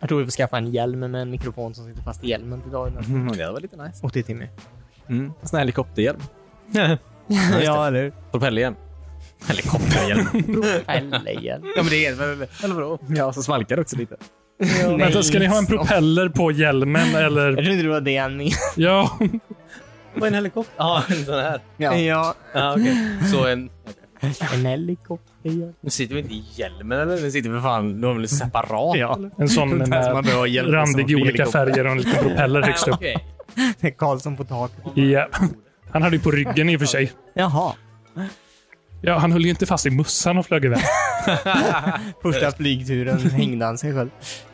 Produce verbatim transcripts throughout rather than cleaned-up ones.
Jag tror vi får skaffa en hjälm med en mikrofon som sitter fast i hjälmen till dagen. Mm, det var lite nice. Och till Timmy. Mm. En sån här helikopterhjälm. Ja, eller? Propellerhjälm. Helikopterhjälm. Propellerhjälm. Ja, men det är väl... Eller vadå? Ja, så svalkar det också lite. Ja, Vänta, ska ni ha en propeller på hjälmen eller? Jag trodde det var det han menade. Ja. Vad är en helikopter? Ja, en sån här. Ja. Ja. Ja, okej. Okay. Så en... En helikopter. Nu sitter vi inte i hjälmen, eller? Nu sitter vi fan... Nu har vi separat. Ja, en sån med, med randig i olika färger och en liten propeller högst upp. Okay. Det är Karlsson på taket. Ja. Han hade ju på ryggen i och för sig. Jaha. Ja, han höll ju inte fast i mussan och flög iväg. Första flygturen hängde han sig själv.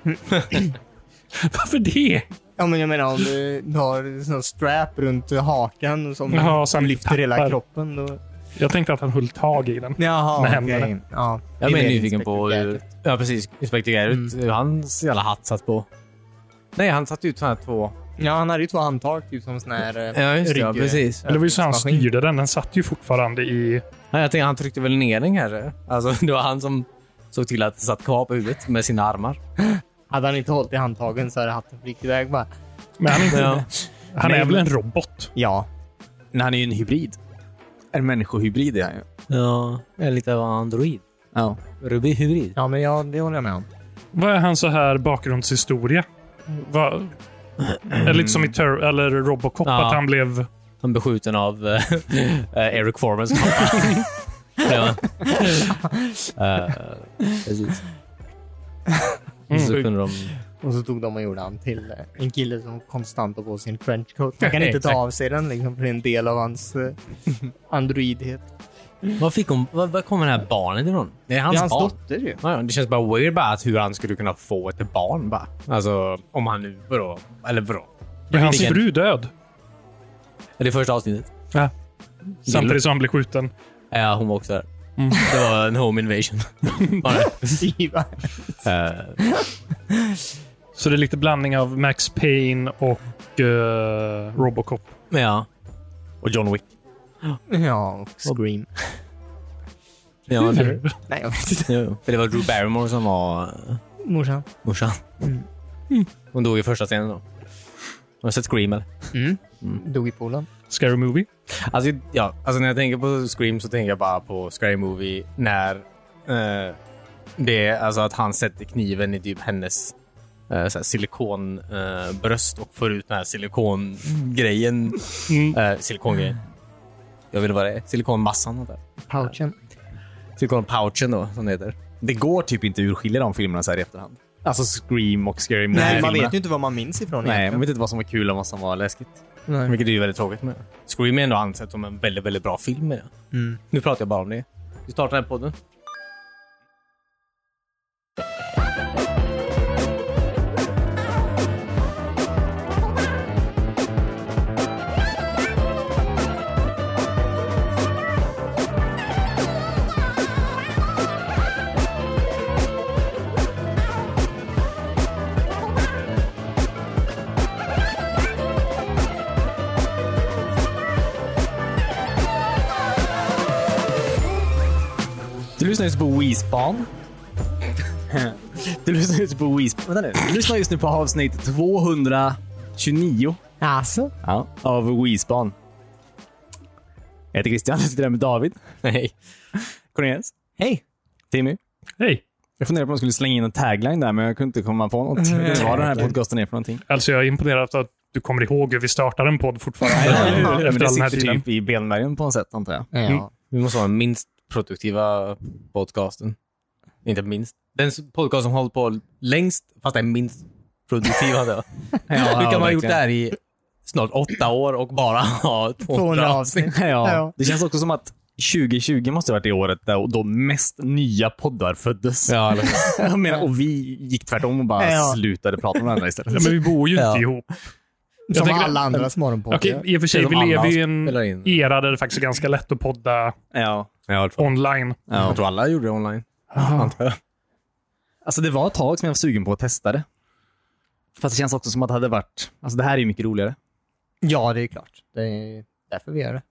Varför det? Ja, men jag menar om du har sån strap runt hakan som Jaha, som lyfter tappar. hela kroppen då. Jag tänkte att han höll tag i den. Jaha, med okej. händerna. Ja. Jag är Det mer är nyfiken på Inspector hur... Gadget. Ja, precis. Inspector Gadget. Mm. Hur hans jävla hatt satt på. Nej, han satt ut såna här två... Ja, han hade ju två handtag typ som sån här eh, Ja, just det. Ja, rygg- precis. Eller det var ju så han maskin. styrde den. Den satt ju fortfarande i... Ja, jag tänkte han tryckte väl ner den kanske. Alltså, det var han som såg till att det satt kvar på huvudet med sina armar. Hade han inte hållit i handtagen så hade hatten flygt iväg bara. Men han är, inte, Ja. han är väl en robot? Ja. Men han är ju en hybrid. En människohybrid är han ju. Ja, är lite av android. Ja. Ruby hybrid. Ja, men ja, det håller jag med om. Vad är han så här bakgrundshistoria? Vad... Är lite som i Ter- eller Robocop, Ja. att han blev... Han beskjuten av äh, Eric Formans pappa. Ja. uh, precis. Mm. Så kunde de... Och så tog de och gjorde han till eh, en kille som konstant har på sin trenchcoat. Han kan inte ta av sig den liksom, för det är en del av hans eh, androidhet. Vad fick hon? Vad, vad kommer det här barnet ifrån? Det är hans, Det är hans barn. dotter ju. Ja, ja, det känns bara weird bara att hur han skulle kunna få ett barn bara. Alltså, om han nu, vadå? Eller vadå? Är hans Vilken- fru död? Är det första avsnittet? Ja. Samtidigt som han blir skjuten. Ja, hon var också där. Mm. Det var en home invasion. Var det? Siva. Eh, Så det är lite blandning av Max Payne och uh, Robocop. ja. Och John Wick. Ja, och Scream. Ja, det, Nej, jag vet inte. jo, jo. För det var Drew Barrymore som var uh, Morsan. morsan. Mm. Hon dog i första scenen då. Har du sett Scream eller? Mm. Dog i poolen. Scary Movie. Alltså, ja, alltså när jag tänker på Scream så tänker jag bara på Scary Movie när eh, det är alltså att han sätter kniven i typ hennes eh, så här silikonbröst eh, bröst och får ut den här silikongrejen. Mm. Eh, silikongrejen. Jag vet inte vad det är. Silikonmassan. Där. Pouchen. Silikonpouchen då, som det heter. Det går typ inte urskilja de filmerna så här i efterhand. Alltså Scream och Scary Movie. Nej, man vet ju inte vad man minns ifrån Nej, man egentligen. vet inte vad som var kul och vad som var läskigt. Nej. Vilket är ju väldigt tråkigt med. Scream är ändå ansett som en väldigt, väldigt bra film med det. Mm. Nu pratar jag bara om det. Vi startar den här podden. Du lyssnar just på WeSpan. Du lyssnar just på WeSpan. Vänta nu. Du lyssnar just nu på avsnitt tvåhundratjugonio. Alltså? Ja, av WeSpan. Jag heter Christian, jag sitter där med David. Hej. Cornelius. Hej. Timmy. Hej. Jag funderade på om jag skulle slänga in en tagline där, men jag kunde inte komma på något. Nej. Vad den här podcasten är för någonting. Alltså jag är imponerad att du kommer ihåg hur vi startar en podd fortfarande. Men Efter det all den här sitter tiden. typ i benmärgen på något sätt, antar jag. Ja. Mm. Vi måste vara den minst produktiva podcasten. Inte minst. Den podcast som hållit på längst, fast den minst produktiva. Då. Ja, Hur kan man ha ja, gjort det här i snart åtta år och bara ha tvåhundra avsnitt. Ja. Ja. Det känns också som att tjugo tjugo måste ha varit det året där då mest nya poddar föddes. Ja, eller jag menar, och vi gick tvärtom och bara Ja. slutade prata med varandra istället. Ja, men vi bor ju inte Ja. ihop. Jag Som tänker- alla andras morgonpoddar. Okej, i och för sig, Det är vi som alla lever ju i en spelar in. era där det faktiskt är ganska lätt att podda Ja, ja, online. jag tror alla gjorde det online. Antar jag. Alltså det var ett tag som jag var sugen på att testa det. Fast det känns också som att det hade varit... Alltså det här är ju mycket roligare. Ja, det är klart. Det är därför vi gör det.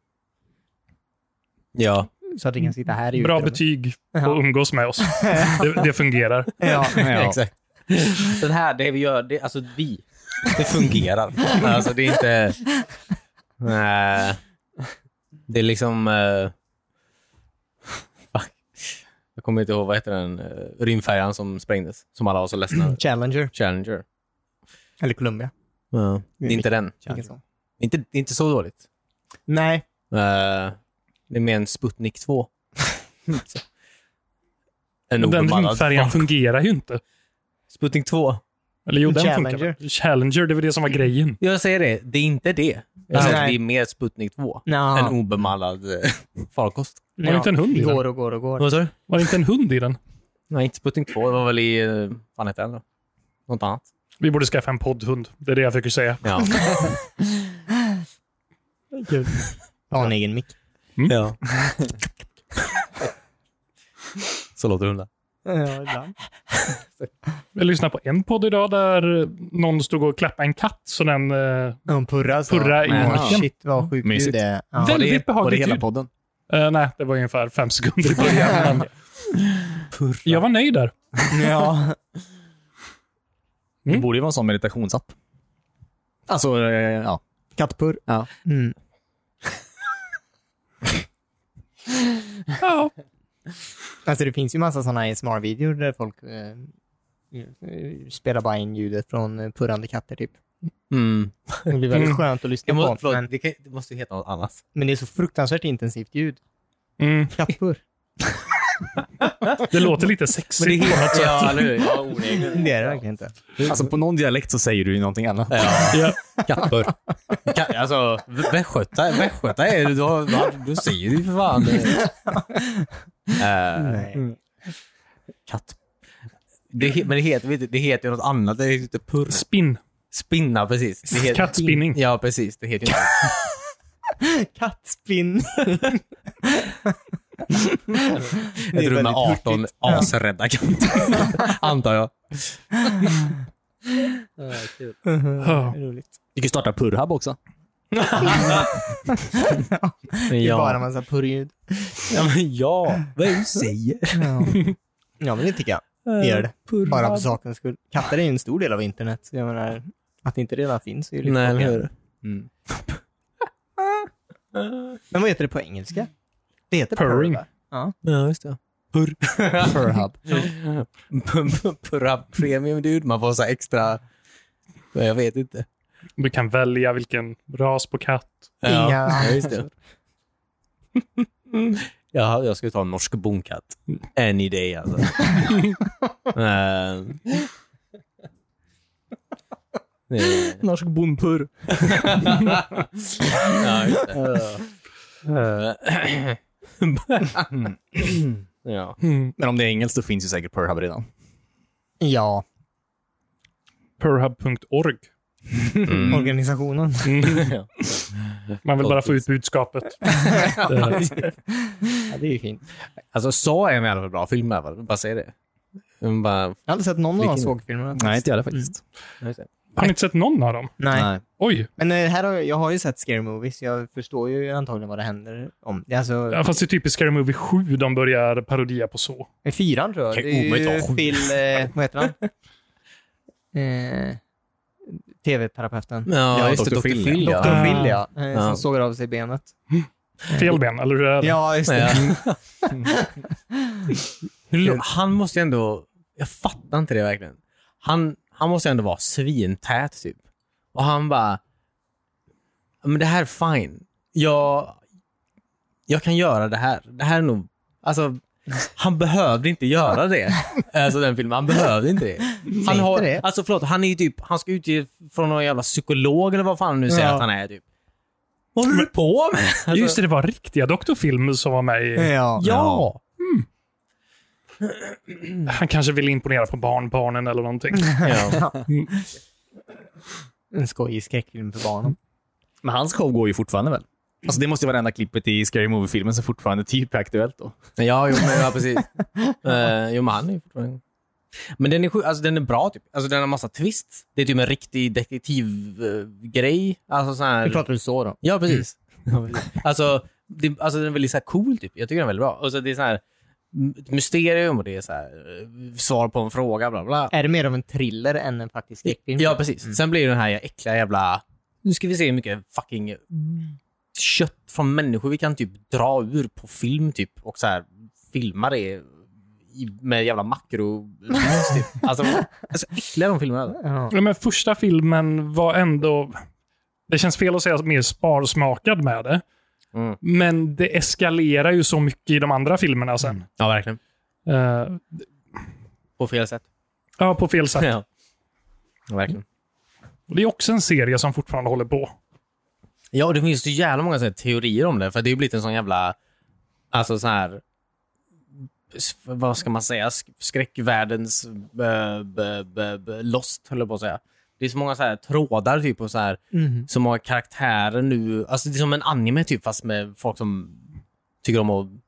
Ja. Så att vi kan sitta här i Bra utrymmet. betyg Ja. och umgås med oss. Det, det fungerar. Ja. Ja. Exakt. Den här, det vi gör, det, alltså vi, det fungerar. Alltså det är inte... Nej. Det är liksom... Uh, fuck. Jag kommer inte ihåg, vad heter den? Uh, rymdfärjan som sprängdes. Som alla var så ledsna. Challenger. Challenger. Eller Columbia. Ja, det är inte den. Inte, inte så dåligt. Nej. Uh, det är mer en Sputnik två. En den rymdfärjan fungerar ju inte. Sputnik två. Eller jo, den Challenger. funkar. Challenger, det var det som var grejen. Jag säger det, det är inte det. Jag säger att det är mer Sputnik två. No. En obemannad uh, farkost. Var det inte en hund i den? Går och går och går. Vad sa du? Var det inte en hund i den? Nej, inte Sputnik två. Det var väl i... Uh, vad heter den då? Något annat. Vi borde skaffa en poddhund. Det är det jag försöker säga. Ja. Kul. Ja, en egen mick. Mm. Ja. Så låter hundar. Ja, ibland. Jag lyssnade på en podd idag där någon stod och klappade en katt så den uh, En purra. Så. purra i Men, marken. shit, vad sjukt Mysigt. det är. Ja. Väldigt Var det behagligt hela ljud. podden? Uh, nej, det var ungefär fem sekunder i början. Men jag var nöjd där. Ja. Det Mm. borde ju vara en sån meditationsapp. Alltså, eh, ja. Kattpurr. Ja. Mm. Ja. Alltså det finns ju massa sådana A S M R-videor där folk eh, spelar bara in ljudet från eh, purrande katter typ. Mm. Det blir väldigt Mm. skönt att lyssna Jag må, på. förlåt, Men, det, kan, det måste ju heta något annat. men det är så fruktansvärt intensivt ljud. Mm. Kattpurr. Det låter lite sexigt på något sätt. Ja, eller hur? Ja, onekligen. Det är det verkligen inte. Alltså på någon dialekt så säger du ju någonting annat. Ja. Ja. Kattpurr. Ka- alltså, västgöta, västgöta är det, då, då, då säger du för fan. uh, Nej. Katt. Det, he- men det heter, vet du, det heter ju något annat. Det heter purr. Spinn. Spinna, precis. Det heter, Kattspinning. Ja, precis. Det heter ju Kattspinn. ett rum med arton asrädda katter. Antar jag. Ja. Roligt. Du kan ju starta Purrhub också. Det är Ja. bara en massa purrljud. Ja, men ja. Vad är det du säger? Ja. Ja, men det tycker jag. Det gör det. Bara för sakens skull. Katter är ju en stor del av internet. Så jag menar, att det inte redan finns är ju lite Nej, eller chockerande. hur? Mm. Men vad heter det på engelska? Det heter Purring. purr, va? Ja. Ja, just det. Purrhub. Purra premium dude. Man får så här extra... Jag vet inte. Du kan välja vilken ras på katt. Inga... Ja, just det. Ja, jag ska ta en norsk bonkatt. Any day, alltså. uh, det- Norsk bondpurr. ja, just det. Uh, ja. Mm. Men om det är engelskt så finns ju säkert Purrhub redan. Ja, Purrhub punkt org. Mm. organisationen. Ja. Man vill bara få ut budskapet. Det- Ja, det är ju fint. Alltså, så är en jävla bra film. Här, va? Bara säg det. Men bara, Jag har aldrig sett någon av de Vilken- sågfilmerna. Nej, inte jag faktiskt. Har ni inte sett någon av dem? Nej. Nej. Oj. Men eh, här har jag, jag har ju sett Scary Movies. Jag förstår ju antagligen vad det händer om. Det är alltså Ja, fast det är typiskt Scary Movie sju de börjar parodia på så. eh, fyran tror jag. Kan Det är omöjligt ju vara sju. Phil, eh, vad heter han? Eh, T V-terapeuten. ja, just det. doktor doktor Phil, Phil, ja. doktor Ah. Phil, ja. Eh, Ja. Som sågar av sig benet. Fel ben, eller hur är det? Ja, just det. Ja. Hur- Han måste ju ändå... Jag fattar inte det verkligen. Han, han måste ju ändå vara svintät typ. Och han bara... Men det här är fine. Jag, jag kan göra det här. Det här är nog... Alltså, han behövde inte göra det. Alltså den filmen. Han behövde inte det. Han Inte har, det? alltså förlåt, han är ju typ... Han ska utge från någon jävla psykolog eller vad fan han nu säger Ja. att han är typ. Vad håller du på med? Alltså, Just det, det var riktiga doktor Film som var med i... Ja. Ja. Han kanske vill imponera på barnbarnen eller någonting. ja. En skojig skräckfilm för barnen. Men hans show går ju fortfarande väl? Alltså det måste ju vara det enda klippet i Scary Movie-filmen som fortfarande är typ aktuellt då. Ja, jo, men, ja precis. uh, jo, men han är ju fortfarande... Men den är, sju- alltså, den är bra typ. Alltså den har massa twist. Det är typ en riktig detektivgrej. Alltså så här... Vi pratar du så då? Ja, precis. alltså, det, alltså den är väldigt så här cool typ. Jag tycker den är väldigt bra. Och så det är så här... ett mysterium och det är så här, svar på en fråga, bla bla. Är det mer av en thriller än en faktisk skräckfilm? Ja, precis. Mm. Sen blir det den här äckliga jävla... Nu ska vi se hur mycket fucking kött från människor vi kan typ dra ur på film typ och så här filma det med jävla makro. Typ. Alltså, alltså äckliga de filmerna. Ja. Ja, men första filmen var ändå... Det känns fel att säga mer sparsmakad med det. Mm. Men det eskalerar ju så mycket i de andra filmerna sen. Ja, verkligen. Uh, på fel sätt. Ja, på fel sätt. Ja, verkligen. Det är också en serie som fortfarande håller på. Ja, och det finns ju jävla många så här, teorier om det. För det har ju blivit en sån jävla... Alltså så här... Vad ska man säga? Skräckvärldens... B, b, b, b, lost, höll jag på att säga. Det är så många så här trådar typ och så här... Mm. Så många karaktärer nu... Alltså det är som en anime typ, fast med folk som tycker om att...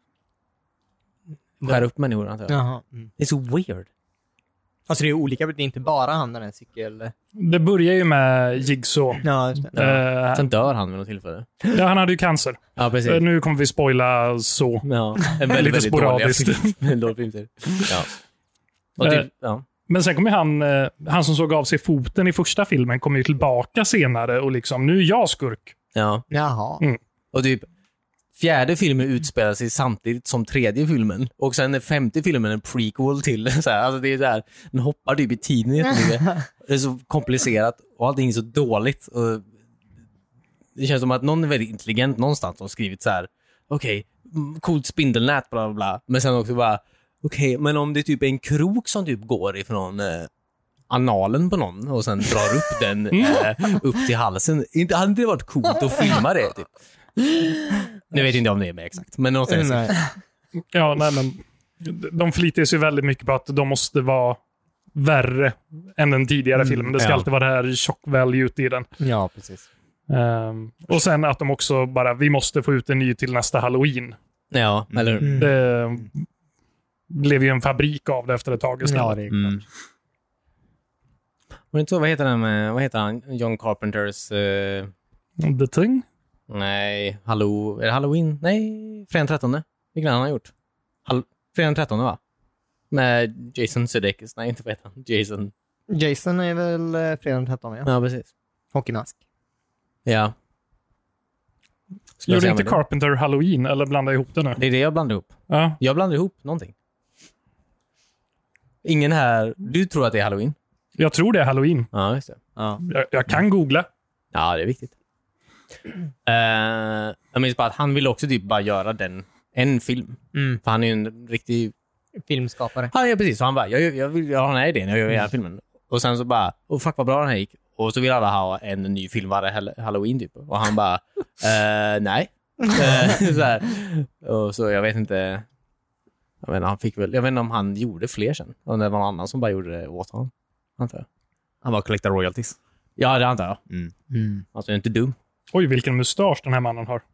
Skära upp människor, antar jag. Jaha. Mm. Det är så weird. Alltså det är olika, det är inte bara han den här cykel... Det börjar ju med Jigsaw. Ja, just det. Uh, Sen dör han vid något tillfälle. Ja, han hade ju cancer. Ja, precis. Uh, nu kommer vi spoila så. Ja, en väldigt, lite väldigt sporadiskt. dålig film. Ja. Och typ, uh, ja. Men sen kommer han, uh, han som såg av sig foten i första filmen kommer ju tillbaka senare och liksom, nu är jag skurk. Ja. Jaha. Mm. Och typ, fjärde filmen utspelar sig samtidigt som tredje filmen. Och sen är femte filmen en prequel till. Så här, alltså det är så här, den hoppar typ i tiden jättemycket. Det är så komplicerat och allting är så dåligt. Och det känns som att någon är väldigt intelligent någonstans som skrivit så här: okej, okay, coolt spindelnät, bla bla bla. Men sen också bara, okej, okay, men om det typ är en krok som typ går ifrån eh, analen på någon och sen drar upp den eh, upp till halsen. Inte, hade det varit coolt att filma det typ? Nu vet inte om det är med exakt, men någonstans. Nej. Ja, nej men de flitar sig väldigt mycket på att de måste vara värre än den tidigare mm, filmen. Det ska ja. alltid vara det här shock value i den. Ja, precis. Um, och sen att de också bara, vi måste få ut en ny till nästa Halloween. Ja, eller mm. Det blev ju en fabrik av det efter ett tag istället. Ja, det är klart. Mm. Och inte så, vad heter den med, vad heter han? John Carpenters uh... The Thing? Nej, Hallo... Är det Halloween? Nej, fredag den trettonde. Vilken annan har han gjort? Hall... fredag den trettonde, va? Med Jason Sudeikis. Nej, inte vet han. Jason. Jason är väl eh, fredag den trettonde, ja. Ja, precis. Hockeymask. Ja. Gjorde inte Carpenter det? Halloween, eller blanda ihop det nu? Det är det jag blandar ihop. Ja. Jag blandar ihop någonting. Ingen här... Du tror att det är Halloween? Jag tror det är Halloween. Ja, just det. Ja, Jag, jag kan googla. ja det är viktigt. Uh, jag minns bara att han ville också typ bara göra den en film. Mm. För han är ju en riktig Filmskapare. Ja, ja precis. Så han bara, jag, jag vill ha den här idén, jag gör den här filmen. Och sen så bara, oh fuck vad bra den här gick. Och så vill alla ha en ny film varje Halloween typ. Och han bara, eh, nej. så här. Och så jag vet inte, jag vet inte, han fick väl, jag vet inte om han gjorde fler sen. Om det var någon annan som bara gjorde det åt honom. Antar jag. Han var collector royalties. Ja, det antar jag. Mm. Mm. Alltså inte du. Oj, vilken mustasch den här mannen har.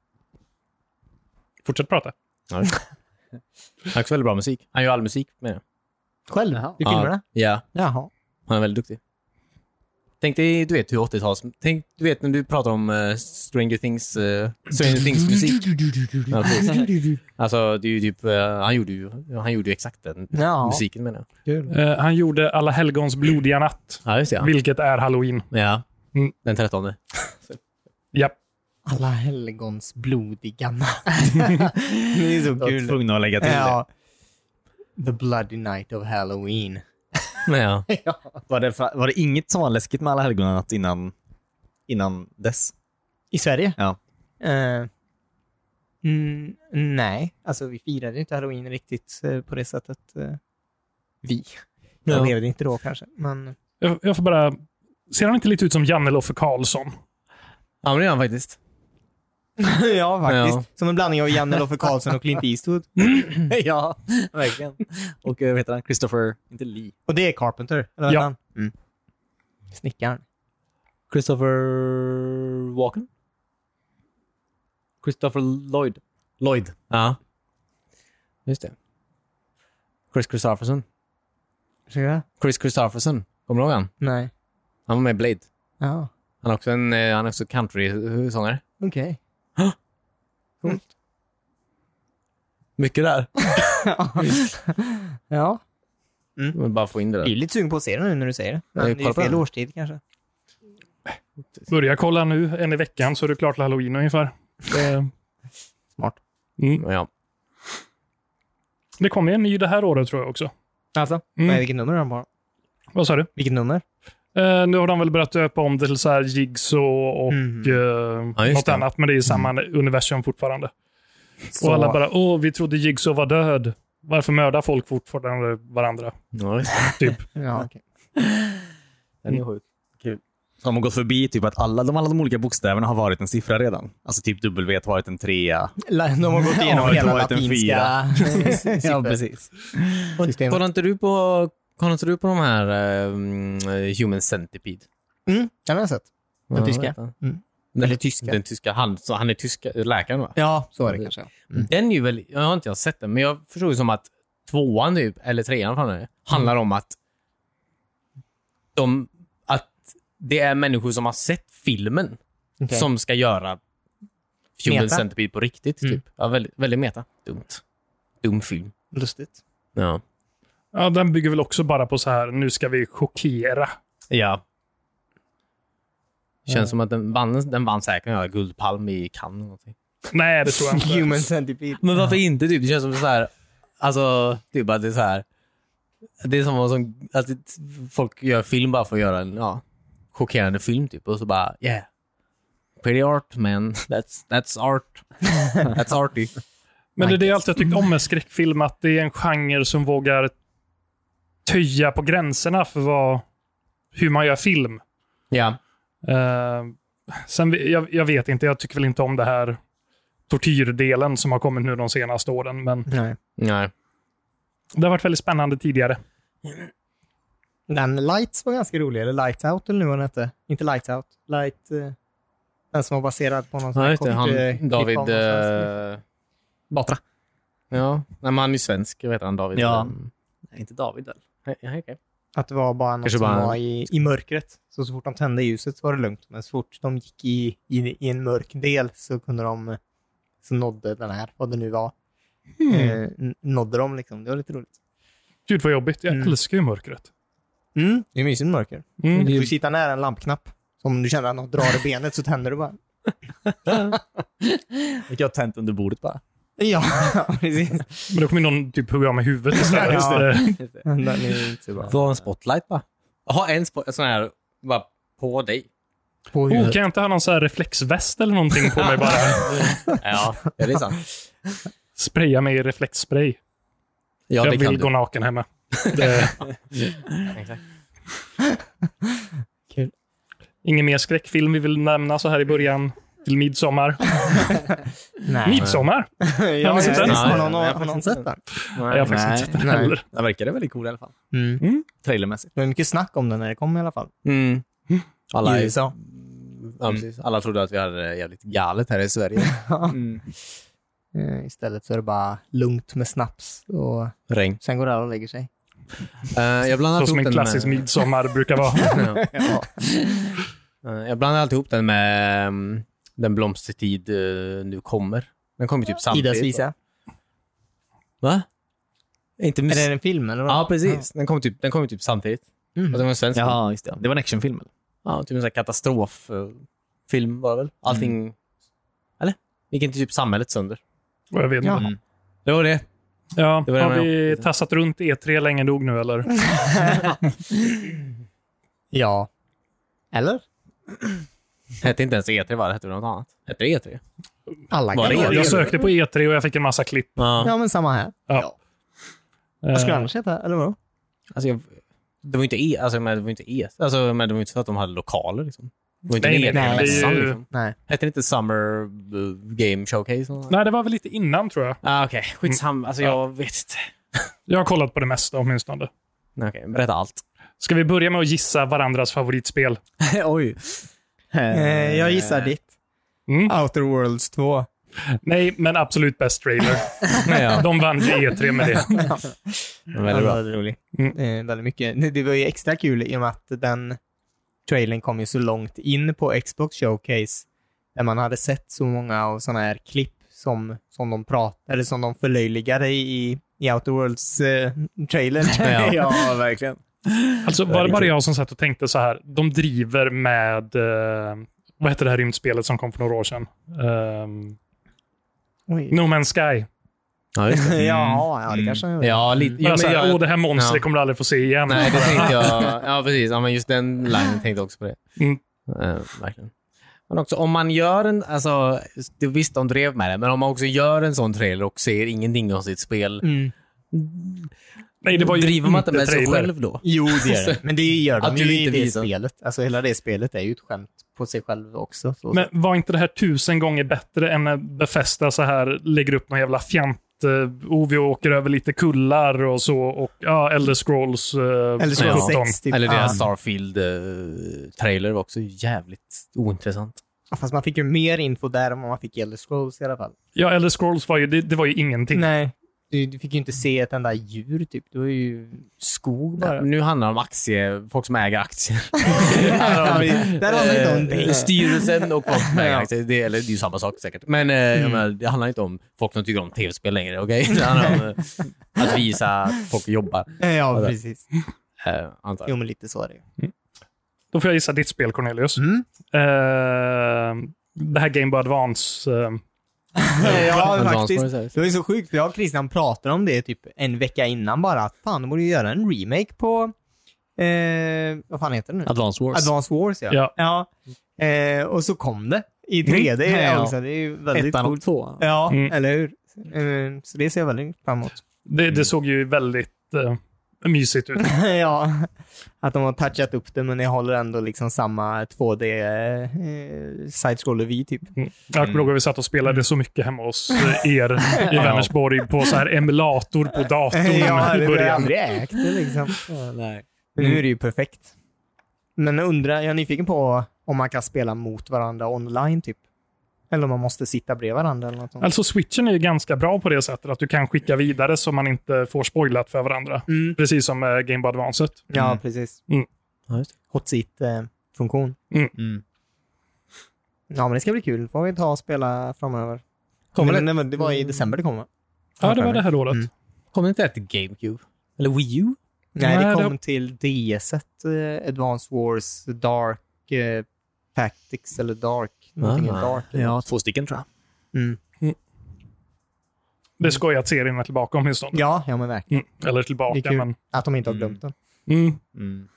Fortsätt prata. Ja. Han har också väldigt bra musik. Han gör all musik med det. Själv? Jaha. I filmerna? Ja. Jaha. Han är väldigt duktig. Tänk dig, du vet hur åttio-tals... Tänk, du vet när du pratar om uh, Stranger Things uh, Stranger Things musik. Ja, alltså, det är ju typ... Uh, han, gjorde ju, han gjorde ju exakt den ja. musiken, menar jag. Uh, han gjorde Alla helgons blodiga natt. Ja, just det. Ja. Vilket är Halloween. Ja, mm. den trettonde. Japp. Alla helgons blodiga natt. Det är så Jag kul. var tvungen att lägga till ja. The Bloody Night of Halloween. Ja. ja. Var det, var det inget som var läskigt med Alla helgonatt innan, innan dess? I Sverige? Ja. Uh, mm, nej, alltså vi firade inte Halloween riktigt uh, på det sättet. Uh, vi. Jag Ja. levde inte då kanske, men... Jag, jag får bara... Ser han inte lite ut som Janne Loffe Karlsson? Ja, men det gör han faktiskt. ja, faktiskt. Ja. Som en blandning av Janne Loffe Karlsson och Clint Eastwood. ja, verkligen. Och vad heter han? Christopher, inte Lee. Och det är Carpenter, eller Ja. han? Mm. Snickaren. Christopher Walken? Christopher Lloyd. Lloyd. Ja. Just det. Chris Christopherson. Ursäkta? Chris Christopherson. Kommer du ihåg han? Nej. Han var med i Blade. Ja, Han är också en eh, han är också country-sångare. okej. Mycket där. Ja. Mm. Bara få in det Jag är där. lite sugen på att se den nu när du säger det. Men Jag det är kollar ju på fel den. årstid kanske. Börja kolla nu, en i veckan, så är det klart till Halloween ungefär. Det, Smart. mm. Ja. Det kommer en ny det här året tror jag också. Alltså, Mm. vad är, vilket nummer är de på? Vad sa du? Vilket nummer? Eh, nu har de väl börjat döpa om det till så här Jigsaw och Mm. eh, Ja, just något det. annat, men det är samma universum fortfarande. Så- Och alla bara, åh, vi trodde Jigsaw var död. Varför mördar folk fortfarande varandra? Ja, just Typ. Ja, okej. det. Den är sjuk. Så de har gått förbi typ att alla de, alla de olika bokstäverna har varit en siffra redan. Alltså typ W har varit en trea. La- De har gått igenom Ja, det hela var ett en latinska Ja, precis. systemet. Kollar inte du på, kollar inte du på de här um, Human Centipede? Mm, den har jag sett. Den Ja, tyska. vet jag. Mm. Den, Eller tyska. Den tyska. Han, så han är tyska, läkaren va? Ja, så är det kanske. Mm. Den är ju väl, jag har inte jag sett den, men jag förstod det som att tvåan typ, eller trean från det, handlar om att de, att det är människor som har sett filmen Okej. som ska göra Human Meta. Centipede på riktigt. Typ. Mm. Ja, väldigt, väldigt meta. Dumt. Dum film. Lustigt. Ja. Ja, den bygger väl också bara på så här, nu ska vi chockera. Ja. Känns som att den vann, den vann säkert ja, guldpalm i Cannes. eller någonting. Nej, det tror jag inte. Human Centipede. Men varför inte? Typ? Det känns som så här, alltså, typ att det är så här, det är som att som, att det, folk gör film bara för att göra en ja, chockerande film typ. Och så bara, yeah. Pretty art, man. That's, that's art. That's arty. Men det är det jag alltid har tyckt om med skräckfilm, att det är en genre som vågar töja på gränserna för vad, hur man gör film. Ja. Uh, sen, jag, jag vet inte, jag tycker väl inte om det här tortyrdelen som har kommit nu de senaste åren, men Nej. Nej. det har varit väldigt spännande tidigare. Den Lights var ganska rolig. Eller Light Out eller nu vad den hette. Inte Light Out. Light... Eh, den som var baserad på någon sån Ja, här just det. kort, Han, eh, klipp David... av någonstans. Eh, Batra. Ja. Nej, men han är ju svensk. Jag vet han David. Ja. Mm. Nej, inte David väl? Nej, ja, okej. Att det var bara något Kanske som bara- var i, i mörkret. Så, så fort de tände ljuset så var det lugnt. Men så fort de gick i, i, i en mörk del så kunde de... eh, Så nådde den här, vad det nu var. Eh, n- nådde de liksom. Det var lite roligt. Gud vad jobbigt, jag Mm. älskar ju mörkret. Mm, det är mysigt med mörker. Mm. Du får ju sitta nära en lampknapp. Så om du känner att något drar i benet så tänder du bara. Jag har tänt under bordet bara. Ja, precis. Men då kommer någon typ hugga av med huvudet istället. Ja. Eh, Den är inte så bra. Få en spotlight bara. Ha en spot, sån här bara på dig. På Oh, huvudet. kan jag inte ha någon så här reflexväst eller någonting på mig bara? Ja, ja det är sant. Spraya mig i reflexspray. Ja, jag det vill kan gå du. naken hemma. Det, Exakt. Kul. ingen mer skräckfilm vi vill nämna så här i början till midsommar. Nej. Midsommar? Ja, Har ni just sett det. den? Har någon, Nej, jag har någon har sett den? Jag har faktiskt inte sett den Nej. heller. Den verkade väldigt cool i alla fall. Mm. Trailermässigt. Det var mycket snack om den när det kom i alla fall. Mm. Alla, I är, U S A. ja, precis. Alla trodde att vi hade det jävligt galet här i Sverige. Mm. Eh, Istället så är det bara lugnt med snaps och Regn. sen går alla och lägger sig. Uh, jag blandar Så alltid som ihop en den klassisk med... midsommar brukar vara. Ja. Ja. Eh, jag blandar alltid ihop den med um, Den blomstertid uh, nu kommer. Den kommer typ samtidigt. Idas visa. Va? Inte mus- Är det en film eller vad? Ja, precis. Den kommer typ, den kommer typ samtidigt. Mm. Och det var en svensk film. Jaha, just det. Det var en actionfilm. eller? Ja, typ en sån här katastroffilm var det väl? Allting... Eller? Gick inte typ samhället sönder? Och jag vet inte. Ja. Mm. Det var det. Ja, Det var det har med- vi tassat runt E tre länge nog nu eller? Ja. Eller? Hette inte ens E tre, va? Det hette något annat. Hette det E tre? Alla Var det kan E vara tre? Jag sökte på E tre och jag fick en massa klipp. Ja. Ja, men samma här. Ja. Vad skulle det Eh, annars heta? Eller vadå? Alltså, jag, det var ju inte E, alltså, men det var ju inte E, alltså, men det var ju inte så att de hade lokaler liksom. Det var inte Nej, E tre, nej, nej, det är mässan, ju- liksom. Nej. Hette det inte Summer uh, Game Showcase? Ah, Nej, det var väl lite innan tror jag. okej. Skitsamma. Alltså, jag vet inte. Jag har kollat på det mesta åtminstone. Okej, berätta allt. Ska vi börja med att gissa varandras favoritspel? Oj. Eh, jag gissar ditt. Mm? Outer Worlds två. Nej, men absolut bäst trailer. Ja, De vann ju E tre med det. väldigt bra. Väldigt rolig. Mm. Eh, väldigt mycket. Det- Det var ju extra kul i och med att den trailern kom ju så långt in på Xbox Showcase där man hade sett så många av såna här klipp som, som de pratade, eller som de förlöjligade i, i Outer Worlds eh, trailer. Ja, ja verkligen. Alltså var det bara jag som satt och tänkte så här, de driver med eh, vad heter det här rymdspelet som kom för några år sedan? Um, Oj. No Man's Sky. Ja, just det. ja, ja, det kanske jag Ja, lite. Jo, så här, jag- Åh, det här monstret ja. kommer du aldrig få se igen. Nej, det tänkte jag. Ja, precis. Ja, men just den linen tänkte jag också på det. Mm. Uh, verkligen. Men också om man gör en, alltså, det, visst de drev med det, men om man också gör en sån trailer och ser ingenting av sitt spel, Mm. Nej, det var ju driver man inte inte med sig trailer. själv då? Jo, det gör det. Men det gör de Att ju du i inte det visar. spelet. Alltså hela det spelet är ju ett skämt på sig själv också. Så. Men var inte det här tusen gånger bättre än när Bethesda så här lägger upp någon jävla fjant? Uh, oh, vi åker över lite kullar och så. Och ja, Elder Scrolls uh, Eller så Ja. sex, typ. Eller Ja. deras Starfield-trailer var också jävligt ointressant. Ja, fast man fick ju mer info där än vad man fick i Elder Scrolls i alla fall. Ja, Elder Scrolls var ju, det, det var ju ingenting. Nej, du, du fick ju inte se ett enda djur typ. Det var ju skog bara. Ja, nu handlar det om aktier, folk som äger aktier. Ja, men där handlar det inte om Eh, det. Styrelsen och folk som äger Ja. aktier. Det, eller, det är ju samma sak säkert. Men eh, jag menar, det handlar inte om folk som tycker om tv-spel längre, okej? Det handlar om eh, att visa att folk jobbar. Ja, precis. Eh, antar Jo, jag. men lite så är det ju. Då får jag gissa ditt spel, Cornelius. Mm. Uh, det här Game Boy Advance. Uh, Ja, Advanced faktiskt. Wars. Det var ju så sjukt, för jag och Christian pratade om det typ en vecka innan bara. Att fan, de borde ju göra en remake på... Eh, vad fan heter det nu? Advance Wars. Advanced Wars, ja. Ja. ja. Eh, och så kom det i tre D. Mm. Ja. Också. Det är ju väldigt Ettan och coolt. tvåan. Ja, Mm. eller hur? Eh, så det ser jag väldigt fram emot. det, det såg ju väldigt uh, mysigt ut. Ja, att de har touchat upp det, men det håller ändå liksom samma två D eh, side-scroller vi typ. Mm. Jag kommer ihåg att vi satt och spelade så mycket hemma hos eh, er i Vänersborg på så här emulator på datorn Ja, i det har jag början. aldrig ägt det liksom. Nej. Men nu är det ju perfekt. Men undrar, jag är nyfiken på om man kan spela mot varandra online typ. Eller om man måste sitta bredvid varandra eller något sånt. Alltså Switchen är ju ganska bra på det sättet att du kan skicka vidare så man inte får spoilat för varandra. Mm. Precis som med Game Boy Advance. Ja, Mm. precis. Ja, just det. Hot seat-funktion. Mm. Ja, men det ska bli kul. Får vi ta och spela framöver. Kommer Men det- det, det var i december det kom, va? Ja, det var det här året. Mm. Kommer inte det till GameCube? Eller Wii U? Nej, Nej, det det- kom till D S, eh, Advanced Wars, Dark eh, Tactics eller Dark. Någonting Ah. Dark. eller Ja, något. två stycken tror jag. Mm. Det är skoj att serien är tillbaka åtminstone. Ja, ja, men verkligen. Mm. Eller Det är tillbaka, kul men att de inte har Mm. glömt den. mm, Mm.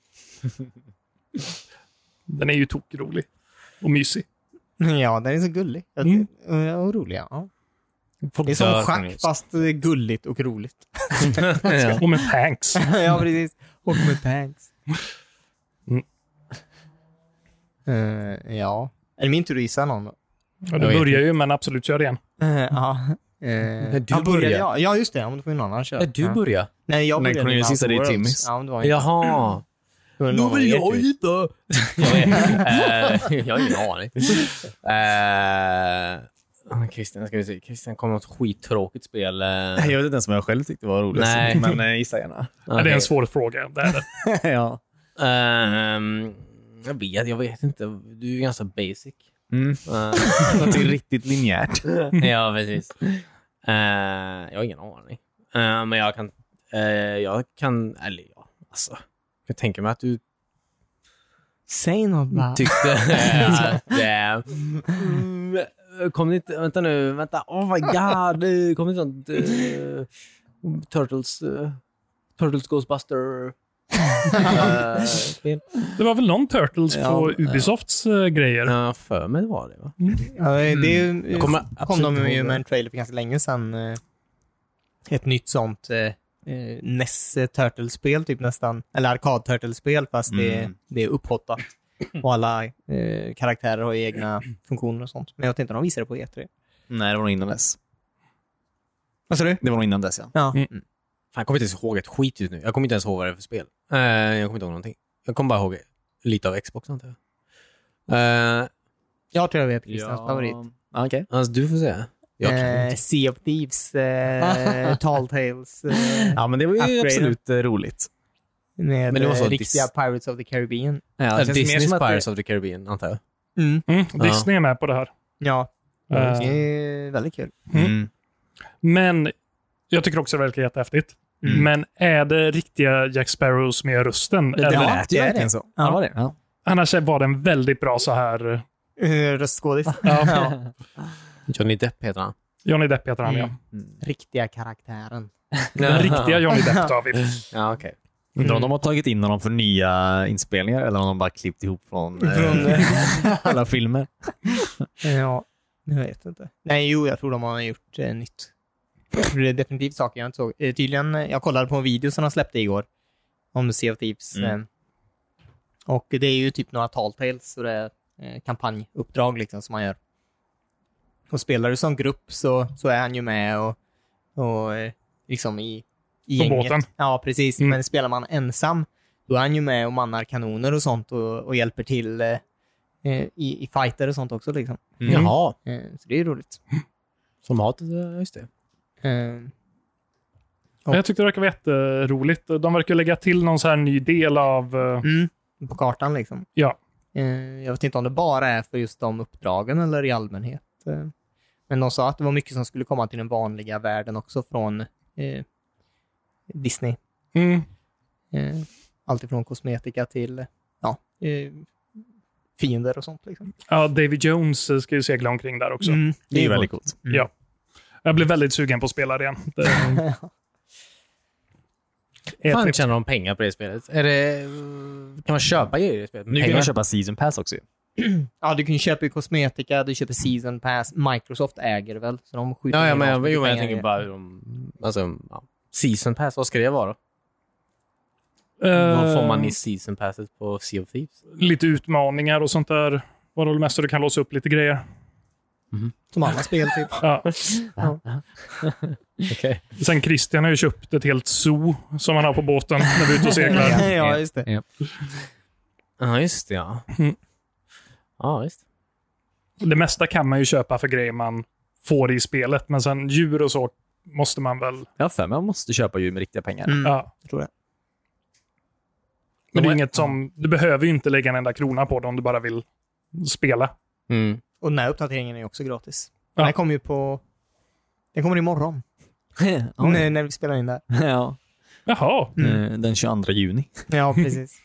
den är ju tokrolig och mysig. Ja, den är så gullig. Ja, Mm. det- Och rolig, ja. Folk Det är som dör, schack, Cornelius. fast eh, gulligt och roligt. Ja. Och med tanks. Ja, precis. Och med tanks. Mm. Eh, ja. Är det min tur att gissa någon då? Ja, det Jag vet börjar ju, men absolut, kör igen. Eh, ja. Uh, du ja, började börjar. jag? Ja, just det. Ja, men då får ju någon annan köra. Ja, du Ja. börjar. Nej, jag Nej, började. Cornelius med gissade i Outer Timmys. Worlds. Ja, men det var inte. Jaha. Det var någon vill av er tur. inte. Jag vet. Eh, Jag har ingen aning. Eh, Christian, ska vi se. Christian kom något skittråkigt spel. eh. Jag vet inte ens vad jag själv tyckte var roligt. Nej. Men äh, gissa gärna. Ja, det är Okej. en svår fråga. Det är det. ja. Ehm, jag vet, jag vet inte. Du är ju ganska basic. Mm. Eh, Något riktigt linjärt. ja, precis. Eh, jag har ingen aning. Eh, men jag kan... eh, jag kan... Eller ja, alltså. Jag tänker mig att du Säg något bara. tyckte att... eh, mm, kom det inte... Vänta nu. Vänta. Oh my god. Det kom inte sånt... eh, Turtles... eh, Turtles Ghostbuster... eh, spel. Det var väl någon Turtles Ja, på Ubisofts eh, grejer. Ja, för mig var det, va? Ja, det Jag det kommer kom absolut de ihåg ju det. med en trailer för ganska länge sedan. eh, Ett nytt sånt eh, eh, N E S Turtles-spel typ nästan. Eller arkad-Turtles-spel fast det, Mm. det är upphottat. Och alla eh, karaktärer har egna funktioner och sånt. Men jag vet inte om de visade det på E tre. Nej, det var nog innan dess. Vad sa du? Det var nog innan dess, ja. Ja. Mm. Fan, jag kommer inte ens ihåg ett skit just nu. Jag kommer inte ens ihåg vad det är för spel. Eh, jag kommer inte ihåg någonting. Jag kommer bara ihåg lite av Xbox, antar jag. Uh, Jag tror jag vet Christians favorit. Ah, okej. alltså, du får säga. Jag kan Eh, inte. Sea of Thieves, eh, Tall Tales. Eh, Ja, men det var ju Upgraden. absolut eh, roligt. med Men det var så eh, att riktiga Dis- Pirates of the Caribbean. Ja, Uh, det känns mer Disney's som att det- Pirates of the Caribbean, antar jag. Mm. Mm, Disney är med på det här. Ja, Eh, det är väldigt kul. Mm. Mm. Men Jag tycker också det verkar jättehäftigt. Mm. Men är det riktiga Jack Sparrows med rösten? Det, det eller? lät ju det är verkligen det. så. Ja. Ja, var det. Ja. Annars var den väldigt bra så här. Uh, röstskådis. Ja. Johnny Depp heter han. Johnny Depp heter han, Mm. ja. Riktiga karaktären. Den riktiga Johnny Depp, David. Ja, okej. Undrar om de har tagit in honom för nya inspelningar eller om de bara klippt ihop från, Från, eh, alla filmer. Ja, jag vet inte. Nej, jo, jag tror de har gjort eh, nytt. Det är definitivt saker jag inte såg. Eh, tydligen, eh, jag kollade på en video som de släppte igår om Sea of Thieves. Mm. Eh, och det är ju typ några Talltales och det är eh, kampanjuppdrag liksom som man gör. Och spelar du som grupp så, så är han ju med och, och eh, liksom i, i På gänget. båten. Ja, precis. Mm. Men spelar man ensam, då är han ju med och mannar kanoner och sånt och, och hjälper till eh, eh, i, i fighter och sånt också liksom. Mm. Jaha, Eh, så det är ju roligt. som hat, just det. Eh, Ja. Jag tyckte det verkar vara jätteroligt. De verkar lägga till någon så här ny del av... eh, mm, på kartan liksom. Ja. Eh, jag vet inte om det bara är för just de uppdragen eller i allmänhet. Eh, men de sa att det var mycket som skulle komma till den vanliga världen också från eh, Disney. Mm. Eh, allt ifrån kosmetika till ja, eh, fiender och sånt liksom. Ja, Davy Jones eh, ska ju segla omkring där också. Mm, Det är ju väldigt coolt. coolt. Mm. Ja. Jag blev väldigt sugen på att spela det igen. Det är Fan, trevligt. tjänar de pengar på det spelet? Är det, kan man köpa grejer i spelet? Nu kan Pengar? man köpa season pass också. Ja, du kan ju köpa kosmetika, du köper season pass. Microsoft äger det väl, så de skjuter Ja, ja in men, asmycket jo, men jag pengar i tänker det. bara hur de... Alltså, ja. Season pass, vad ska det vara? Eh, Vad får man i season passet på Sea of Thieves? Lite utmaningar och sånt där. Var det väl mest så du kan låsa upp lite grejer. Som alla spel typ. Ja. Okej. Sen Christian har ju köpt ett helt zoo som han har på båten när vi är ute och seglar. Ja, just det. Ja, just det, ja. Mm. Ja, just Det mesta kan man ju köpa för grejer man får i spelet. Men sen djur och så måste man väl... Jag har för mig att man måste köpa djur med riktiga pengar. Mm, Ja. jag tror det. Men det är inget som... Du behöver ju inte lägga en enda krona på det om du bara vill spela. Mm. Och den här uppdateringen är ju också gratis. Ja. Den här kommer ju på... Den kommer imorgon. Ja. När, när vi spelar in där. Ja. Jaha. Mm. Eh, Den tjugoandra juni. Ja, precis.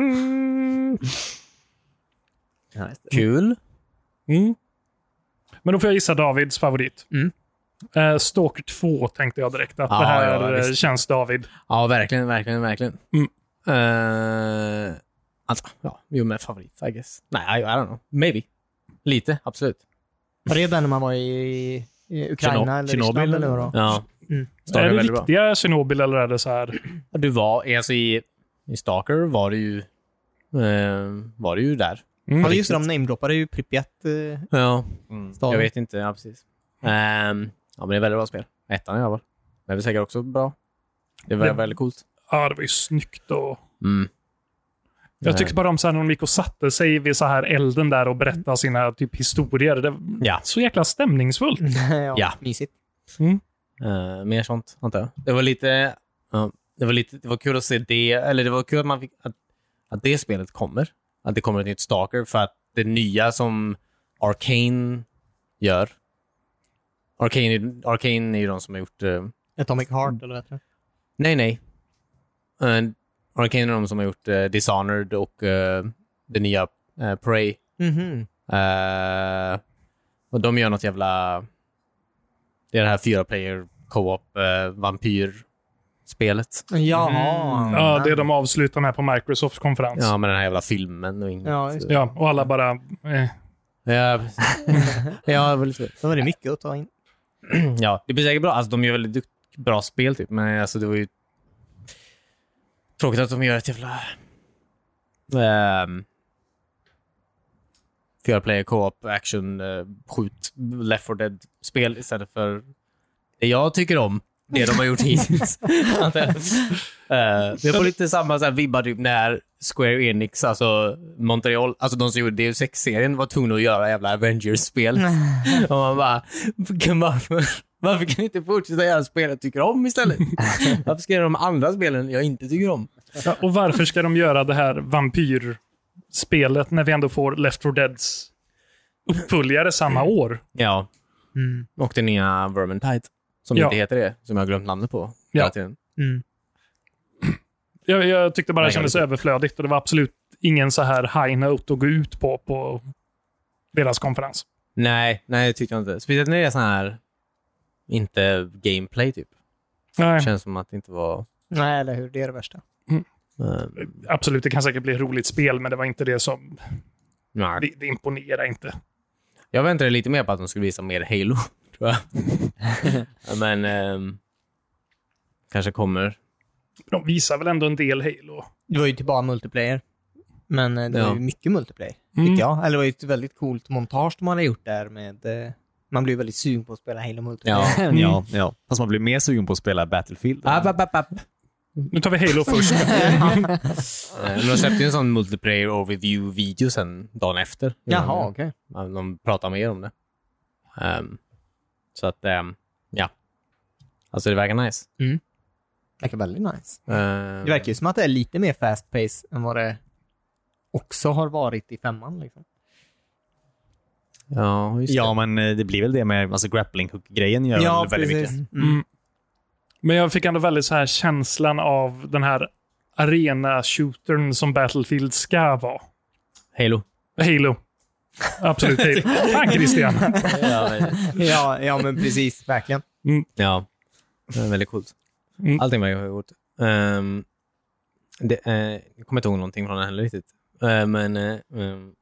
Ja, just det. Kul. Mm. Men då får jag gissa Davids favorit. Mm. Eh, Stalker två tänkte jag direkt att Ja, det här ja, eh, visst. känns David. Ja, verkligen, verkligen, verkligen. Mm. Uh, alltså, ja, jo, men favorit, I guess. Nej, I, I don't know. Maybe. Lite, absolut. Var det den när man var i, i Ukraina Tjerno- eller Tjernobyl Ryssland eller eller? vad då? Ja. Mm. Stalker är det väldigt bra. riktiga Tjernobyl eller är det så här? Du var, alltså i, i Stalker var det ju, eh, var det ju där. Mm. Ja, just det, de namedroppade ju Pripyat eh, Ja. Mm. staden. Jag vet inte, ja precis. Um, ja, men det är väldigt bra spel. Ettan i alla fall. Men det är säkert också bra. Det var Det- väldigt coolt. Ja, det var ju snyggt och... Mm. Jag tyckte bara om så här när de gick och satte sig vid så här elden där och berättade sina typ historier. Det var Ja. så jäkla stämningsfullt. ja, Ja. mysigt. Mm. Uh, mer sånt, antar jag. Det var lite, ja, det var lite, det var kul att se det, eller det var kul att man fick, att, att det spelet kommer. Att det kommer ett nytt Stalker, för att det nya som Arcane gör. Arcane, Arcane är ju de som har gjort, uh, Atomic Heart, eller vad heter det? nej, nej. Uh, Arcane är de som har gjort uh, Dishonored och uh, det nya uh, Prey. Mhm. Uh, och de gör något jävla... Det är det här fyra player co-op uh, vampyrspelet. Jaha. Ja, det de avslutar med på Microsofts konferens. Ja, med den här jävla filmen och inget. Ja, just det. Ja, och alla bara... Eh. Ja, precis. Ja, det var lite Då var det mycket att ta in. ja, det blir säkert bra. Alltså, de gör väldigt dukt- bra spel, typ. Men alltså, det var ju tråkigt att de gör ett jävla... Um, fyra player co-op action uh, skjut Left four Dead-spel istället för det jag tycker om. Det de har gjort hittills. uh, jag får lite samma så här vibbar typ när Square Enix, alltså Montreal, alltså de som gjorde Deus Ex-serien var tvungna att göra jävla Avengers-spel. Och man bara, kan man, varför kan ni inte fortsätta göra spel jag tycker om istället? Varför ska jag göra de andra spelen jag inte tycker om? Ja, och varför ska de göra det här vampyrspelet när vi ändå får Left four Deads uppföljare samma år? Ja, Mm. och det nya Vermintide. som Ja. inte heter det, som jag har glömt namnet på Ja. hela tiden. Mm. Jag, jag tyckte bara det Nej, kändes jag- överflödigt och det var absolut ingen så här high note att gå ut på på deras konferens. Nej, nej det tyckte jag inte. Speciellt när det är sån här inte gameplay typ. Nej, Det känns som att det inte var... Nej, eller hur? Det är det värsta. Uh, absolut, det kan säkert bli ett roligt spel, men det var inte det som... nej. Det, det imponerar inte. Jag väntade lite mer på att de skulle visa mer Halo, tror jag. Men ehm, kanske kommer. De visar väl ändå en del Halo. Det var ju inte bara multiplayer. Men eh, det Ja. var ju mycket multiplayer, Mm. tycker jag. Eller det var ju ett väldigt coolt montage de hade gjort där med... Eh, man blev väldigt sugen på att spela Halo multiplayer. Ja. Mm. ja, ja. Fast man blir mer sugen på att spela Battlefield. App, app, app, app. Nu tar vi Halo först. Eh, Men de släppte ju en sån multiplayer overview-video sen dagen efter. Jaha, okej. Okay. De pratar mer om det. Ehm, så att, ehm, ja. Alltså det verkar nice. Det verkar väldigt nice. Ehm, Det verkar ju som att det är lite mer fast pace än vad det också har varit i femman. Liksom. Ja, just Ja, det. men eh, det blir väl det med alltså, grappling hook-grejen gör Ja, väl väldigt precis. mycket. Mm. Men jag fick ändå väldigt så här känslan av den här arena-shootern som Battlefield ska vara. Halo. Halo. Absolut Halo. Fan Christian. ja, ja, ja, men precis. Verkligen. ja, det är väldigt coolt. Mm. Allting verkar coolt. Um, det, eh, jag kommer inte ihåg någonting från den heller riktigt. Eh, men eh, um,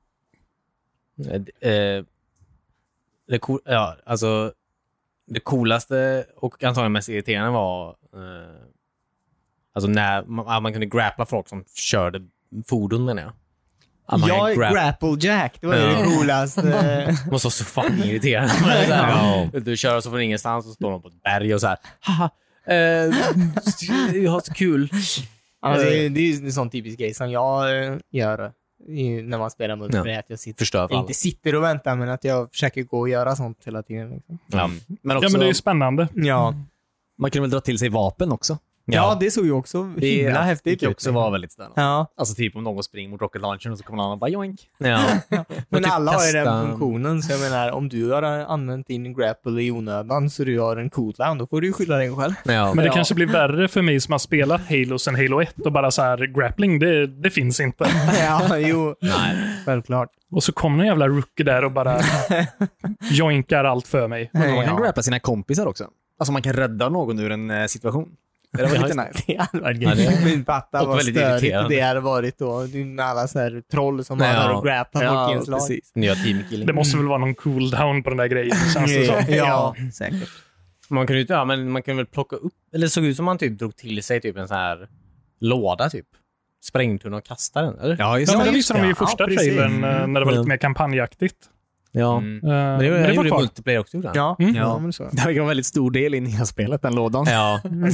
eh, det, cool, ja, alltså, det coolaste och antagligen mest irriterande var eh, alltså när man, man kunde grappla folk som körde fordon, menar jag. Att man Ja, kan grap- Grapple Jack. Det var ju Ja. det coolaste. Det måste vara så fucking irriterande. Ja. Du kör och så från ingenstans och står de på ett berg och så här. Haha, eh, jag har så kul. Alltså, det, är, det är ju en sån typisk grej som jag eh, gör i, när man spelar multiplayer. Att jag sitter, Förstör för jag alla. inte sitter och väntar, men att jag försöker gå och göra sånt hela tiden. Liksom. Ja. Men också, Ja, men det är ju spännande. Ja. man kunde väl dra till sig vapen också. Ja, det såg ju också himla Det häftigt tycker jag ut. också var väldigt spännande. Ja, Alltså typ om någon springer mot rocket launchern och så kommer någon annan och bara joink. Ja. men typ alla har ju den testa- funktionen, så jag menar, om du har använt din grapple i onödan så du har en cooldown, då får du ju skylla dig själv. Ja. Men det Ja. kanske blir värre för mig som har spelat Halo sen Halo ett och bara så här grappling, det, det finns inte. Ja, jo. Nej, självklart. Och så kommer en jävla rookie där och bara joinkar allt för mig. Men man kan Ja. grappla sina kompisar också. Alltså man kan rädda någon ur en eh, situation. Det var Ja, lite just nice. Det hade varit Ja, det gött. är- Men fatta och vad väldigt störigt irriterande. det hade varit då. Det är alla så här troll som Nej, har ja. och grapplar folk i ens lag. precis. Nya teamkilling. Det måste väl vara någon cooldown på den där grejen, känns det som. Ja, säkert. Man kan ju inte, ja, men man kan väl plocka upp, eller det såg ut som man typ drog till sig typ en sån här låda typ. Sprängtunna och kastade den, eller? Ja, just Ja, men det just visade de ju i det. första Ja, precis. trailern eh, när det var Ja. lite mer kampanjaktigt. Ja. Mm. Eh, Men det, men det var gjorde kvar. multiplayer också, gjorde han? Ja, Mm. ja, men så. Det var en väldigt stor del i nya spelet, den lådan. Ja. ja. Ja,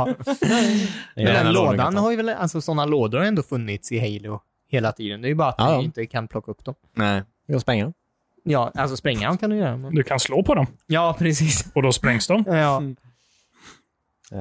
Men den lådan lådan kan ta. har ju väl, alltså sådana lådor har ändå funnits i Halo hela tiden. Det är ju bara att Ja, du ja. inte kan plocka upp dem. Nej. Jag spränger. Ja, alltså spränga kan du göra. Men... Du kan slå på dem Ja, precis. och då sprängs de. Ja. Uh,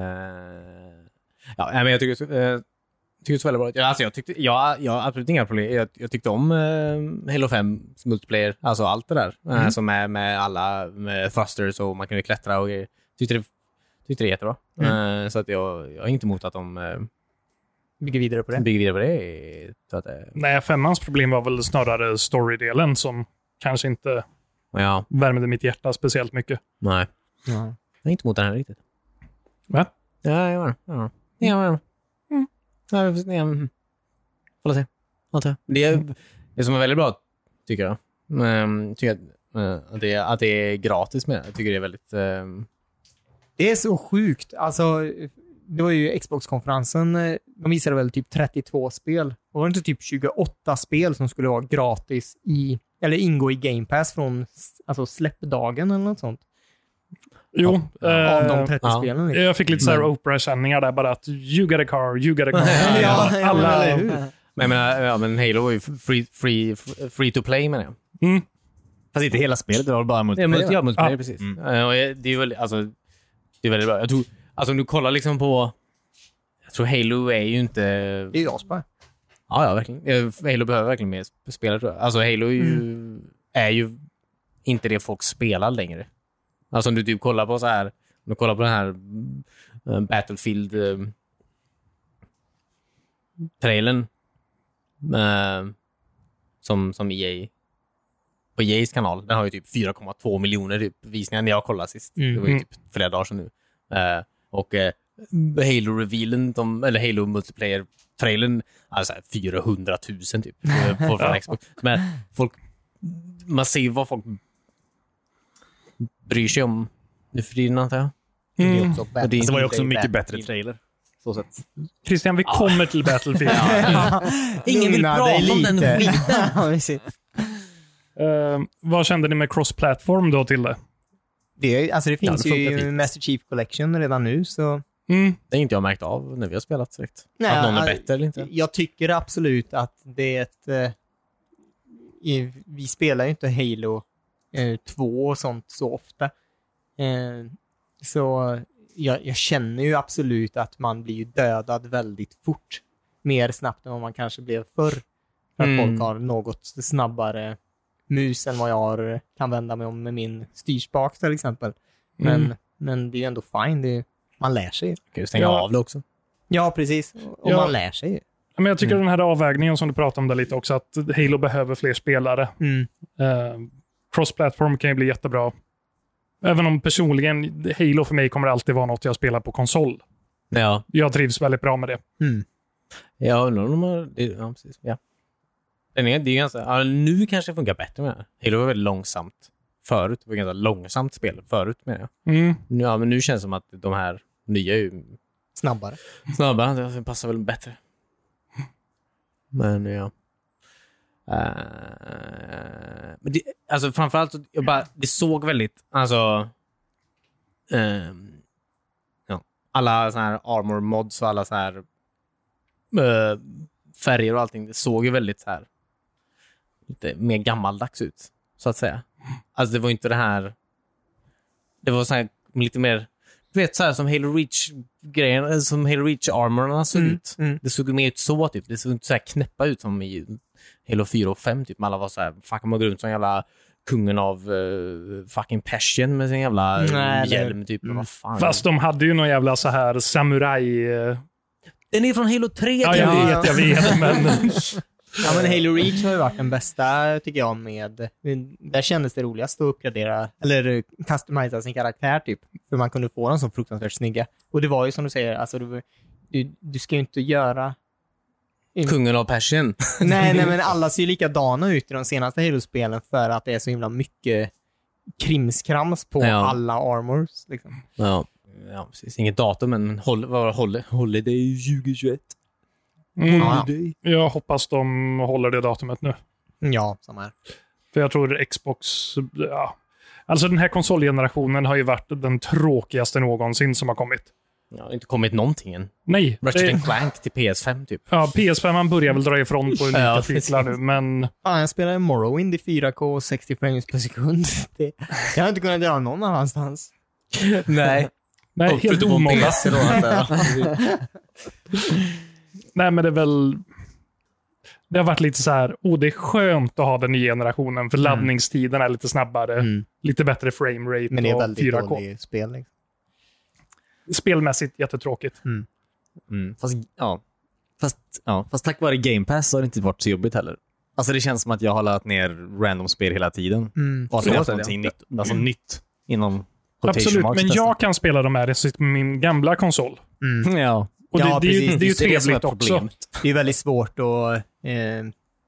ja, men jag tycker, uh, tycker det är väldigt bra. Ja, alltså, jag, tyckte, jag, jag har absolut inga problem. Jag, jag tyckte om uh, Halo fem multiplayer, alltså allt det där. Mm. Uh, som är med alla med thrusters och man kan ju klättra och grejer. Tyckte det, tyckte det är jättebra. Mm. Uh, så att jag, jag är inte emot att de uh, Bygger vidare på det. bygger vidare på det. Så att, uh, Nej, femmans problem var väl snarare storydelen som kanske inte ja, värmde mitt hjärta speciellt mycket. nej. Ja. Jag är inte emot den här riktigt. Va? Ja, jag var det. Ja, jag var det. Mm. Ja, vi får se. Mm. Får se. Antar jag. Det, är, det som är väldigt bra, tycker jag, um, tycker jag uh, att, det, att det är gratis med det. Jag tycker det är väldigt... Um, Det är så sjukt. Alltså, det var ju Xbox-konferensen. De visade väl typ trettiotvå spel. Och var det inte typ tjugoåtta spel som skulle vara gratis i, eller ingå i Game Pass från alltså släppdagen eller något sånt? Jo, Av eh, de trettio ja. spelen. Liksom. jag fick lite så här Men- Oprah-känningar där bara att you got a car, you got a car. Ja, ja, alla, eller hur? men, jag menar, ja, men Halo var ju free, free, free to play, menar jag. Mm. Fast inte hela spelet, det var bara Ja, multiplayer. multi, ja, multiplayer, Ja. precis. Mm. Uh, och det är ju väldigt, alltså, det är väldigt bra. Jag tror, alltså om du kollar liksom på... Jag tror Halo är ju inte... Det är ju asbra. Ja, ja, verkligen. Eh, Halo behöver verkligen mer sp- spelare, tror jag. Alltså Halo är ju, är ju inte det folk spelar längre. Alltså om du typ kollar på så här du kollar på den här uh, Battlefield uh, trailern uh, som, som E A på E A:s kanal. Den har ju typ fyra komma två miljoner typ visningar när jag kollade sist. Mm. Det var ju typ flera dagar sedan nu. Uh, och uh, Halo-revealen, de, eller Halo multiplayer-trailern, alltså fyrahundratusen typ på från Xbox. Men folk, man ser vad folk bryr sig om nu för tiden, antar jag. Mm. Det, är också det, det var ju också en mycket bättre trailer. Så sätt. Christian, vi kommer till Battlefield. Ingen vill prata om den skiten. Uh, vad kände ni med cross-platform då till det? Det, alltså det finns ja, det ju fint. Master Chief Collection redan nu, så... Mm. Det är inte jag märkt av när vi har spelat direkt. Nej, att någon är alltså, bättre eller inte. Jag tycker absolut att det är ett... Eh, i, vi spelar ju inte Halo eh, två och sånt så ofta. Eh, så jag, jag känner ju absolut att man blir ju dödad väldigt fort. Mer snabbt än vad man kanske blev förr. För att Mm. folk har något snabbare mus än vad jag har, kan vända mig om med min styrspak till exempel. Men, Mm. men det är ju ändå fine. Det är, man lär sig. Kan du stänga Ja. av det också? Ja, precis. Och Ja. man lär sig ju. Men jag tycker Mm. den här avvägningen som du pratade om där lite också, att Halo behöver fler spelare. Mm. Uh, cross-platform kan ju bli jättebra. Även om personligen Halo för mig kommer alltid vara något jag spelar på konsol. Ja. Jag trivs väldigt bra med det. Mm. Ja, undrar om de har... Det, ja, precis. Ja. Den är, det är ganska... Ja, nu kanske det funkar bättre med det. Halo var väldigt långsamt förut. Det var ganska långsamt spel förut med det. Mm. Ja, men nu känns det som att de här nya är ju Snabbare. snabbare. Det passar väl bättre. Men ja. Uh, men det, alltså framförallt, jag bara, det såg väldigt, alltså um, ja, alla så här armor mods och alla så här uh, färger och allting, det såg ju väldigt så här lite mer gammaldags ut, så att säga. Alltså det var inte det här, det var så här lite mer, du vet, så här som Halo Reach grejen, som Halo Reach armorna såg Mm, ut. mm. Det såg mer ut så typ. Det såg inte så här knäppa ut som i Halo fyra och fem typ. Man alla var så här, fuck, man går runt som jävla kungen av uh, fucking Persian med sin jävla Nej, hjälm typ. mm. Vad fan. Fast de hade ju någon jävla så här samurai... eh, Den är från Halo tre. Ja, typ. jag vet, jag vet, men... Ja, men Halo Reach har ju varit den bästa, tycker jag, med... Där kändes det roligast att uppgradera, eller customisa sin karaktär, typ. För man kunde få dem så fruktansvärt snygga. Och det var ju som du säger, alltså du, du, du ska ju inte göra... Kungen av Persian. nej, nej, men alla ser ju likadana ut i de senaste Halo-spelen för att det är så himla mycket krimskrams på Ja. alla armors, liksom. Ja. Ja, precis. Inget datum, men håll, vad var det? Håll, Holiday tjugo tjugoett. Mm, Ja. jag hoppas de håller det datumet nu. Ja, samma här. För jag tror Xbox... Ja. Alltså den här konsolgenerationen har ju varit den tråkigaste någonsin som har kommit. Ja, det har inte kommit någonting än. Nej. Ratchet det- and Clank till P S fem typ. Ja, P S fem man börjar väl dra ifrån på unika Ja, titlar nu, men... Ja, jag spelar Morrowind i fyra K och sextio frames per sekund. Det, jag har inte kunnat göra någon annanstans. Nej. Nej, Och helt förutom på omoddat. P C då. Att, Nej, men det är väl... Det har varit lite så här, oh, det är skönt att ha den nya generationen, för laddningstiden är lite snabbare, Mm. lite bättre framerate Men det är och väldigt fyra K. dåligt spel. Liksom. Spelmässigt jättetråkigt. Mm. Fast, ja. Fast, ja. Fast tack vare Game Pass så har det inte varit så jobbigt heller. Alltså det känns som att jag har laddat ner random spel hela tiden. Mm. Och att Så jag har är haft det, någonting nytt, alltså nytt inom quotation Absolut, marks men nästan. jag kan spela de här sitter med min gamla konsol. Ja. Och Ja, det, det, är ju- precis. det är ju Det är det som är trevligt också. problemet. Det är väldigt svårt att... Eh, eh,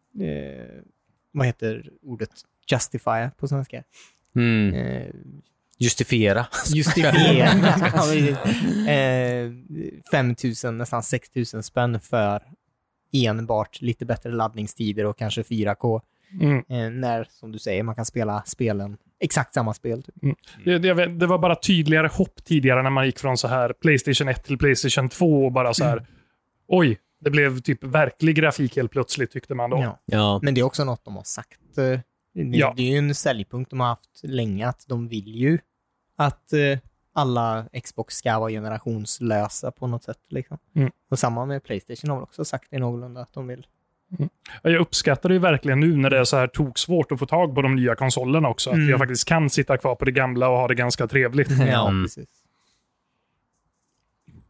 vad heter ordet? Justify på svenska. mm. Eh, Justifiera. justifiera. Ja, precis. eh, fem tusen, nästan sex tusen spänn för enbart lite bättre laddningstider och kanske fyra K. Mm. Eh, när, som du säger, man kan spela spelen, exakt samma spel. Typ. Det, det, det var bara tydligare hopp tidigare när man gick från så här PlayStation ett till PlayStation två och bara så här, oj, det blev typ verklig grafik helt plötsligt, tyckte man då. Ja. Ja. Men det är också något de har sagt. eh, Det, Ja. det är ju en säljpunkt de har haft länge, att de vill ju att eh, alla Xbox ska vara generationslösa på något sätt. Liksom. Mm. Och samma med PlayStation har väl också sagt det någorlunda att de vill. Jag uppskattar det ju verkligen nu när det är så här toksvårt att få tag på de nya konsolerna också. Att Mm. jag faktiskt kan sitta kvar på det gamla och ha det ganska trevligt. Ja, Mm. precis.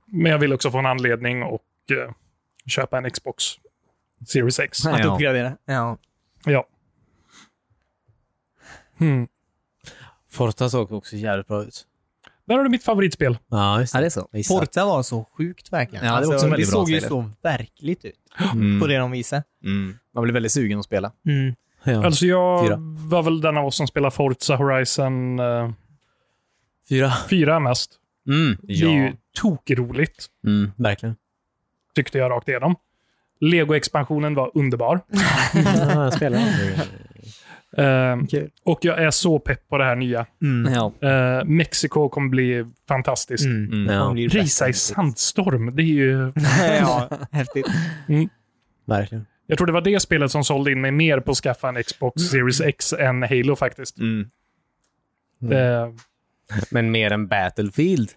Men jag vill också få en anledning och uh, köpa en Xbox Series X. Att Ja. uppgradera. Ja. Ja. Hmm. Forza såg också jävligt bra ut. Där har du mitt favoritspel. Ja, just Ja, det är så. Forza var så sjukt verkligen. Ja, det var alltså, också en det väldigt bra såg ju trailer. så verkligt ut Mm. på det de visade. Mm. Man blir väldigt sugen att spela. Mm. Ja. Alltså jag Fyra. var väl den av oss som spelar Forza Horizon uh, Fyra. fyra mest. Mm. Det är ju tokroligt, Mm, verkligen. tyckte jag rakt igenom. Lego-expansionen var underbar. Ja, jag spelar. Uh, Kul. och jag är så pepp på det här nya. Mm. Ja. Uh, Mexiko kommer bli fantastiskt. Mm. Mm. Det Ja. blir Risa i bättre. sandstorm, det är ju... Ja, häftigt. Verkligen. Jag tror det var det spelet som sålde in mig mer på att skaffa en Xbox Series X än Halo faktiskt. Mm. Det, Men mer än Battlefield.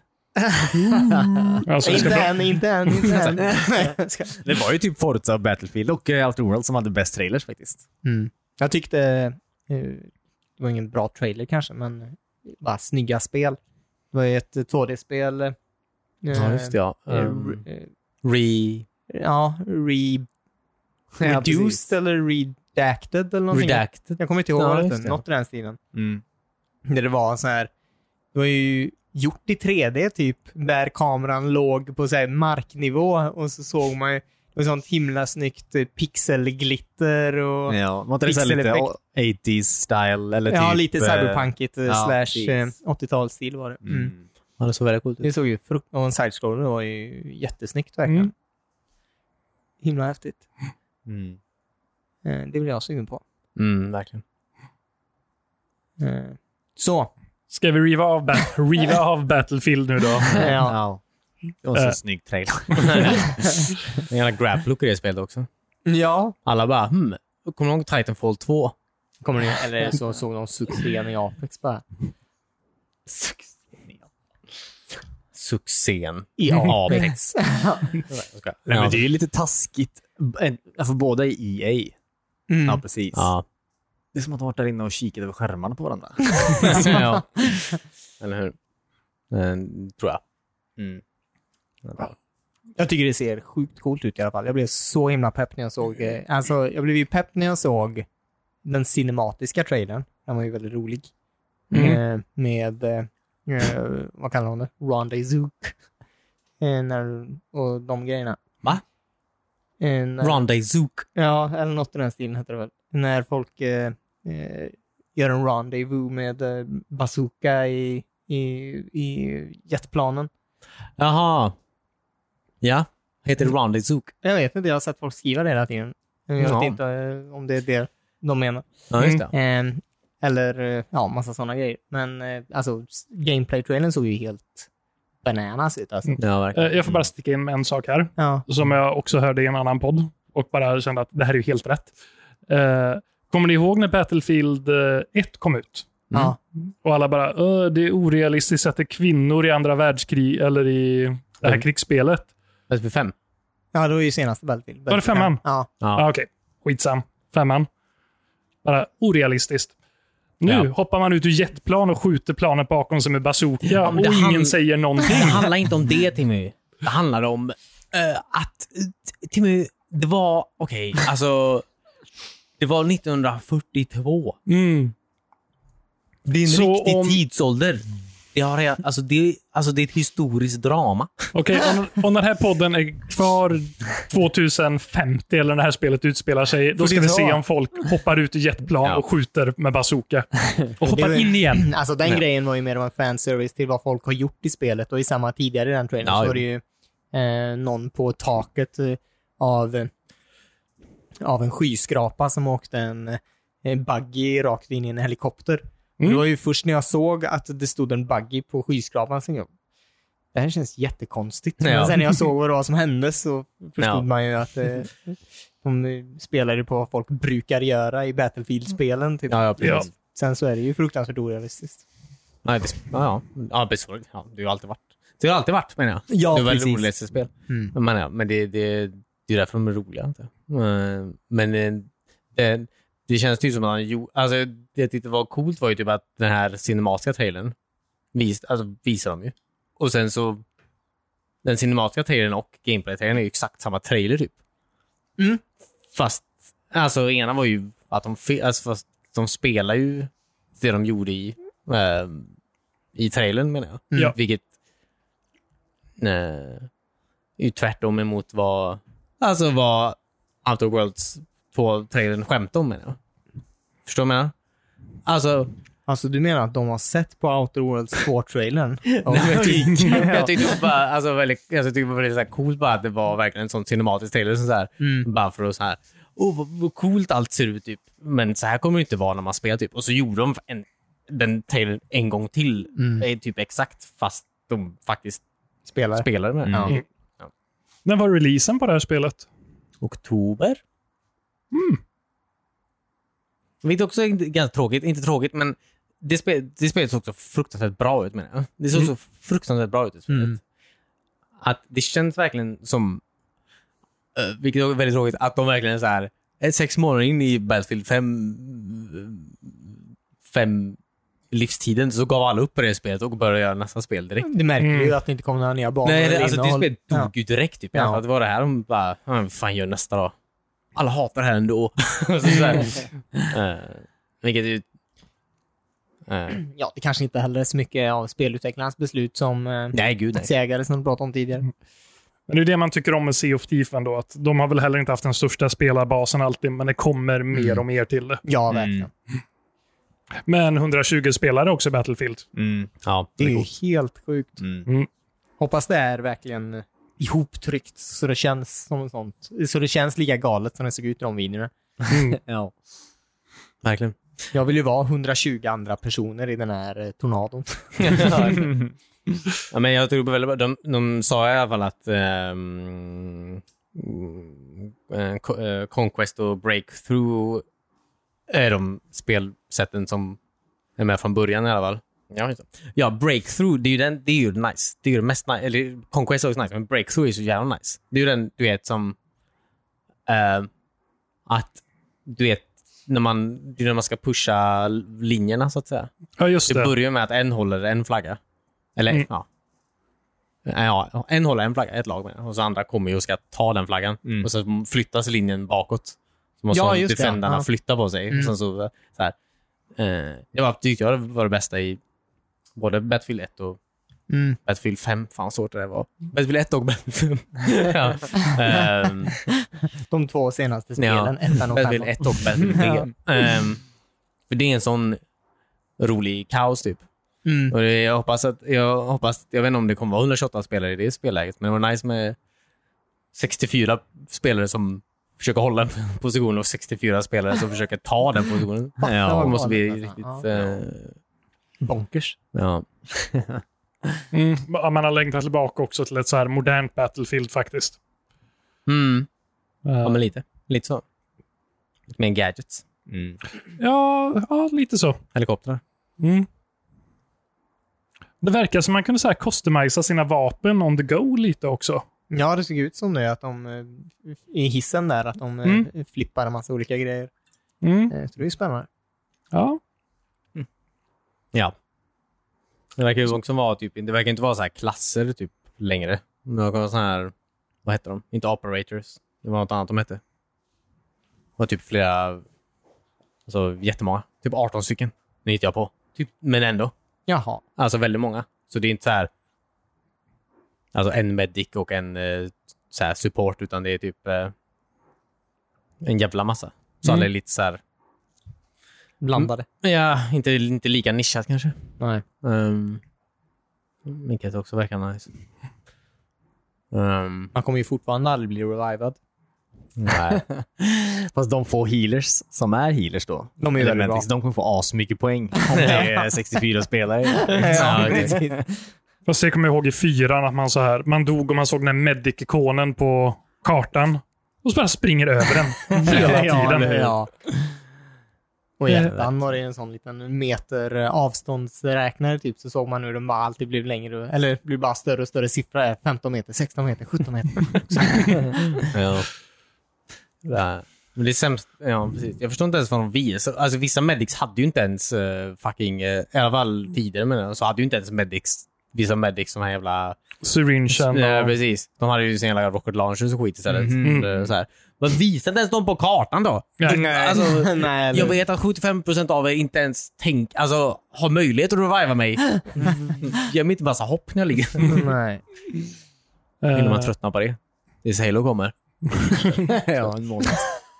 alltså, vi ska Inte pra- än, inte än, inte än. Nej, jag ska- Det var ju typ Forza, Battlefield och uh, Outer Worlds som hade bäst trailers faktiskt. Mm. Jag tyckte, eh, det var ingen bra trailer kanske, men bara snygga spel. Det var ju ett två D-spel. eh, Ja, just det, ja. eh, Um, re- eh, re... ja, re, Ja, precis. reduced eller redacted eller någonting. Redacted. Jag kommer inte ihåg Ja, vad det just hette. det. Något i den stilen. Mm. Där det var så här, det var ju gjort i tre D typ, där kameran låg på så här marknivå och så såg man ju det var sånt himla snyggt eh, pixelglitter och Ja, var inte det så här lite Pixeleffekt. åttio style eller ja, typ... lite eh, cyberpunkigt eh, ja, slash eh, precis. åttio-talsstil var det. Mm. Mm. Ja, det såg väldigt coolt ut. Det såg ju frukt och en side-scroller var ju jättesnyggt verkligen. Mm. Himla häftigt. Mm. Eh, det vill jag sugen på. Mm, verkligen. Eh, så. Ska vi riva av, ba- riva av Battlefield nu då? Ja. Ja. Det var en så Eh. snygg trailer. En jävla grab-look i det spelet också. Ja. Alla bara, hmm, kommer du ihåg Titanfall två? Kommer ni, eller så såg de succén i Apex bara. Succén. I Apex. Nej, men det är ju lite taskigt. En- Alltså båda i E A. Mm. Ja, precis. Ja. Det är som att de varit där inne och kikat över skärmarna på varandra. ja. Eller hur? Eh, tror jag. Mm. Jag tycker det ser sjukt coolt ut i alla fall. Jag blev så himla pepp när jag såg... Eh, alltså, jag blev ju pepp när jag såg den cinematiska trailern. Den var ju väldigt rolig. Mm. Eh, med... Eh, eh, vad kallar hon det? Rendezvous. Eh, när, och de grejerna. Va? Eh, när, Rendezvous. Ja, eller något i den stilen heter det väl. När folk eh, eh, gör en rendezvous med eh, bazooka i, i, i jetplanen. Jaha. Ja. Heter det Rendezvous? Jag vet inte, jag har sett folk skriva det hela tiden. Jag vet Ja. inte eh, om det är det de menar. Ja, just det. Eh, eller, eh, ja, massa sådana grejer. Men eh, alltså, s- gameplay-trailern såg ju helt bananas ut alltså. Ja, Eh, verkligen. Jag får bara sticka in med en sak här, Ja. som jag också hörde i en annan podd och bara kände att det här är ju helt rätt. Eh, kommer ni ihåg när Battlefield eh, ett kom ut? Ja. Och alla bara, "Ö, det är orealistiskt att det är kvinnor i andra världskrig eller i det här Mm. krigsspelet. Battlefield fem. Ja, det var ju senaste Battlefield. Var det femman? Ja. Ja, Ja. okej. Skitsam. Femman. Bara orealistiskt. Nu Ja. hoppar man ut ur jetplan och skjuter planet bakom sig med bazooka Ja, och men det ingen hand- säger någonting. Det handlar inte om det, Timmy. Det handlar om eh, att... eh, Timmy, det var... Okej, alltså... Det var nittonhundrafyrtiotvå. Mm. Det är en Så riktig om- tidsålder. Det, har, redan- alltså, det, alltså, det är ett historiskt drama. Okej, om, om den här podden är kvar tjugohundrafemtio eller när det här spelet utspelar sig, då Får ska det vi ta? se om folk hoppar ut ur jetplan Ja. och skjuter med bazooka. Och hoppar Det är- in igen. Alltså den Ja. grejen var ju mer av en fanservice till vad folk har gjort i spelet och i samma tidigare i den trailern Ja, så jo. var det ju eh, någon på taket eh, av, eh, av en skyskrapa som åkte en eh, buggy rakt in i en helikopter. Mm. Det var ju först när jag såg att det stod en buggy på skyskrapan som jag det här känns jättekonstigt. Ja. Men sen när jag såg vad det var som hände så förstod Ja. man ju att eh, de eh, spelade på vad folk brukar göra i Battlefield-spelen. Typ. Ja, ja, precis. Ja. Sen så är det ju fruktansvärt orealistiskt. Nej, det, ja, ja. Ja, precis. Ja, det har ju alltid varit. Det har alltid varit, menar jag. Ja, det är väldigt precis. roligaste spel. Mm. Men, ja, men det, det, det är därför de är roliga. Inte? Eh, Men eh, det, det känns typ som att han gjorde... Alltså, det jag tyckte var coolt var ju typ att den här cinematiska trailern vis, alltså, visar de ju. Och sen så den cinematiska trailern och gameplay-trailern är ju exakt samma trailer typ. Mm. Fast, alltså ena var ju att de, fe- alltså, fast de spelar ju det de gjorde i äh, i trailern menar jag. Mm. Ja. Vilket äh, är ju tvärtom emot vad alltså vad Outer Worlds på trailern skämtar om menar jag. Förstår du vad jag menar? Alltså Alltså du menar att de har sett på Outer Worlds två-trailern? jag tyckte bara, alltså, väldigt, alltså, jag tyckte det var väldigt så här coolt bara att det var verkligen en sån cinematisk trailer så här, Mm. bara för att så här, åh vad, vad coolt allt ser ut typ. Men så här kommer det inte vara när man spelar typ. Och så gjorde de en, den trailern en gång till Mm. typ exakt fast de faktiskt Spelar. spelade med. Mm. Ja. När var releasen på det här spelet? Oktober. Mm. Vilket också är ganska tråkigt, inte tråkigt men det, spel, det spelet såg också fruktansvärt bra ut menar jag. Det såg Mm. så fruktansvärt bra ut i spelet. Mm. Att det känns verkligen som uh, vilket är väldigt tråkigt att de verkligen så här ett sex månader in i Battlefield fem fem livstiden så gav alla upp på det spelet och började göra nästa spel direkt. Det märker Mm. ju att det inte kommer några nya banor. Nej, det, eller alltså det innehåll. spelet dog Ja. ju direkt typ. Ja. Ja. Att det var det här de bara, ja, vad fan gör nästa då? Alla hatar det här ändå. så så här. uh, vilket är uh, Ja, det kanske inte heller är så mycket av spelutvecklarnas beslut som eh, nej gud nej. aktieägare som du pratade om tidigare. Men det är det man tycker om med Sea of Thieves ändå, att de har väl heller inte haft den största spelarbasen alltid, men det kommer mer och mer till det. Ja, Mm. verkligen. Men hundratjugo spelare också i Battlefield. Mm. Ja, Det är ju coolt. helt sjukt. Mm. Hoppas det är verkligen ihoptryckt så det känns som sånt. Så det känns lika galet som det såg ut i de videorna. Mm. Ja. Verkligen. Jag vill ju vara hundratjugo andra personer i den här eh, tornadon. Ja, men jag tror väldigt bra. De, de sa i alla fall att um, uh, Conquest och Breakthrough är de spelsätten som är med från början i alla fall. Ja, inte. Ja, Breakthrough, det är ju den, det är ju nice. Det är ju det mest nice. Eller Conquest är också nice, men Breakthrough är så jävla nice. Det är ju den, du vet, som uh, att du vet när man, det är när man ska pusha linjerna så att säga. Ja, just Det det. börjar med att en håller en flagga. Eller, Mm. ja. Ja, en håller en flagga, ett lag med. Och så andra kommer ju och ska ta den flaggan. Mm. Och så flyttas linjen bakåt. Så måste Ja, ja, just det, defendarna ja. flytta på sig. Mm. Och sen så, så här. Eh, det var, tyckte jag var det bästa i både Battlefield ett och Mm. Battlefield fem. Fan så svårt det var. Battlefield ett och Battlefield fem. ja. Ehm, De två senaste Ja. spelen, ettan och Battlefield femman. ett och Battlefield tre. Ehm, för det är en sån rolig kaos typ. Mm. Och det, jag hoppas att, jag hoppas, jag vet inte om det kommer vara hundratjugoåtta spelare i det spelläget, men det var nice med sextiofyra spelare som försöker hålla en position och sextiofyra spelare som försöker ta den positionen. Ja, det måste bli galet, riktigt, alltså. eh, Bonkers. ja. Mm. Ja, man har längtat tillbaka också till ett så här modernt Battlefield faktiskt. Mm. Uh, Ja, men lite. Lite så. Lite mer gadgets. Mm. ja, ja, lite så. Helikoptrar. Mm. Det verkar som man kunde så här customisa sina vapen on the go lite också. Ja, det såg ut som det, att de eh, i hissen där, att de eh, Mm. flippar en massa olika grejer. Mm. Eh, Så det är spännande. Ja. Ja. Det verkar ju också vara typ, det verkar inte vara så här klasser typ längre. Det verkar vara så här, vad heter de? Inte operators. Det var något annat de hette. Det var typ flera, alltså jättemånga. Typ arton stycken. Nu hittar jag på. Typ, men ändå. Jaha. Alltså väldigt många. Så det är inte så här, alltså en medic och en eh, så här support, utan det är typ eh, en jävla massa. Så Mm. alla är lite så här, Blandade. ja, inte, inte lika nischat kanske. Nej. Um, vilket också verkar nice. Um, Man kommer ju fortfarande aldrig bli revivad. nej. Fast de få healers som är healers då. De är ju Eller väldigt bra. medics, de kommer få asmycket poäng om det är sextiofyra spelare. Ja, okej. precis. Fast det kommer jag ihåg i fyran att man så här, man dog och man såg den här medic-ikonen på kartan. Och så bara springer över den hela Ja, tiden. det- ja. Och i ettan var det en sån liten meter eh, avståndsräknare typ, så såg man hur den bara alltid blev längre, eller blir bara större och större siffra, femton meter, sexton meter, sjutton meter. Ja. Ja. Men det är sämst, ja precis. Jag förstår inte ens vad de visar. Alltså vissa medics hade ju inte ens uh, fucking, uh, i alla fall tidigare men så hade ju inte ens medics vissa medics som här jävla... Syringen. Ja, och... precis. De hade ju sin jävla rocket launchers och skit istället. Mm. Mm. Så här. Men visa inte ens dem på kartan då. Nej. Alltså, Nej, jag vet att sjuttiofem procent av er inte ens tänk, alltså, har möjlighet att reviva mig. Ge mig inte massa hopp när jag ligger. Nej. Innan man Eh, tröttnar på det. Det är så Halo kommer. Ja, en månad.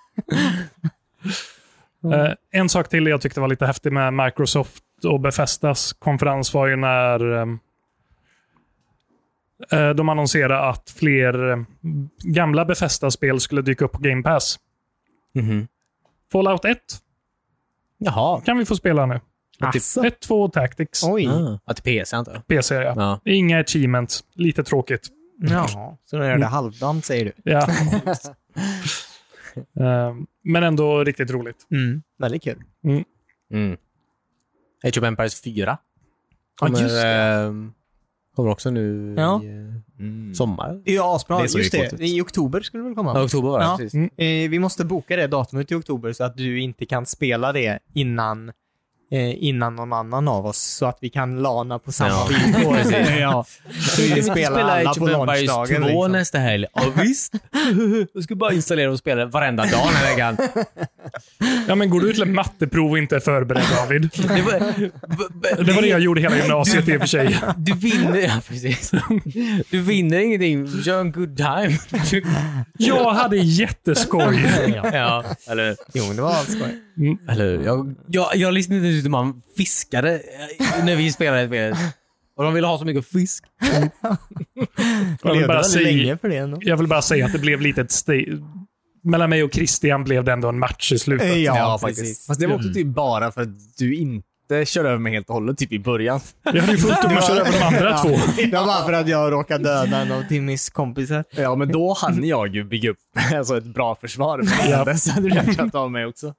Eh, en sak till jag tyckte var lite häftig med Microsoft och Bethesdas konferens var ju när ehm, eh, de annonserade att fler eh, gamla Bethesda-spel skulle dyka upp på Game Pass. Mhm. Fallout ett Jaha. kan vi få spela nu. Asså? ett, två Tactics. Oj. Ah. Ja, till P C antar jag. P C, ja. Ja. Inga achievements. Lite tråkigt. Ja, så nu är det halvdant säger du. Ja. Eh, men ändå riktigt roligt. Mm. Väldigt kul. Mm. Age of Empires fyra. Ja, Kommer, just det. eh, kommer också nu Ja. i eh, Mm. sommar. Det är ju asbra. Det såg Just ju det. coolt ut. I oktober skulle det väl komma? Ja, oktober var det. Ja. Precis. Mm. Eh, vi måste boka det datumet i oktober så att du inte kan spela det innan eh, innan någon annan av oss så att vi kan lana på samma Ja. villkor. ja. Så vi spelar alla på launchdagen. två Liksom. nästa helg. Ja, visst. Jag ska bara installera och spela varenda dag den här veckan. Ja, men går du till ett matteprov och inte är förberedd, David? Det var, Det var det jag gjorde hela gymnasiet i och för sig. Du vinner, ja precis. Du vinner ingenting. Du kör en good time. Jag hade jätteskoj. Ja, eller Jo, det var allt skoj. Eller jag, jag, jag lyssnade inte ut hur man fiskade när vi spelade spelet. Och de ville ha så mycket fisk. Jag vill, Levde bara väldigt säga, länge för det ändå. jag vill bara säga att det blev lite ett steg. Mellan mig och Christian blev det ändå en match i slutet. Ja, Ja, precis. faktiskt. Fast det var också typ bara för att du inte kör över mig helt och hållet, typ i början. Jag hade ju fullt upp att köra över de andra två. Det var bara för att jag råkade döda en av Timmys kompisar. Ja, men då hann jag ju bygga upp alltså, ett bra försvar. Men Ja. ja. Så hade du klarat av mig också.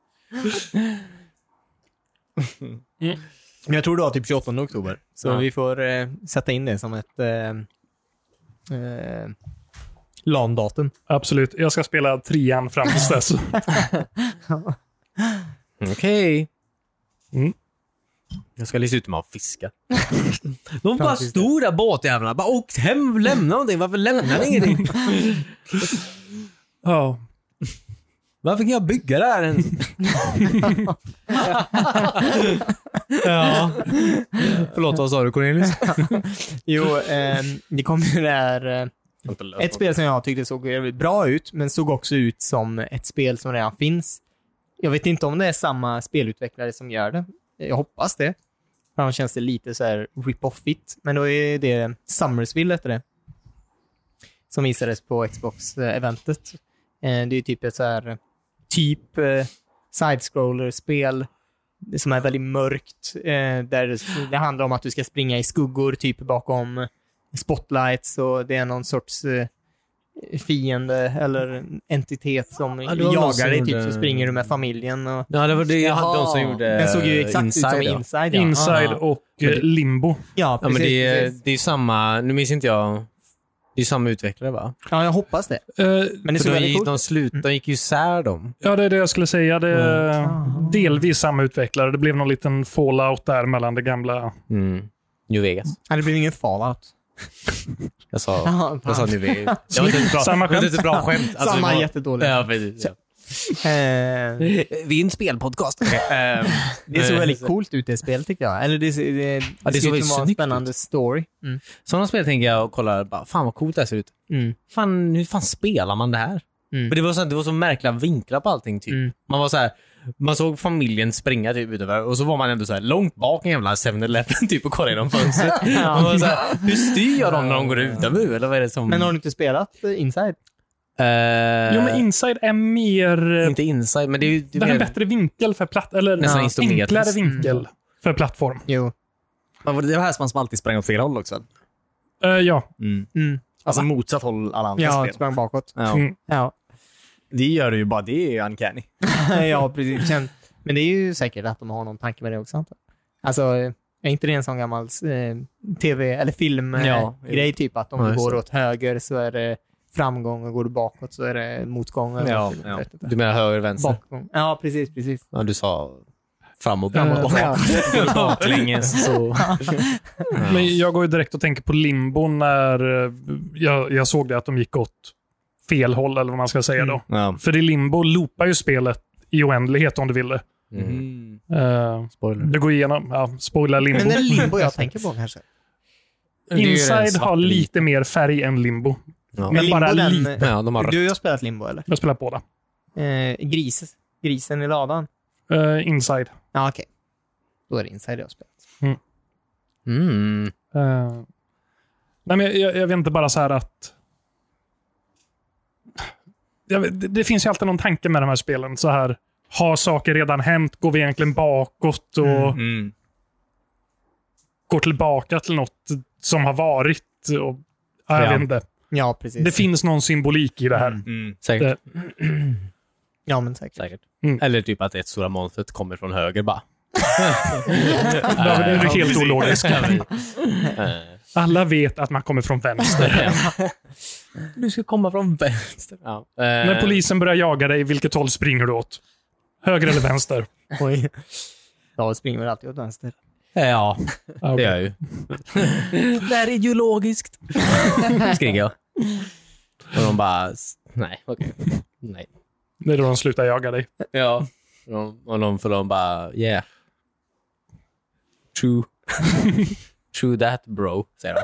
Men jag tror det var typ tjugoåttonde oktober. Så Ja. vi får eh, sätta in det som ett eh, eh, LAN-datum. Absolut. Jag ska spela trean fram tills dess. Okej. Mm. Jag ska lista ut hur man fiskar. De bara stod där båtjävlarna. Bara åkt hem, lämna någonting. Varför lämnar ni ingenting? Ja. Varför kan jag bygga det här ens? Ja. Förlåt, vad sa du Cornelius? Jo, eh, det kom ju där eh, ett spel som jag tyckte såg väldigt bra ut, men såg också ut som ett spel som redan finns. Jag vet inte om det är samma spelutvecklare som gör det. Jag hoppas det. För annars känns det lite så här rip-off-igt. Men då är det Summersville heter det. Som visades på Xbox-eventet. Eh, det är ju typ ett så här typ eh, side-scroller-spel som är väldigt mörkt. Eh, där det, det handlar om att du ska springa i skuggor typ bakom spotlights och det är någon sorts eh, fiende eller entitet som Ja, det var någon jagar som dig typ, gjorde- så springer du med familjen. Och, Ja, det var det jag hade de som Jaha. gjorde den såg ju exakt Inside, ut som ja. Inside. Ja. Inside Ja. och eh, Limbo. Ja, Ja, precis. men det är, precis. det är samma, nu minns inte jag, det är samma utvecklare va? Ja, jag hoppas det. Eh, Men det För såg de, väldigt gick, coolt. de, slut, de gick ju isär dem. ja, det är det jag skulle säga. Det är Mm. delvis samma utvecklare. Det blev någon liten fallout där mellan det gamla. Mm. New Vegas. Ja, det blev ingen Fallout. Jag sa, Ja, jag sa New Vegas. Det var inte ett bra, Samma det var skämt. inte ett bra skämt. Alltså, Samma det var, jättedåligt. Ja, precis. Ja. Eh, Vi är en spelpodcast. Ehm, det såg eh, väldigt coolt ut det spelet tycker jag. Eller det, det, det, Ja, det ser såg ut som en snyggt spännande story. Mm. Sådana spel tänker jag och kollar, bara, fan vad coolt det här ser ut. Mm. Fan, hur fan spelar man det här? Mm. För det var så, det var så märkliga vinklar på allting typ. Mm. Man var så här, man såg familjen springa typ utöver och så var man ändå så här långt bak i en jävla seven eleven typ och kollade genom fönstret. Man var så här, hur styr jag dem när de går utomhus? Eller vad är det som... Men har du inte spelat eh, Inside? Eh, Jo, men Inside är mer... eh, inte inside, men det är ju... Det Den är har mer- en bättre vinkel för platt... Eller Nästan ja, isometriskt. enklare vinkel för plattform. Jo. Men var det det här som man som alltid sprang åt fel håll också? Eh, ja. Mm. Alltså motsatt håll alla andra Ja, spel. sprang bakåt. Ja. Mm. Ja. Det gör det ju bara, det är uncanny. ja, precis. Känn- Men det är ju säkert att de har någon tanke med det också. Antar jag. Alltså, är inte det en sån gammal eh, tv- eller filmgrej Ja, eh, grej typ att om Ja, du just går det. åt höger så är det framgång och går du bakåt så är det motgång. Eller Ja, något, ja. jag vet inte. Du menar höger, vänster? Bakgång. Ja, precis, precis. Ja, du sa fram och fram och Ja. Baklänges så... Men jag går ju direkt och tänker på Limbo när eh, jag, jag såg det att de gick åt fel håll, eller vad man ska säga då. Ja. För i Limbo loopar ju spelet i oändlighet om du vill det. Mm. Uh, Spoiler. du går igenom, ja, spoiler Limbo. Men det är Limbo jag tänker på kanske. Det är ju den Inside svarta har lite biten. mer färg än Limbo. Ja. Men bara Limbo, lite. Ja, de har rött. Du har spelat Limbo eller? Jag spelar båda. Eh, gris, grisen i ladan. Uh, Inside. Ja, okej. Då är det Inside jag har spelat. Mm. Uh, nej, men jag, jag vet inte, bara så här att jag vet, det, det finns ju alltid någon tanke med de här spelen. Så här, har saker redan hänt? Går vi egentligen bakåt och Mm. går tillbaka till något som har varit? Och, ja, jag Ja. vet inte. Ja, precis. Det finns någon symbolik i det här. Mm. Säkert. Ja, men säkert. Säkert. Mm. Eller typ att ett stora monstret kommer från höger bara. Det är helt ologiskt. Eh, Alla vet att man kommer från vänster. Du ska komma från vänster. Ja. Eh, När polisen börjar jaga dig, vilket håll springer du åt? Höger eller vänster? Oj. Ja, springer väl alltid åt vänster. Ja, Ah, det okej. gör jag ju. Det är ideologiskt. Skriker jag. Och de bara, nej, okej. Nej. Det är då de slutar jaga dig. Ja. Och de, och de, för de bara, yeah. True. True that, bro, säger de.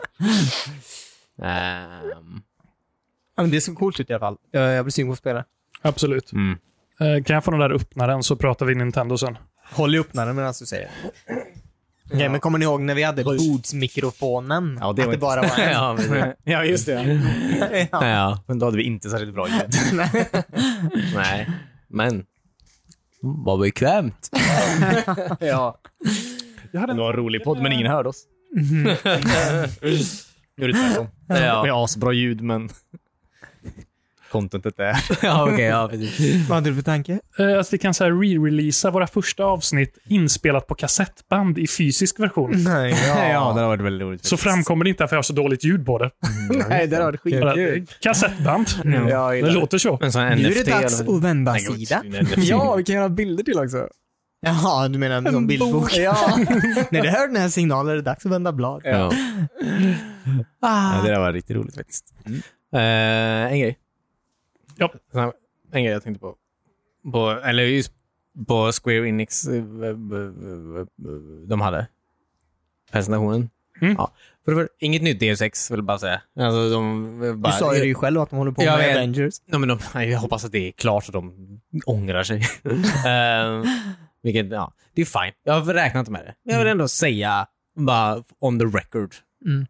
Um, Ja, men det är så coolt ut i alla fall. Jag, jag blir sugen på att spela. Absolut. mm. Eh, kan jag få den där öppnaren så pratar vi Nintendo sen. Håll i öppnaren medan du säger. Okej, men kommer ni ihåg när vi hade bordsmikrofonen? Ja, det Att var det bara var en. Ja, men, Ja, just det. Ja. ja. Men då hade vi inte särskilt bra ljud. Nej, men vad bekvämt. Ja. Jag hade Det var en rolig podd, men ingen hörde oss. Nu är det tvärtom. Ja. Vi har asbra ljud, men contentet är... Ja, okej, ja, precis. Vad hade du för tanke? eh, att vi kan så här re-releasa våra första avsnitt inspelat på kassettband i fysisk version. Nej, Ja, ja. det har varit väldigt roligt. Så framkommer det inte att jag har så dåligt ljud på det. Nej, det har varit Bara, skitkul. kassettband. Ja, Det låter så. En sån här Nu är N F det T dags eller- att vända Nej, sida. gud, N F T. Ja, vi kan göra bilder till också. Jaha, du menar en bildbok? Ja. När du hör den här signalen är det dags att vända blad. Ja. Ah. Ja, det där var riktigt roligt faktiskt. Eh, en grej. Ja. Så, en grej jag tänkte på. på eller just på Square Enix eh, eh, de hade presentationen. Mm. Ja. För det var inget nytt D S X, vill jag bara säga. Alltså, de, bara, Du sa ju det ju själv att de håller på Ja, med men- Avengers. Ja, men de, jag hoppas att det är klart så de ångrar sig. uh, vilket, ja, det är fine. Jag har räknat med det. Men jag vill ändå säga, bara on the record. Mm.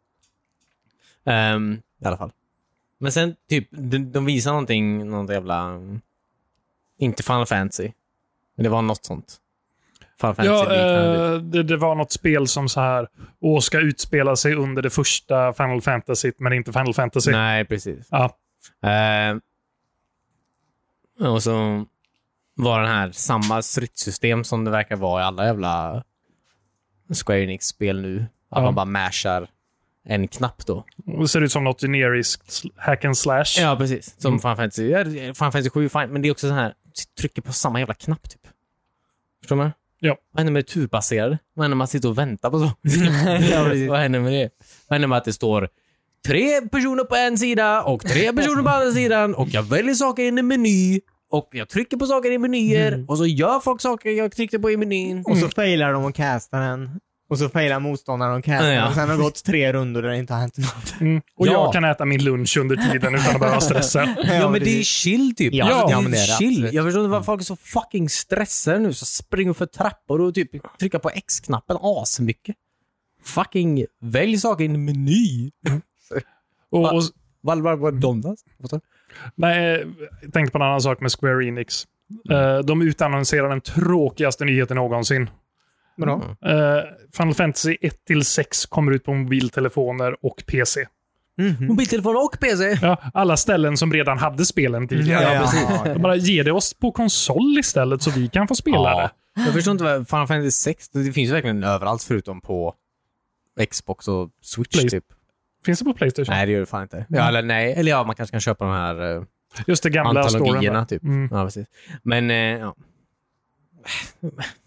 Um, I alla fall. Men sen, typ, de, de visar någonting, något jävla... Inte Final Fantasy. Men det var något sånt. Final Fantasy Ja, liknande. eh, det, det var något spel som så här och ska utspela sig under det första Final Fantasy, men inte Final Fantasy. Nej, precis. Ja. Uh, och så var den här samma stridssystem som det verkar vara i alla jävla Square Enix-spel nu. Att Ja. man bara mashar en knapp då. Det ser ut som något generiskt sl- hack and slash. Ja, precis. Som Mm. Final Fantasy. Ja, Final Fantasy sju är fine, men det är också så här, trycker på samma jävla knapp typ. Förstår man? Ja. Vad händer med det turbaserade? Vad händer med att sitta och vänta på så? Vad händer med det? Vad händer med att det står tre personer på en sida och tre personer på andra sidan och jag väljer saker i en meny och jag trycker på saker i menyer Mm. och så gör folk saker jag tryckte på i menyn. Och så failar de och castar den. Och så failar motståndaren och castar den. Ja. Och sen har det gått tre rundor där det inte har hänt något. Mm. Och Ja. jag kan äta min lunch under tiden utan att behöva stressa. Ja, men det är chill typ. Ja, Alltså, ja, det men det är är det, chill. absolut. Jag förstår inte varför folk är så fucking stressade nu. Så springer för trappor och typ trycka på X-knappen asmycket. Fucking välj saker i en meny. Och, och, Vad var var de där? nej, jag tänkte på en annan sak med Square Enix. Eh, de utannonserar den tråkigaste nyheten någonsin. Vadå? Uh, Final Fantasy ett till sex kommer ut på mobiltelefoner och P C. Mhm. Mobiltelefon och P C. Ja, alla ställen som redan hade spelen tidigare. Ja, Ja, ja. bara ge det oss på konsol istället så vi kan få spela det. Jag förstår inte vad Final Fantasy sex, det finns ju verkligen överallt förutom på Xbox och Switch Play- typ. Finns det på PlayStation? Nej, det gör det fan inte. Ja, eller nej. Eller ja, man kanske kan köpa de här uh, Just det, gamla storyn. antologierna där. typ. Mm. Ja, precis. Men, eh, ja.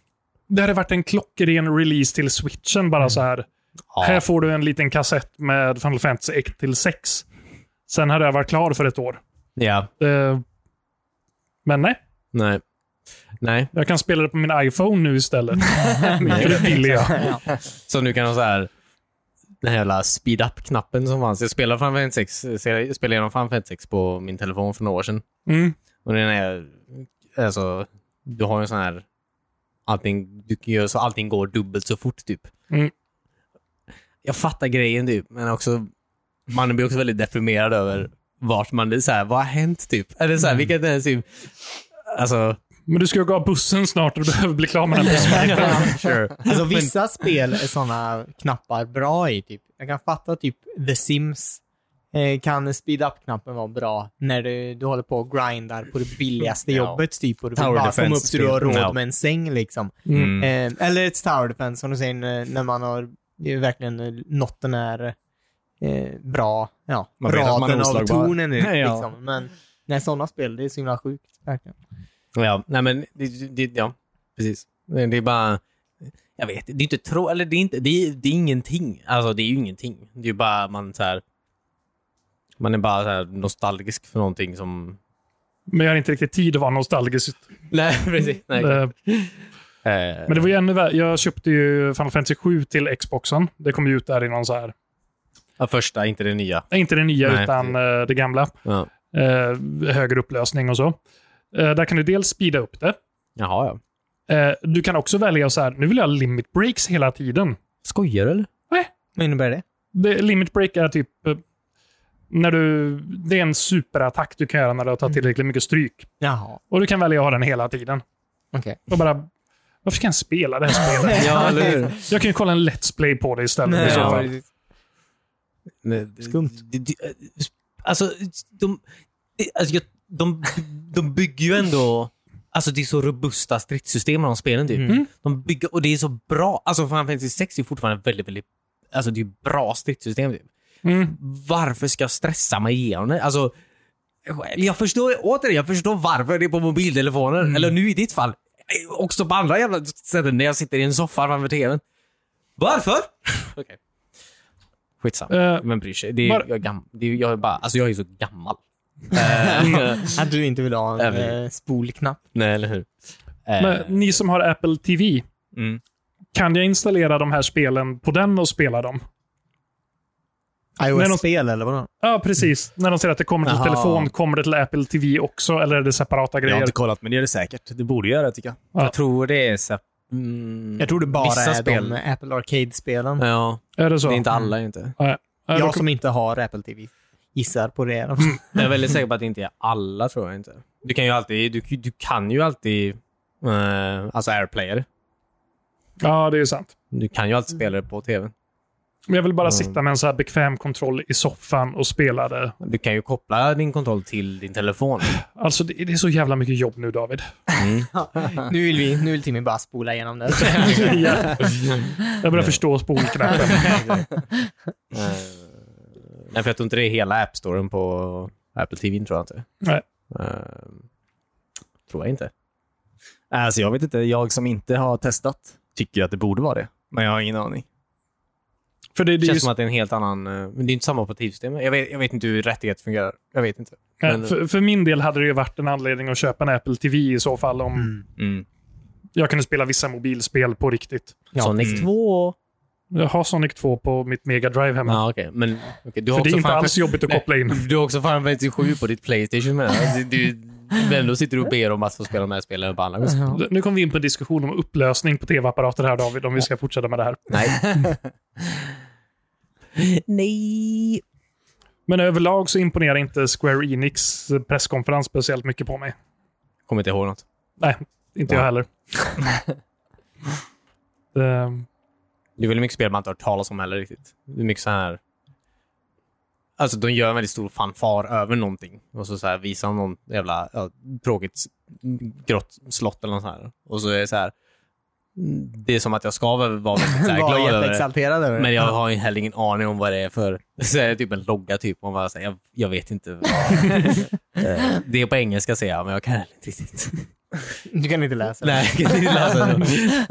det hade varit en klockren release till Switchen, bara mm. så här. Ja. Här får du en liten kassett med Final Fantasy ett till sex. Sen hade jag varit klar för ett år. Ja. Uh, men nej. Nej. Nej. Jag kan spela det på min iPhone nu istället. För det vill jag. Så nu kan jag så här den här jävla speed-up-knappen som fanns. Jag spelade Final Fantasy sex, jag spelade genom Final Fantasy sex på min telefon för några år sedan. Mm. Och den är alltså du har en sån här allting, du gör så allting går dubbelt så fort typ. Mm. Jag fattar grejen typ, men också man blir också väldigt deprimerad över vart man är så här, vad har hänt typ? Är det så här, mm. vilket är typ alltså men du ska ju gå av bussen snart och du behöver bli klar med den bussen. Sure. Alltså vissa spel är såna knappar bra i typ. Jag kan fatta typ The Sims eh, kan speed up-knappen vara bra när du, du håller på och grindar på det billigaste jobbet typ och du vill tower bara komma upp så du har råd no. med en säng liksom. Mm. Eh, eller ett tower defense som du säger när man har det är verkligen nått den här eh, bra ja, man raden av tonen ja. liksom. Men när sådana spel, det är så himla sjukt verkligen. Ja, nej men det, det, ja, precis. Det är bara jag vet, det är inte tro eller det är inte det är, det är ingenting. Alltså det är ju ingenting. Det är ju bara man så här man är bara så här nostalgisk för någonting som men jag har inte riktigt tid att vara nostalgisk. Nej, precis. Nej. Det, men det var ju ännu värre. Jag köpte ju Final Fantasy sju till Xboxen. Det kom ju ut där i någon så här ja, första, inte det nya. Nej, inte det nya nej, utan det, det gamla. Ja. Eh, högre upplösning och så. Eh, där kan du dels speeda upp det. Jaha, ja. Eh, du kan också välja så här, nu vill jag ha limit breaks hela tiden. Skojar eller? Nej. Vad innebär det? det? Limit break är typ eh, när du, det är en superattack du kan göra när du har tagit tillräckligt mycket stryk. Jaha. Och du kan välja att ha den hela tiden. Okej. Okay. Och bara, varför kan jag spela det här spelet? Ja, eller hur? Jag kan ju kolla en Let's Play på det istället. Nej, i så ja, fall. Nej, skumt. De, de, alltså, de, alltså, de, de bygger ju ändå alltså det är så robusta stridssystem av de spelen typ. Mm. De bygger, och det är så bra. Alltså Final Fantasy sex är fortfarande väldigt, väldigt alltså det är bra stridssystem typ. Mm. Varför ska jag stressa mig igenom det? Alltså, jag förstår, återigen, jag förstår varför det är på mobiltelefoner. Mm. Eller nu i ditt fall. Också på andra jävla ställen när jag sitter i en soffa framför tvn. Varför? Okej. Okay. Skitsamma. Uh, Men bryr sig. Det är, var... jag, är gam, det är, jag är bara, alltså jag är så gammal. Att du inte vill ha en äh, spolknapp. Nej, eller hur? Men ni som har Apple T V, mm. kan jag installera de här spelen på den och spela dem? iOS-spel de... eller vadå? Ja, precis. När de säger att det kommer till Aha. telefon, kommer det till Apple T V också, eller är det separata grejer? Jag har inte kollat, men det är det säkert. Det borde göra, tycker jag. Ja. Jag tror det är så mm, jag tror det bara vissa är spel. de Apple Arcade-spelen. Ja, är det så? det är inte alla inte. Nej. Jag då... som inte har Apple T V gissar på det. Jag är väldigt säker på att det inte är alla, tror jag inte. Du kan ju alltid, du, du kan ju alltid uh, alltså Airplayer. Ja, det är sant. Du kan ju alltid spela det på tv. Men jag vill bara Mm. sitta med en så här bekväm kontroll i soffan och spela det. Du kan ju koppla din kontroll till din telefon. Alltså, det, det är så jävla mycket jobb nu, David. Mm. nu vill vi, nu vill Timmy bara spola igenom det. Ja. Jag börjar förstå spolknappen. uh, nej, för jag tror inte det är hela App-storen på Apple T V, tror jag inte. Nej. Uh, tror jag inte. Alltså jag vet inte, jag som inte har testat tycker att det borde vara det. Men jag har ingen aning. För det, det Det känns är ju... som att det är en helt annan... uh, Men det är inte samma operativsystem. Jag vet, jag vet inte hur rättighet fungerar. Jag vet inte. Nej, Men, för, för min del hade det ju varit en anledning att köpa en Apple T V i så fall om Mm. mm. jag kunde spela vissa mobilspel på riktigt. Ja. Sonic Mm. två... Jag har Sonic två på mitt Mega Drive hemma. Ja, okej. Okay. Men okay, du har för det är också inte fan- alls jobbigt att Nej, koppla in. Du har också Final Fantasy sju på ditt PlayStation med. Du, du, men då sitter du och ber om att få spela de här spelen på andra. Ja. Nu kommer vi in på en diskussion om upplösning på tv-apparater här, David, om vi ska fortsätta med det här. Nej. Nej. Men överlag så imponerar inte Square Enix presskonferens speciellt mycket på mig. Kommer inte ihåg något. Nej, inte Ja. jag heller. um, Det är väldigt mycket spel man inte har hört talas om heller riktigt. Det är mycket så här... Alltså de gör en väldigt stor fanfar över någonting. Och så, så här visar de någon jävla ja, tråkigt grått slott eller något så här. Och så är det så här... det är som att jag ska vara väldigt så här, Var glad över det. jätteexalterad över det. Men jag har ju heller ingen aning om vad det är för... Så är det typ en logga typ. Om vad, så här, jag, jag vet inte. Eh, det är på engelska säger jag, men jag kan heller inte riktigt. Du kan inte läsa det. Nej, jag kan inte läsa det.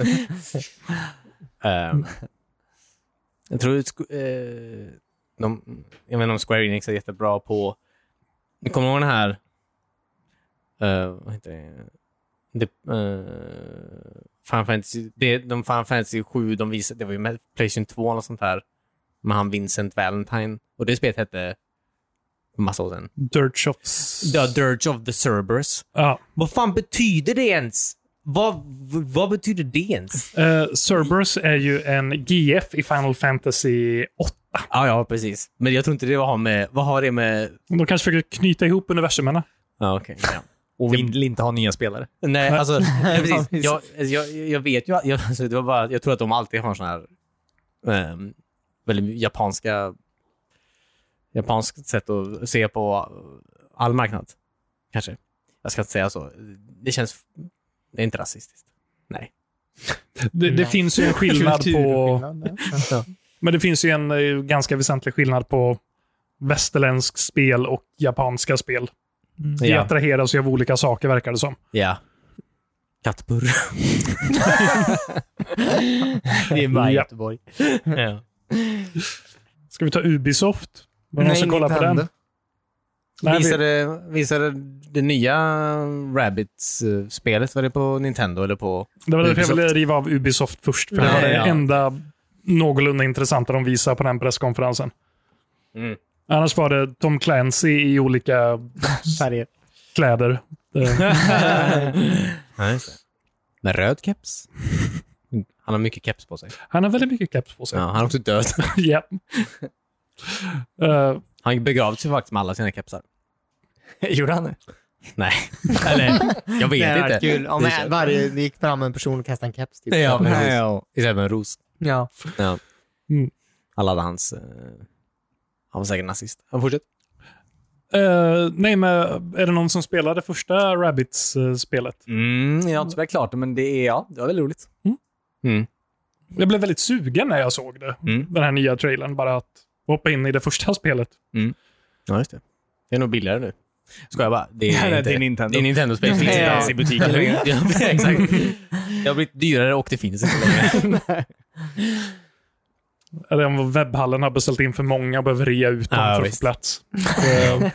um, jag tror att uh, de, jag vet inte om Square Enix är jättebra på... Ni kommer ihåg den här... Uh, vad heter det? det uh, Final Fantasy, det, de Final Fantasy sju de visade, det var ju med PlayStation två och sånt här med han Vincent Valentine, och det spelet hette massa år sedan. Dirge of... The Dirge of the Cerberus. Ja. Vad fan betyder det ens? Vad, vad betyder det ens? Uh, Cerberus är ju en G F i Final Fantasy åtta. Ja, ja, precis. Men jag tror inte det har med... Vad har det med... De kanske försöker knyta ihop universumerna. Ja, okej. Okay, ja. Och vi vill inte ha nya spelare. Nej, alltså... Nej, precis. Jag, jag, jag vet ju... Jag, alltså, det var bara, jag tror att de alltid har såna här... Um, väldigt japanska... Japanskt sätt att se på all marknad. Kanske. Jag ska inte säga så. Det känns... Det är inte rasistiskt. Nej. Det, det finns ju en skillnad på... Ja. Men det finns ju en eh, ganska väsentlig skillnad på västerländsk spel och japanska spel. Vi Ja. attraheras ju av olika saker, verkar det som. Ja. Kattburr. Det är bara Ja. Göteborg. Ja. Ska vi ta Ubisoft? Var det någon som kollar på den? Nej, vi, Visade, visade det nya Rabbids-spelet, var det på Nintendo eller på det var därför jag Ubisoft? ville riva av Ubisoft först. För det Nej, var det ja. enda någorlunda intressanta de visade på den presskonferensen. Mm. Annars var det Tom Clancy i olika Färger. kläder. Eh, Ja, just det. Med röd keps. Han har mycket keps på sig. Han har väldigt mycket caps på sig. Ja, han är också död. Ja. Eh, Han begravde sig faktiskt med alla sina kepsar. Gjorde han det? Nej. Eller, jag vet Det hade inte. varit kul. Om Det det, känns- varje, det gick fram en person och kastade en keps. Typ. Ja, precis. Ja. Istället för en ros. Ja. Ja. Mm. Alla hade hans... eh, han var säkert nazist. Han fortsätter. eh, nej, men är det någon som spelade första Rabbids-spelet? Mm, jag har inte spelat klart det, men det är, ja, det var väldigt roligt. Mm. Jag blev väldigt sugen när jag såg det. Mm. Den här nya trailern. Bara att hoppa in i det första spelet. Ja, just det. Det är nog billigare nu. Ska jag bara? Det Nej, är, nej, inte, det är Nintendo. Det är Nintendo-spel. Det finns inte Ja. ens i butiken längre. Ja, exakt. Det har blivit dyrare och det finns inte längre. Eller om webbhallen har beställt in för många och behöver rea ut dem Ja, för att visst. få plats. Eh,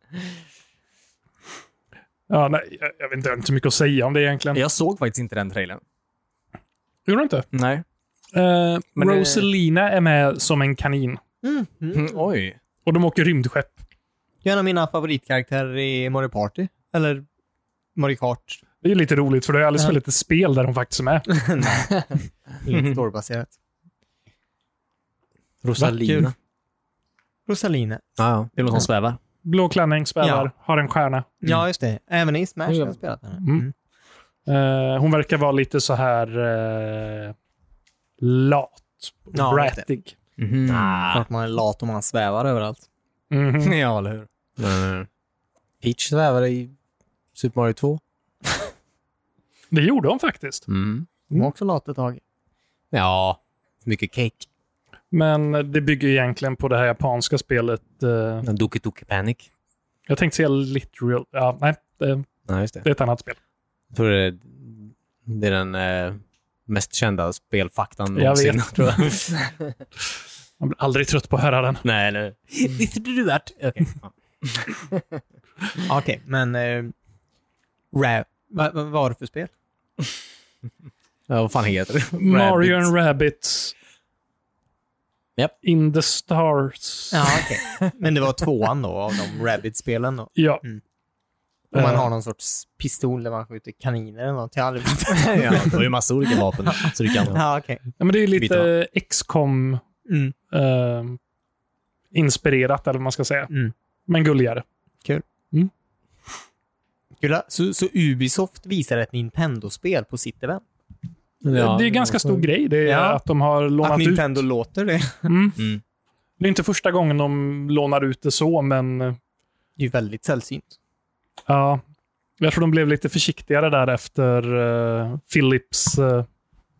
ja, nej, jag, jag vet inte, jag har inte så mycket att säga om det egentligen. Jag såg faktiskt inte den trailern. Gjorde du inte? Nej. Uh, Men det- Rosalina är med som en kanin. Mm. Mm. Mm, oj. Och de åker rymdskepp. Det är en av mina favoritkaraktärer i Mario Party. Eller Mario Kart. Det är lite roligt för det är alldeles Ja. för lite spel där de faktiskt är med. Inget storybaserat. Rosalina. Rosalina. Ja, ja. Det är någon som svävar. Blå klänning, svävar, Ja. har en stjärna. Ja, just det. Även i Smash har jag spelat henne. Mm. Eh, hon verkar vara lite så här uh, lat. Ja, just det. Brattig. Mhm. Klart man är lat om man svävar överallt. Mhm. Ja, eller hur? Men, Peach svävar i Super Mario två. Det gjorde hon faktiskt. Mm. Hon var också lat ett tag. Ja, mycket cake. Men det bygger egentligen på det här japanska spelet. Uh, Doki Doki Panic. jag tänkte säga Literal. Ja, nej, det, Ja, just det. det är ett annat spel. Jag tror det är, det är den eh, mest kända spelfaktan Jag någonsin. vet. Tror jag. Man blir aldrig trött på att höra den. Nej, eller... Visste du det? Okej. Ja. Okej, men... Eh, Ra- vad vad var det för spel? Ja, vad fan heter det? Mario Rabbids. and Rabbids. Japp. In the Stars. Ja, okej. Men det var tvåan då, av de Rabbids-spelen då. Ja. Och man Eh. har någon sorts pistol där man skjuter kaniner eller något. Jag har aldrig Ja, det var ju massa olika vapen. Så du kan... Ja, okej. Ja, men det är Byta. lite X COM Mm. eh, inspirerat, eller vad man ska säga. Mm. Men gulligare. Kul. Så, så Ubisoft visar ett Nintendo-spel på sitt event? Ja, det är en ganska stor grej. Det är Ja. att de har lånat Att ut. Nintendo låter det. Mm. Mm. Det är inte första gången de lånar ut det så, men eh, Det är ju väldigt sällsynt. ja. Jag tror de blev lite försiktigare där efter uh, Philips uh,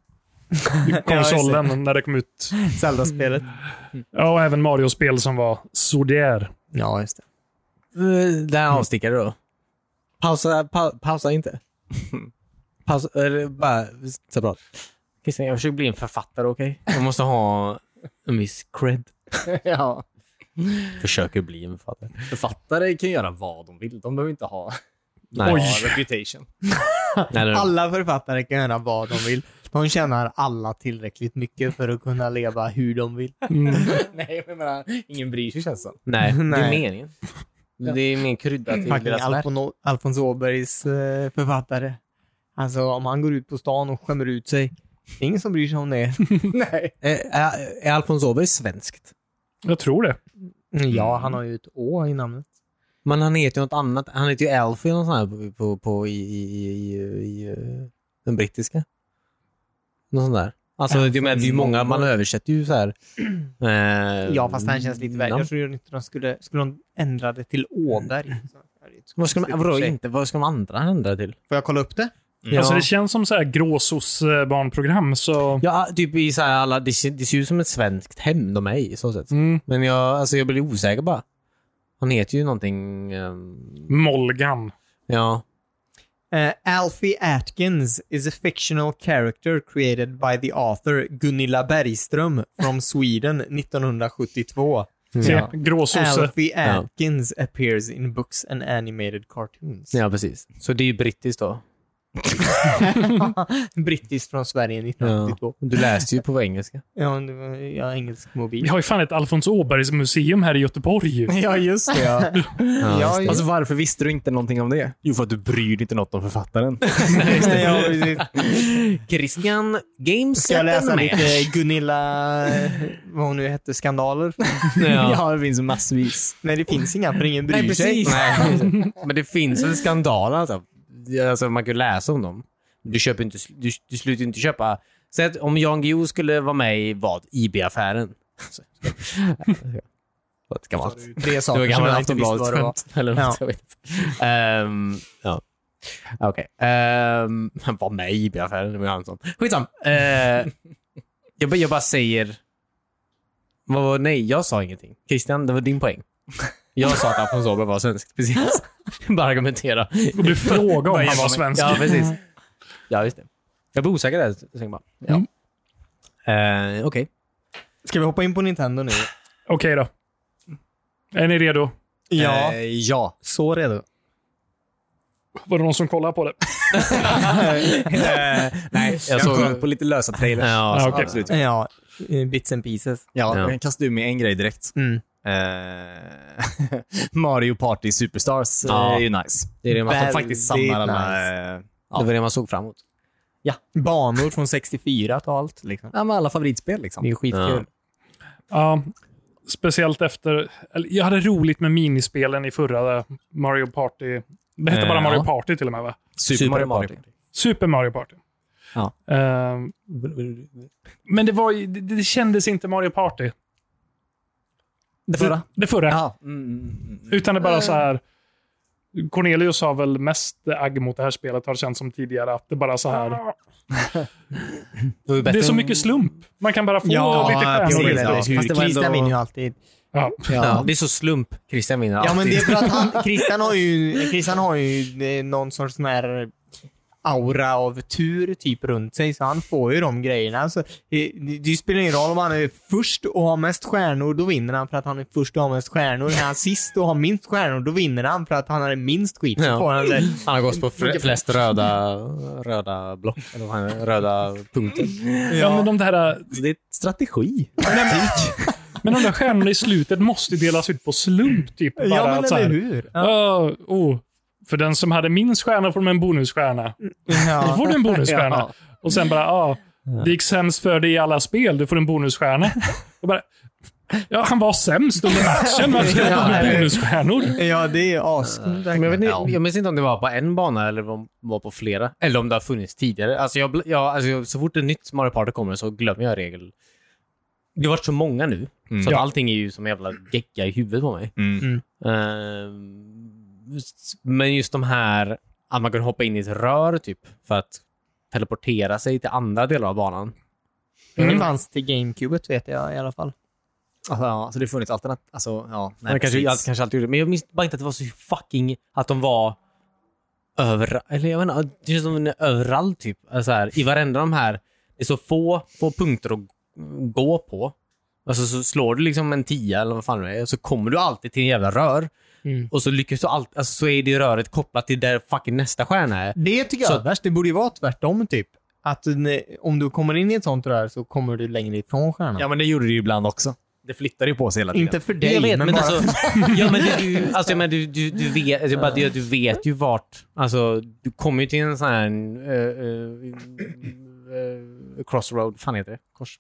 konsolen när det kom ut. Zelda-spelet. Ja, och även Mario-spel som var så där. Ja, just det. Det här avstickare då. Pausa, pa, pausa inte. Pausa, eller bara separat. Christian, jag försöker bli en författare, okej? Okay? Jag måste ha en viss cred. Ja. Försöker bli en författare. Författare kan göra vad de vill. De behöver inte ha Nej. Oj. reputation. Nej, nej. Alla författare kan göra vad de vill. De tjänar alla tillräckligt mycket för att kunna leva hur de vill. Mm. Nej, jag menar, ingen bryr sig känns det. Nej, det är Nej. meningen. Det är min krydda till Fucking deras verk. Alfon- Alfons Åbergs eh, författare. Alltså om han går ut på stan och skämmer ut sig. Det är ingen som bryr sig om det. Nej. Är, är, är Alfons Åberg svenskt? Jag tror det. Ja, han har ju ett Å i namnet. Men han heter ju något annat. Han heter ju Alfie eller något sånt här på, på, på i, i, i, i uh, den brittiska. Något sånt där. Alltså det, men, det är ju många, man översätter ju så här. Eh, Ja, fast han känns lite värre. namn. Jag tror inte de skulle, skulle de ändra det till Åberg. Vad ska de, vadå, inte, vad ska de andra ändra till? Får jag kolla upp det? Ja. Alltså det känns som så här gråsos eh, barnprogram så... Ja, typ i så här alla, det, ser- det ser ut som ett svenskt hem de är i, så sätt. Mm. Men jag, alltså jag blir osäker bara. Han heter ju någonting, ehm, Molgan. ja. Uh, Alfie Atkins is a fictional character created by the author Gunilla Bergström from Sweden nittonhundrasjuttiotvå. Se, Ja. gråsosse. Alfie Atkins appears in books and animated cartoons. Ja, precis. Så det är ju brittiskt då. Brittiskt från Sverige nittonhundrasjuttiotvå. Du läste ju på engelska. Ja, det var, jag har engelsk mobil. Vi har ju fan ett Alfons Åbergs museum här i Göteborg. Ja, just det. Ja. Ja, Alltså, varför visste du inte någonting om det? Jo, för att du bryr dig inte något om författaren. ja, precis. Christian Games. Ska jag läsa lite Gunilla, vad hon nu hette, skandaler? Ja. Ja, det finns massvis. Nej, det finns inga, för ingen bryr Nej, sig. precis. Nej. Men det finns en skandal alltså. Alltså man kan läsa om dem. Du köper inte, du, du slutar inte köpa. Så att om Jan Guillou skulle vara med i vad? I B-affären. Alltså, Vad gammalt. Tre Det saker var som gammalt jag inte visste vad det var. Aftonbladet-skämt. Eller något, Ja. jag vet inte. Um, ja. Okej. Um, han var med i I B-affären, det var ju han som. Skitsam. Uh, jag, bara- jag bara säger... Vad var, nej, jag sa ingenting. Christian, det var din poäng. Jag sa att Alfons Åberg var svensk. Precis. Bara argumentera. Och du frågade om han var svensk. Ja, precis. Ja, just det. Jag blir osäker där. Så jag bara, ja. Mm. Uh, Okej. Ska vi hoppa in på Nintendo nu? Okej då. Är ni redo? Ja, Eh, ja. så redo. Var det någon som kollar på det? Uh, nej, jag Jag såg... såg på lite lösa trailers. Ja, Ja, okej. Absolut. Ja, eh, bits and pieces. Ja, Ja. jag kastar du med en grej direkt. Mm. Eh, Mario Party Superstars eh, Ja. är ju nice. Det är det man, Som Väldigt faktiskt samlar alla... nice. eh, det var det man såg fram emot. Banor från sextiofyra och allt. Liksom. Ja, med alla favoritspel liksom. Det är ju skitkul. Ja. Speciellt efter... Eller, jag hade roligt med minispelen i förra Mario Party. Det hette Eh, bara Mario ja. Party till och med, va? Super, Mario Party. Super Mario Party. Ja. Ehm, men det, var, ju- det, det kändes inte Mario Party. Det förra? Det förra. Ja. Mm, mm, mm. Utan det bara så här... Cornelius har väl mest agg mot det här spelet, har det känts som tidigare. Att det bara så här... Det, Det är så mycket slump. Man kan bara få Ja, lite stjärnor. precis. Ja, Fast fast det var Christian ändå- vinner ju alltid. Ja. Ja, det är så slump. Christian vinner alltid. Ja, men det är för att han, Christian har ju, Christian har ju eh, någon sorts sån här aura av tur typ runt sig, så han får ju de grejerna. Alltså, det, det spelar ingen roll om han är först och har mest stjärnor, då vinner han för att han är först och har mest stjärnor. Är han sist och har minst stjärnor, då vinner han för att han har minst skit. Så Ja. får han det. Han har gått på fl- flest röda, röda block. Eller vad han är, röda punkter. Ja, men de där, Så det är strategi. men de där stjärnorna i slutet måste delas ut på slump. Typ, bara Ja, men att så här, eller hur? Ja. "Ah, oh, för den som hade minst stjärna får de en bonusstjärna. Då Ja. får du en bonusstjärna. Ja. Och sen bara, ja, ah, det gick sämst för dig i alla spel. Du får en bonusstjärna. Och bara, ja, han var sämst under matchen. Varför ska jag få Ja, med bonusstjärnor? Ja, det är as. Men jag, vet inte, Ja. jag minns inte om det var på en bana eller om det var på flera. Eller om det har funnits tidigare. Alltså, jag, bl- jag, alltså så fort ett nytt Mario Party kommer så glömmer jag regel. Det har varit så många nu. Mm. Så att Ja. allting är ju som en jävla gegga i huvudet på mig. Mm. Ehm, just- men just de här, att man kan hoppa in i ett rör typ för att teleportera sig till andra delar av banan. Ingen Mm. fanns till GameCubet vet jag i alla fall. Alltså, ja, så det funnits alternativ. Alltså, ja. Nej, Men kanske, jag, precis. kanske alltid gjorde det. Men jag minns bara inte att det var så fucking... Att de var över... Eller jag vet inte, det känns som de är överallt typ. Alltså här, i varenda de här... Det är så få, få punkter att gå på. Alltså så slår du liksom en tia eller vad fan det är. Så kommer du alltid till en jävla rör. Mm. Och så lyckas du alltid... Alltså så är det röret kopplat till där fucking nästa stjärna är. Det tycker jag Så- är värst. Det borde ju vara tvärtom typ. Att ne- om du kommer in i ett sånt rör så kommer du längre ifrån stjärnan. Ja, men det gjorde det ju ibland också. Det flyttar ju på sig hela tiden. Inte för dig, Jag vet, men, men, bara... alltså, ja, men det, du, alltså, men du, du, du, vet, alltså, bara, det, du vet ju vart, alltså, du kommer ju till en sån här uh, uh, uh, crossroad, fan heter det? Kors...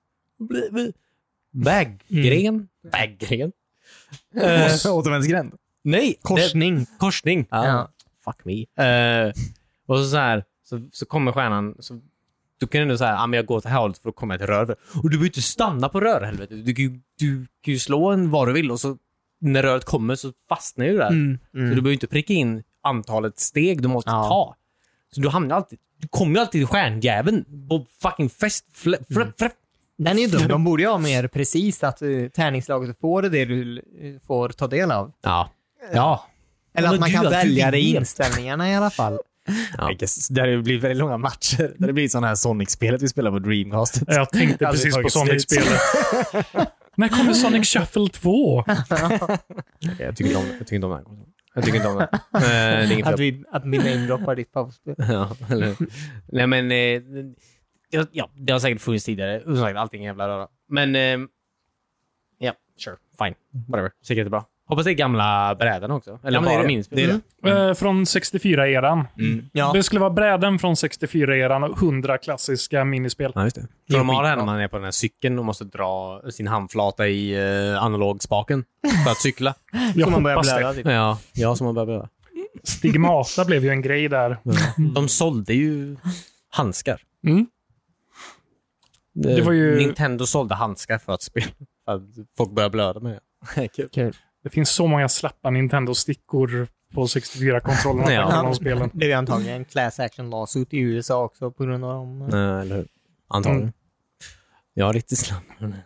Väggren? Väggren? Uh, Återvändsgränd. nej! Korsning. Det, korsning. Ja. Ja. Fuck me. Uh, och så, så här, så, så kommer stjärnan, så du kan ändå säga, ah, men jag går till hållet för att komma till rör. Och du behöver inte stanna på rör, helvete. Du kan ju, du kan ju slå en vad du vill och så när röret kommer så fastnar ju där. Mm. Så Mm. du behöver inte pricka in antalet steg du måste Ja. ta. Så du hamnar alltid, du kommer ju alltid i stjärnjäveln på fucking fest. Fl, fl, fl, Den är ju dum. De borde ju ha mer precis att uh, tärningslaget får det du uh, får ta del av. ja. Ja. Eller Men att man gud, kan att du välja det i vet. inställningarna i alla fall. Ja. I guess. Det har blivit väldigt långa matcher. Det har blivit sån här Sonic-spelet vi spelar på Dreamcastet. Jag tänkte Aldrig precis på tagit slut. Sonic-spelet. När kommer Sonic Shuffle två? Jag tycker inte om det. Jag tycker inte om det. Jag tycker inte om det. Eh, det är inget fel. Att, vi, att vi namedroppar ditt powerspel. Ja, eller, nej men eh, ja, ja, det har säkert funnits tidigare. Som sagt, allting är jävla röra. Men eh, ja, sure, fine, whatever. Säkert är bra. Hoppas det är gamla bräden också. Eller Ja, men det är bara det. minspel. Det är Eh, från sextiofyra-eran. Ja. Det skulle vara bräden från sextiofyra-eran och hundra klassiska minispel. Ja, just det. Det För är de har det här skitbra. när man är på den här cykeln och måste dra sin handflata i eh, analogspaken för att cykla. Jag Så man börjar hoppas blöda det. typ. Ja, ja som man börjar behöva. Stigmata blev ju en grej där. De sålde ju handskar. Mm. Det var ju- Nintendo sålde handskar för att spela. För att folk börjar blöda med det. Kul. Kul. Det finns så många slappa Nintendo-stickor på sextiofyra-kontrollerna. Ja. Ja. De spelen. Det är ju antagligen en class action lawsuit i U S A också på grund av dem. Nej, eller hur? Antagligen. Mm. Ja, riktigt slapp.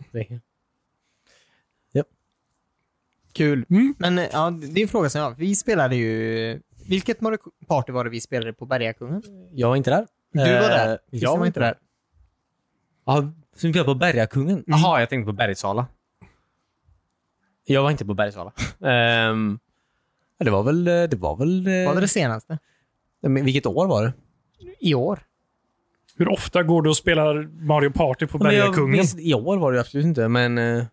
Kul. Mm. Men eh, ja, det är en fråga som jag har. Vi spelade ju... Vilket Mario Party var det vi spelade på Bergakungen? Jag var inte där. Du var där. Eh, Jag var inte där. Ja, som vi spelade på Bergakungen? Jaha, jag tänkte på Bergsala. Jag var inte på Bergsala. Ehm, ja, det var väl... Det var väl... eh, Var det det senaste? Men vilket år var det? I år? Hur ofta går det att spela Mario Party på Men jag Bergakungen? minns- I år var det absolut inte, men... eh,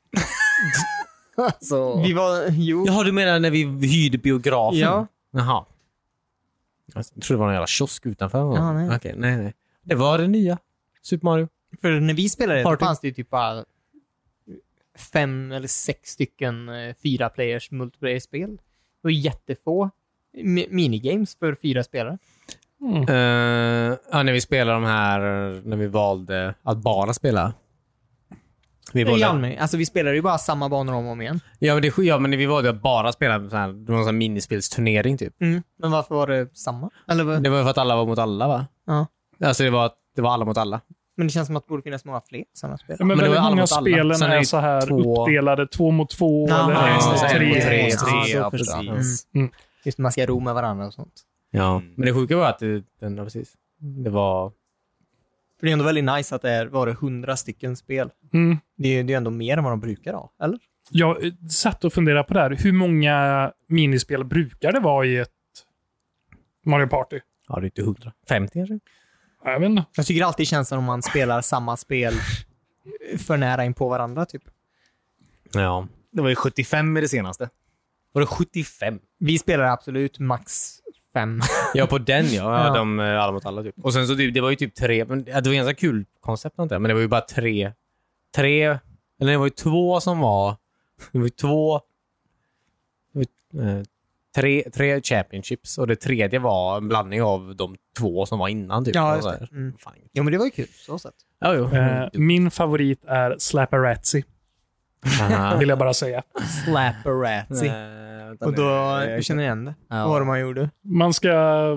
Så... Vi var... Jo. Jaha, du menar när vi hyrde biografen? Ja. Jaha. Jag trodde det var en jävla kiosk utanför. Ja, nej. Okej, nej, nej. Det var det nya. Super Mario. För när vi spelade det, då Party. fanns det ju typ bara fem eller sex stycken eh, fyra players multiplayer-spel. Det var jättefå mi- minigames för fyra spelare. Mm. Eh, ja, när vi spelade de här, när vi valde att bara spela. Vi I valde, allmänhet. Alltså vi spelade ju bara samma banor om och om igen. ja, men det, ja, men vi valde att bara spela så här, det var en sån här minispelsturnering typ. Mm. Men varför var det samma? Eller vad? Det var ju för att alla var mot alla, va? Ja. Alltså det var, det var alla mot alla. Men det känns som att det borde finnas många fler sådana spel. Ja, men, Men det var väldigt alla många mot alla. spelen Sen är är det så här två- uppdelade två mot två Jaha, eller ja, en så mot är det tre. tre, Ja, tre, så ja, förstår jag. precis. Mm. Just man ska ro med varandra och sånt. Ja. Mm. Men det sjuka var att det, den, ja, precis. Det var... För det är ändå väldigt nice att det är, var det hundra stycken spel. Mm. Det är det är ändå mer än vad de brukar ha, eller? Jag eh, satt och funderade på det här. Hur många minispel brukar det vara i ett Mario Party? Ja, det är inte hundra. femtio kanske? Jag vet inte. Jag tycker det alltid känns som om man spelar samma spel för nära in på varandra, typ. Ja. Det var ju sjuttiofem i det senaste. Var det sjuttiofem? Vi spelar absolut max fem. Ja, på den ja. Ja. ja. De eh, alla mot alla typ. Och sen så det, det var ju typ tre, men ja, det var ganska kul koncept inte, men det var ju bara tre, tre, eller det var ju två som var, det var ju två, det var, ju, eh, tre, tre championships och det tredje var en blandning av de två som var innan typ. Ja, Och just så det. här. Mm. Fan. Jo, men det var ju kul, så sett. Ja, jo. Eh, min favorit är Slapperazzi, Aha. vill jag bara säga. Slapperazzi. Eh, vänta Och nu. då, Eh, jag känner igen det. Ja. Vad var det man gjorde? Man ska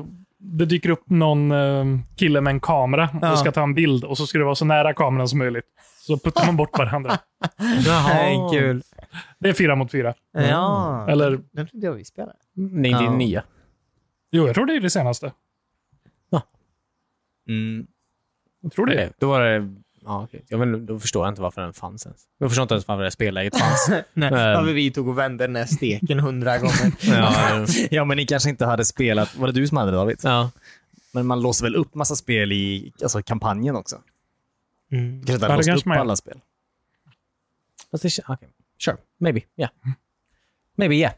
det dyker upp någon uh, kille med en kamera Ja. och ska ta en bild och så ska det vara så nära kameran som möjligt. Så puttar man bort varandra. Jaha. Kul. Det är fyra mot fyra. Ja. Eller, Den trodde jag vi spelade. Nej, det är Ja. nya. jo, jag tror det är det senaste. Mm. Jag tror det är. Okej, då var det... Ja, okej. Jag vet, då förstår jag inte varför den fanns ens. Jag förstår inte ens varför det spelläget fanns. Nej, Ehm. varför vi tog och vände den här steken hundra gånger. ja, Ja, men ni kanske inte hade spelat... Var det du som hade det, David? ja. Men man låser väl upp massa spel i alltså, kampanjen också? Mm. Kanske inte Ja, det hade låst kanske upp man på gör. alla spel. Fast det, okay. Sure, maybe, yeah. Maybe, yeah.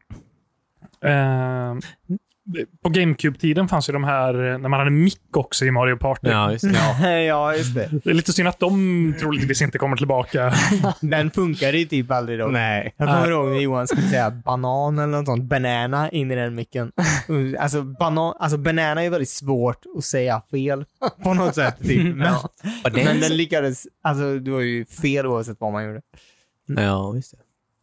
Eh, på GameCube-tiden fanns ju de här, när man hade mick också i Mario Party. Ja, just det. Ja. Ja, just det. Det är lite synd att de troligtvis inte kommer tillbaka. Den funkar ju typ aldrig då. Nej. Jag kommer ihåg när Johan skulle säga banan eller något sånt. Banana in i den micken. Alltså, banan, alltså banana är väldigt svårt att säga fel på något sätt. Typ. Men, men den lyckades, alltså det var ju fel oavsett vad man gjorde. Ja, just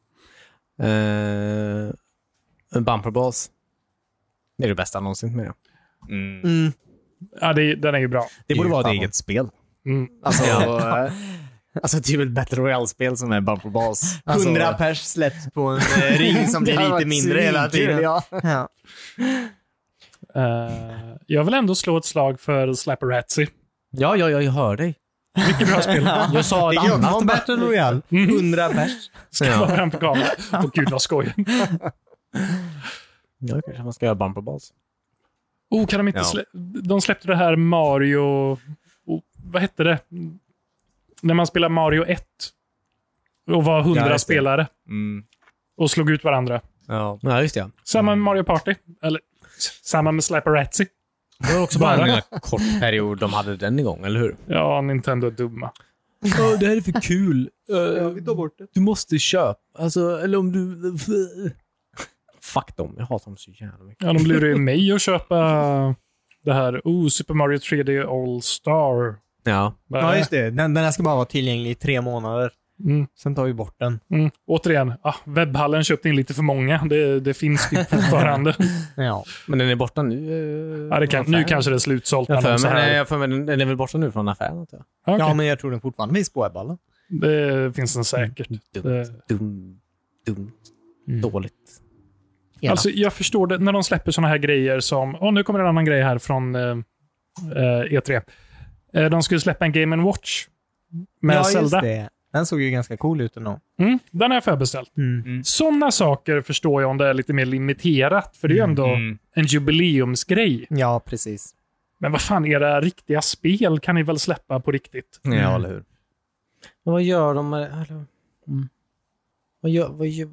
det. Uh, bumper balls. Det är det bästa någonsin med det. Mm. Mm. Ja, det, den är ju bra. Det borde ju vara ett fan. eget spel. Mm. Alltså, eh, alltså typ ett Battle Royale-spel som är Bumper Balls. Alltså, Hundra pers släpps på en eh, ring som det blir hade lite varit mindre hela svinkul, tiden. Ja. Ja. Eh, jag vill ändå slå ett slag för Slapperazzi. Ja, ja, ja, jag hör dig. Mycket bra spel. Jag sa Det ett kan ju också annat. vara Battle Royale. Hundra pers. Ska Ja. vara framför kameran. Och gud vad skoj. Ja, kanske man ska göra bumper balls. Oh, kan de inte Ja. slä... De släppte det här Mario... Oh, vad hette det? När man spelar Mario ett och var hundra Ja, just det. spelare Mm. och slog ut varandra. Ja. Ja, just det. Samma med Mario Party. Eller samma med Slapperazzi. Det var också bara en kort period de hade den igång, eller hur? Ja, Nintendo är dumma. Oh, det här är för kul. Uh, vi tar bort det. Du måste köpa. Alltså, eller om du... Fuck dem. Jag hatar dem så jävla mycket. Ja, de lurar ju mig att köpa det här. Oh, Super Mario tre D All-Star. Ja. Ja, just det. Den, den här ska bara vara tillgänglig i tre månader. Mm, Sen tar vi bort den. mm. Återigen, ah, webbhallen köpte in lite för många. Det, det finns typ fortfarande. Ja. Men den är borta nu. Uh, Ja, det kan, nu kanske det är slutsålt. Jag när de för så mig, här- nej, jag för mig, den den är väl borta nu från affären, antar jag. Ja, okej. Ja, men jag tror den fortfarande finns på webbhallen. Det finns den säkert. Dumt, Det- dumt, dumt, Mm. dåligt. Ja. Alltså, jag förstår det när de släpper såna här grejer som... Åh, nu kommer en annan grej här från eh, eh, E tre. Eh, de skulle släppa en Game and Watch med ja, Zelda. just det. Den såg ju ganska cool ut ändå. Mm, den har jag förbeställt. Mm. Sådana saker förstår jag om det är lite mer limiterat. För det är ju ändå Mm. en jubileumsgrej. Ja, precis. Men vad fan, era riktiga spel kan ni väl släppa på riktigt? Ja, eller hur? Men vad gör de med... Eller, mm. Vad gör... Vad gör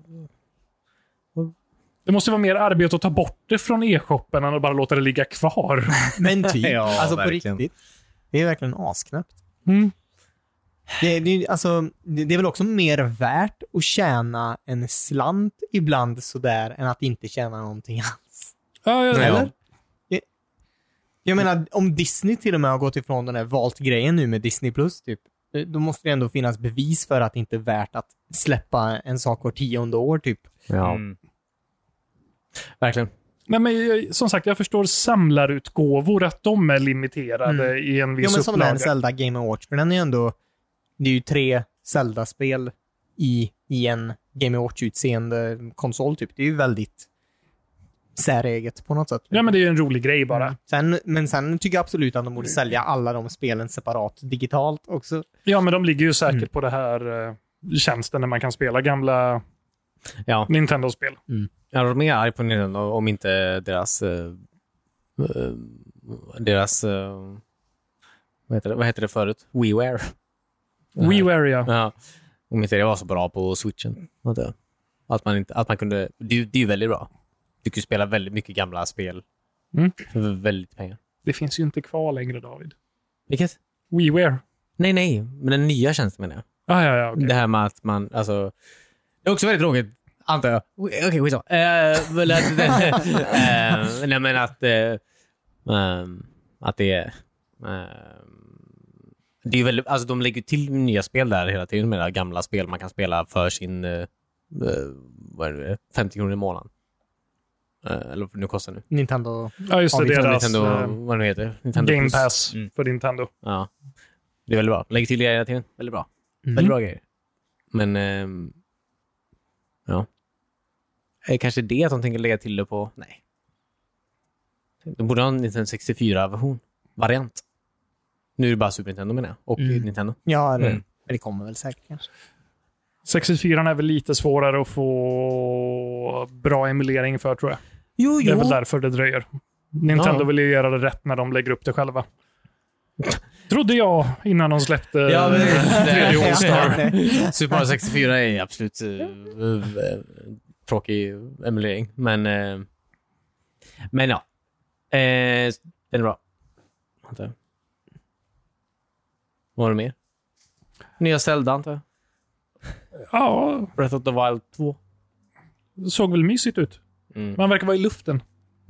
Det måste vara mer arbete att ta bort det från e-shoppen än att bara låta det ligga kvar. Men typ, Ja, alltså verkligen. på riktigt. Det är verkligen asknäppt. Mm. Det, det, alltså, det, det är väl också mer värt att tjäna en slant ibland sådär än att inte tjäna någonting alls. Ja, ja, Eller? Jag, jag menar, om Disney till och med har gått ifrån den här valt-grejen nu med Disney Plus, typ, då måste det ändå finnas bevis för att det inte är värt att släppa en sak var tionde år, typ. Ja, Mm. verkligen. Nej, men jag- som sagt, jag förstår samlarutgåvor, att de är limiterade Mm. i en Ja, viss men som den upplaga. Zelda Game and Watch, för den är ju ändå, det är ju tre Zelda-spel i, i en Game and Watch-utseende konsol, typ. Det är ju väldigt säreget på något sätt. Ja, men det är ju en rolig grej bara. Mm. Sen, men sen tycker jag absolut att de borde sälja alla de spelen separat digitalt också. Ja, men de ligger ju säkert Mm. på det här eh, tjänsten där man kan spela gamla Ja. Nintendo-spel. Jag är mer arg på Nintendo om inte deras... Uh, uh, deras... Uh, vad, heter det, vad heter det förut? WiiWare. WiiWare, ja. Ja. Om inte det var så bra på Switchen. Att, det- att man inte... Att man kunde... Det, är ju- det är ju väldigt bra. Du kan ju spela väldigt mycket gamla spel. Mm. För väldigt pengar. Det finns ju inte kvar längre, David. Vilket? WiiWare. Nej, nej. Men den nya tjänsten menar jag. Ah, ja, ja, okej. Det här med att man... Alltså, det är också väldigt tråkigt, antar jag. Okej, okay, skitsamma. Uh, väl att... uh, nej, men att... Uh, um, att det är... Um, det är väldigt... Alltså, de lägger till nya spel där hela tiden med gamla spel man kan spela för sin... Uh, uh, vad är det? femtio kronor i månaden. Eller nu kostar nu. Nintendo. Ja, just det. Nintendo, Deras Nintendo, eh, vad det heter. Nintendo Game Plus. Pass Mm. för Nintendo. Ja. Det är väldigt bra. Lägg till grejer till. Väldigt bra. Mm. Väldigt bra grejer. Men, ehm, ja. Är det kanske det att de tänker lägga till det på? Nej. De borde ha en Nintendo sextiofyra-version. Variant. Nu är det bara Super Nintendo menar jag. Och Mm. Nintendo. Ja, det, Mm. det kommer väl säkert kanske. sextiofyra är väl lite svårare att få bra emulering för, tror jag. Jo, Det är väl därför det dröjer. Nintendo Ja. vill ju göra det rätt när de lägger upp det själva. Trodde jag innan de släppte Ja, men, tredje All-Star. Super Mario sextiofyra är absolut uh, uh, tråkig emulering. Men, uh, men ja. Uh, den är bra. Antar jag. Vad var det mer? Nya Zelda, antar jag. Ja, Breath of the Wild två. det såg väl mysigt ut. Mm. Man verkar vara i luften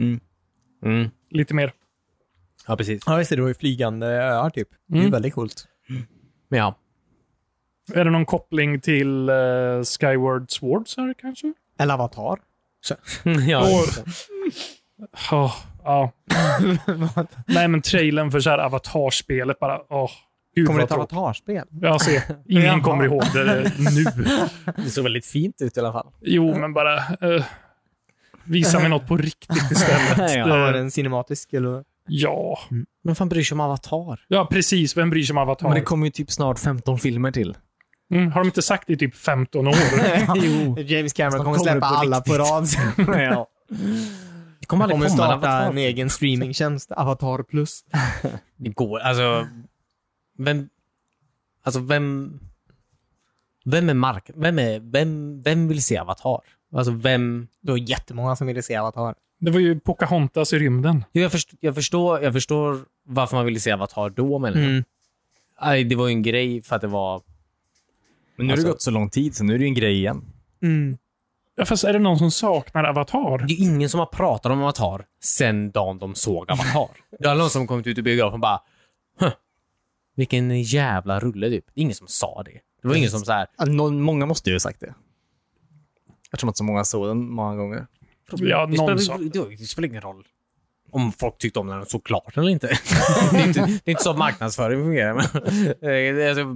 Mm. lite mer. Ja, precis. Ja, visst är det. var ju flygande öar typ. Det är ju Mm. väldigt coolt. Men ja. Är det någon koppling till uh, Skyward Swords här kanske? Eller Avatar. ja. Och- Oh, ja. Nej, men trailern för så här Avatar-spelet bara... Oh, gud Kommer det vad ett tråkigt. Avatarspel? Jag ser. Ingen Jaha. kommer ihåg det nu. Det såg väldigt fint ut i alla fall. Jo, men bara... eh, visa mig något på riktigt istället. Ja. Ja, var Eh, den cinematisk eller? ja. Men fan bryr sig om Avatar? ja, precis. Vem bryr sig om Avatar? Men det kommer ju typ snart femton filmer till. Mm, har de inte sagt det i typ femton år? Jo. James Cameron Snart kommer kommer släppa det på alla på riktigt. rad. ja. Det kommer aldrig Kommer komma en starta Avatar. en egen streamingtjänst, Avatar Plus. Det går, alltså... Vem... Alltså, vem... Vem är mark... Vem är... Vem, vem vill se Avatar? Alltså, vem... Det var jättemånga som ville se Avatar. Det var ju Pocahontas i rymden. Jo, jag, först, jag, förstår, jag förstår varför man ville se Avatar då, men... Mm. Aj, det var ju en grej för att det var... Men nu har Alltså- det gått så lång tid, så nu är det ju en grej igen. Mm. Ja, fast är det någon som saknar Avatar? Det är ingen som har pratat om Avatar sen dagen de såg Avatar. Det är någon som kommit ut i biografen och bara... Huh, vilken jävla rulle, typ. Det är ingen som sa det. Det var ingen som så här... Ja, någon, många måste ju ha sagt det. Eftersom att så många såg den många gånger. Ja, Det någon spelar, sa. det, det spelar ingen roll om folk tyckte om den så klart eller inte. det, är inte det är inte så marknadsföring fungerar. Men, eh, det är alltså,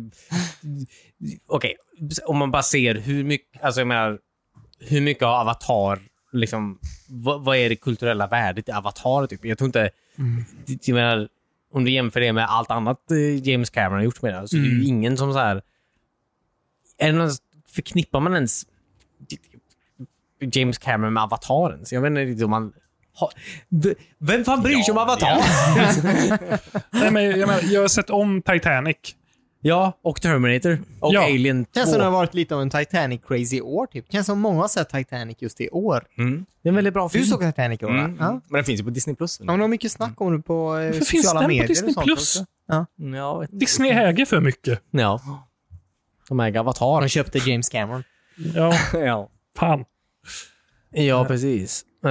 okej, om man bara ser hur mycket, alltså jag menar, hur mycket av Avatar, liksom, vad, vad är det kulturella värdet i Avatar? Typ? Jag tror inte, Mm. det- jag menar, om du jämför det med allt annat eh, James Cameron har gjort med det, så det är ju ingen som så här, är det någon, förknippar man ens James Cameron med Avataren? Så jag vet inte riktigt om man har, v- vem fan bryr sig om Avatar? Nej, men jag, menar, jag har sett om Titanic. Ja, och Terminator. Och Ja. Alien två. Känns som det har varit lite av en Titanic-crazy i år typ. Känns som många har sett Titanic just i år. Mm. Det är en väldigt bra Du film. såg Titanic i år, va? Mm. Ja. Men den finns ju på Disney Plus. Ja, men det var mycket snack om det på eh, Varför finns sociala den på medier Disney och sånt Plus? också. Ja. Ja, Disney äger för mycket. Ja. De äger Avatar. De köpte James Cameron. Ja, ja. fan. Ja, precis. Uh,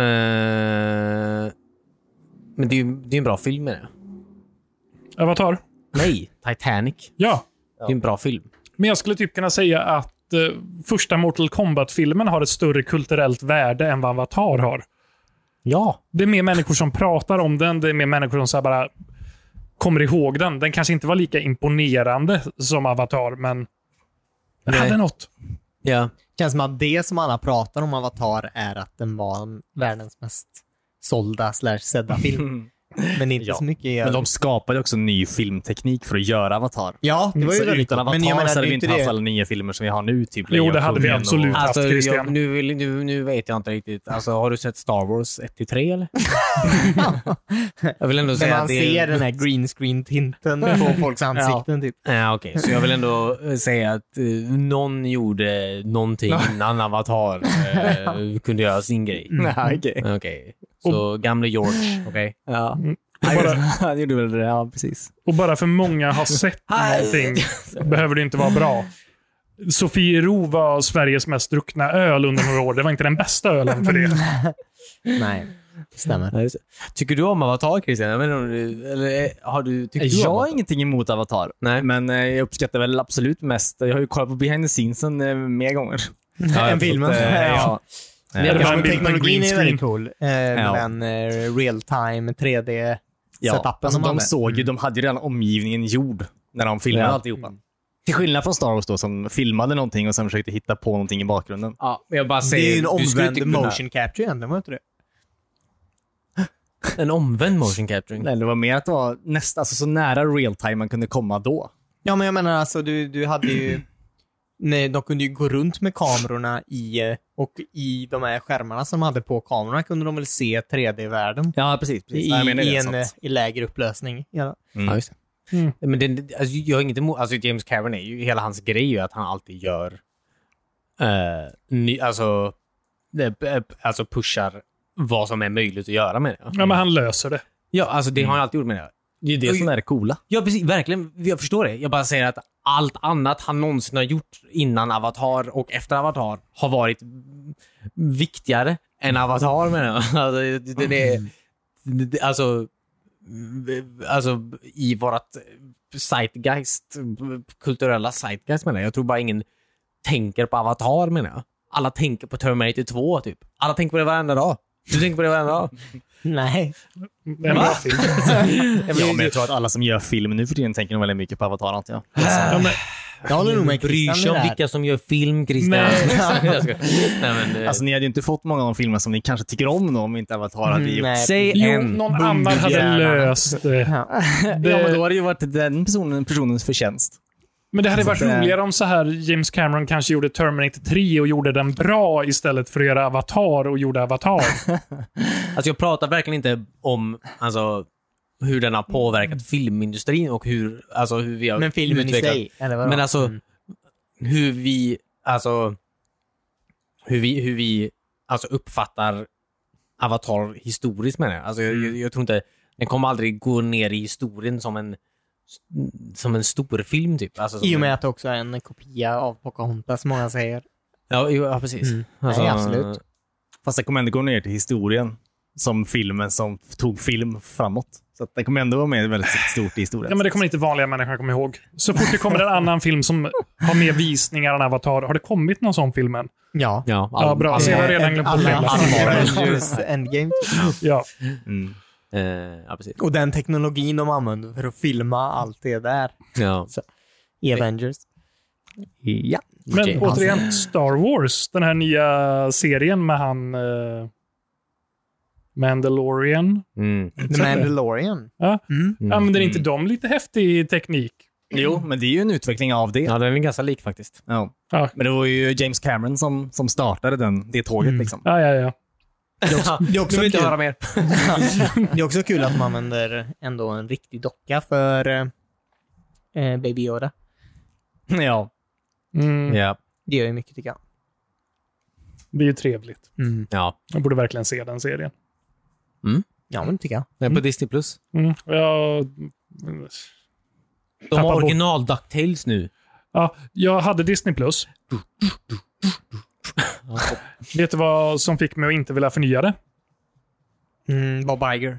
men det är ju det är en bra film med det. Avatar? Nej, Titanic. Ja. Det är en bra film. Men jag skulle typ kunna säga att eh, första Mortal Kombat-filmen har ett större kulturellt värde än vad Avatar har. Ja. Det är mer människor som pratar om den. Det är mer människor som så här bara kommer ihåg den. Den kanske inte var lika imponerande som Avatar, men den Nej. hade något. Ja. Känns som att det som alla pratar om Avatar är att den var en- världens mest sålda slash sedda film. Men inte Ja. så mycket i Men de skapade också ny filmteknik för att göra Avatar. Ja, det var ju Så väldigt utan coolt. Avatar Men jag menar, så det hade är vi inte inte haft det. alla nya filmer som vi har nu. Typ Jo, det hade vi Lejonkungen absolut. och- Alltså, Christian. jag, nu, vill, nu, nu vet jag inte riktigt. Alltså, har du sett Star Wars ett till tre eller? Jag vill ändå När säga man att det ser är... den här green screen-tinten på folks ansikten typ. Ja, okej. Så jag vill ändå eh, säga att eh, någon gjorde någonting innan Avatar eh, kunde göra sin grej. Nej, okej. Okej. Så gamle George, okej? Ja. Och bara, Han gjorde väl det, ja precis. och bara för många har sett någonting behöver det inte vara bra. Sofiero var Sveriges mest druckna öl under några år. Det var inte den bästa ölen för det. Nej, stämmer. Ja, just det. Tycker du om Avatar, Christian? Jag vet inte om du, eller eh, har du, tycker du om Jag har Avatar? ingenting emot Avatar. Nej. Men eh, jag uppskattar väl absolut mest. Jag har ju kollat på behind the scenesen eh, mer gånger. En filmen. Så att, eh, Ja. ja. det var Ja, en bild på en teknologin green är screen. väldigt cool. Eh, Ja. Den eh, real-time tre D Ja, setupen alltså de de hade. såg ju, de hade ju redan omgivningen gjord när de filmade Ja. alltihopa. Till skillnad från Star Wars då, som filmade någonting och sen försökte hitta på någonting i bakgrunden. Ja, men jag bara Det säger, är ju en du skulle omvänd inte kunna- motion capture egentligen, var inte det? En omvänd motion capturing. Nej, det var mer att det var nästan alltså, så nära real time man kunde komma då. Ja, men jag menar alltså, du, du hade ju... Nej, de kunde ju gå runt med kamerorna i... eh, Och i de här skärmarna som de hade på kamerorna kunde de väl se tre D-världen. Ja, precis. precis. I, Ja, jag menar det, i, så en, att- eh, I lägre upplösning. Ja. Mm. Ja, just det. Mm. Men det, alltså, jag har inget emot, alltså James Cameron är ju, hela hans grej är ju att han alltid gör, eh, ny, alltså, det, eh, alltså pushar vad som är möjligt att göra med det. Ja, men han löser det. Ja, alltså det har han alltid gjort med det. Det är ju det som är det coola. Ja, precis. Verkligen. Jag förstår det. Jag bara säger att allt annat han någonsin har gjort innan Avatar och efter Avatar har varit viktigare än Avatar, menar jag. Alltså, det, det, det, det, alltså, alltså i vårat zeitgeist, kulturella zeitgeist, menar jag. Jag tror bara ingen tänker på Avatar, menar jag. Alla tänker på Terminator två, typ. Alla tänker på det varenda dag. Du tänker på det varenda dag. Nej. Det är en bra film. Ja, men jag tror att alla som gör film nu för tiden tänker nog väldigt mycket på Avatar, antar jag. Ja, men, Jag håller nog med Bryr Christian sig om med det vilka som gör film, Christian. Nej. Jag skojar. Nej, men, eh, Alltså, ni hade ju inte fått många av de filmer som ni kanske tycker om då, om inte Avatar hade Mm, gjort. nej. säg jo, en. någon annan hade Bondhjärnan. löst det. Ja. Ja, men då hade det ju varit den personen, personens förtjänst. Men det hade varit det- roligare om så här James Cameron kanske gjorde Terminator tre och gjorde den bra istället för att göra Avatar och gjorde Avatar. Alltså jag pratar verkligen inte om alltså, hur den har påverkat filmindustrin och hur, alltså, hur vi har Men filmen i utvecklat. sig, eller vadå? Men alltså, Mm. hur vi, alltså, hur vi, hur vi alltså, uppfattar Avatar historiskt, menar jag. Alltså, jag, jag, jag tror inte, den kommer aldrig gå ner i historien som en som en stor film typ. Alltså, som I och med en, att det också är en kopia av Pocahontas, som många säger. ja, jo, ja, precis. Mm. Alltså, Nej, absolut. Fast det kommer ändå gå ner till historien som filmen som tog film framåt. Så att det kommer ändå vara med väldigt stort i historien. Ja, men det kommer inte vanliga människor komma ihåg. Så fort det kommer en annan film som har mer visningar än Avatar, har det kommit någon sån film än? Ja. Ja, Ja, bra. all- Så jag har redan glömt bort alla, hela alla filmen. Avengers Endgame. Ja. Mm. eh, ja, precis. Och den teknologin de använder för att filma allt det där Ja. i Avengers. Ja. Men Okej. återigen, Star Wars, den här nya serien med han eh, Mandalorian. Mm. The Mandalorian. Ja. Mm. Mm. Använder inte de lite häftig teknik? Jo, men det är ju en utveckling av det. Ja, den är ganska lik faktiskt. Ja. Ja. Men det var ju James Cameron som, som startade den, det tåget. Mm. Liksom. Ja, ja, ja. Det är också, det är också Nu vill inte kul. höra mer. Det är också kul att man använder ändå en riktig docka för eh, eh, Baby Yoda. Ja. Mm, Ja. Det gör ju mycket, tycker jag. det är ju trevligt. Mm. Ja. Jag borde verkligen se den serien. Ja, men det tycker jag. Den är på Disney Plus. Mm. Jag, De Tappar har bort. original DuckTales nu. ja, jag hade Disney Plus. Vet du vad som fick mig att inte vilja förnya det? Mm, Bob Iger.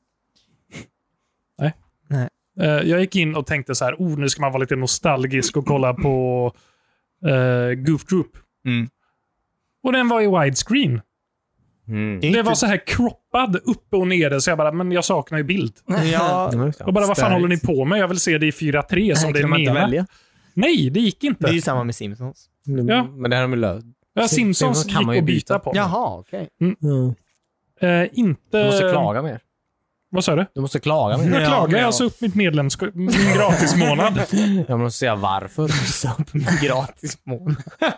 Eh, Jag gick in och tänkte så här, oh, nu ska man vara lite nostalgisk och kolla på uh, Goof Troop. Mm. Och den var i widescreen. Mm. Det var så här croppad uppe och nere, så jag bara, men jag saknar ju bild. Ja, Och bara, vad fan stärkt. håller ni på med? Jag vill se det i fyra tre som det är Kan man inte menat. välja? Nej, det gick det är inte. ju samma med Simpsons. Ja. Men det här har de löst. Ja, Simpsons Simpsons kan gick man ju att byta byta. på. Jaha, okej. Eh, inte... Du måste klaga mer. Vad sa du? Du måste klaga mer. Jag Ja, klagar ja. alltså upp mitt medlemskap, min gratismånad. Jag måste säga varför. Gratis månad.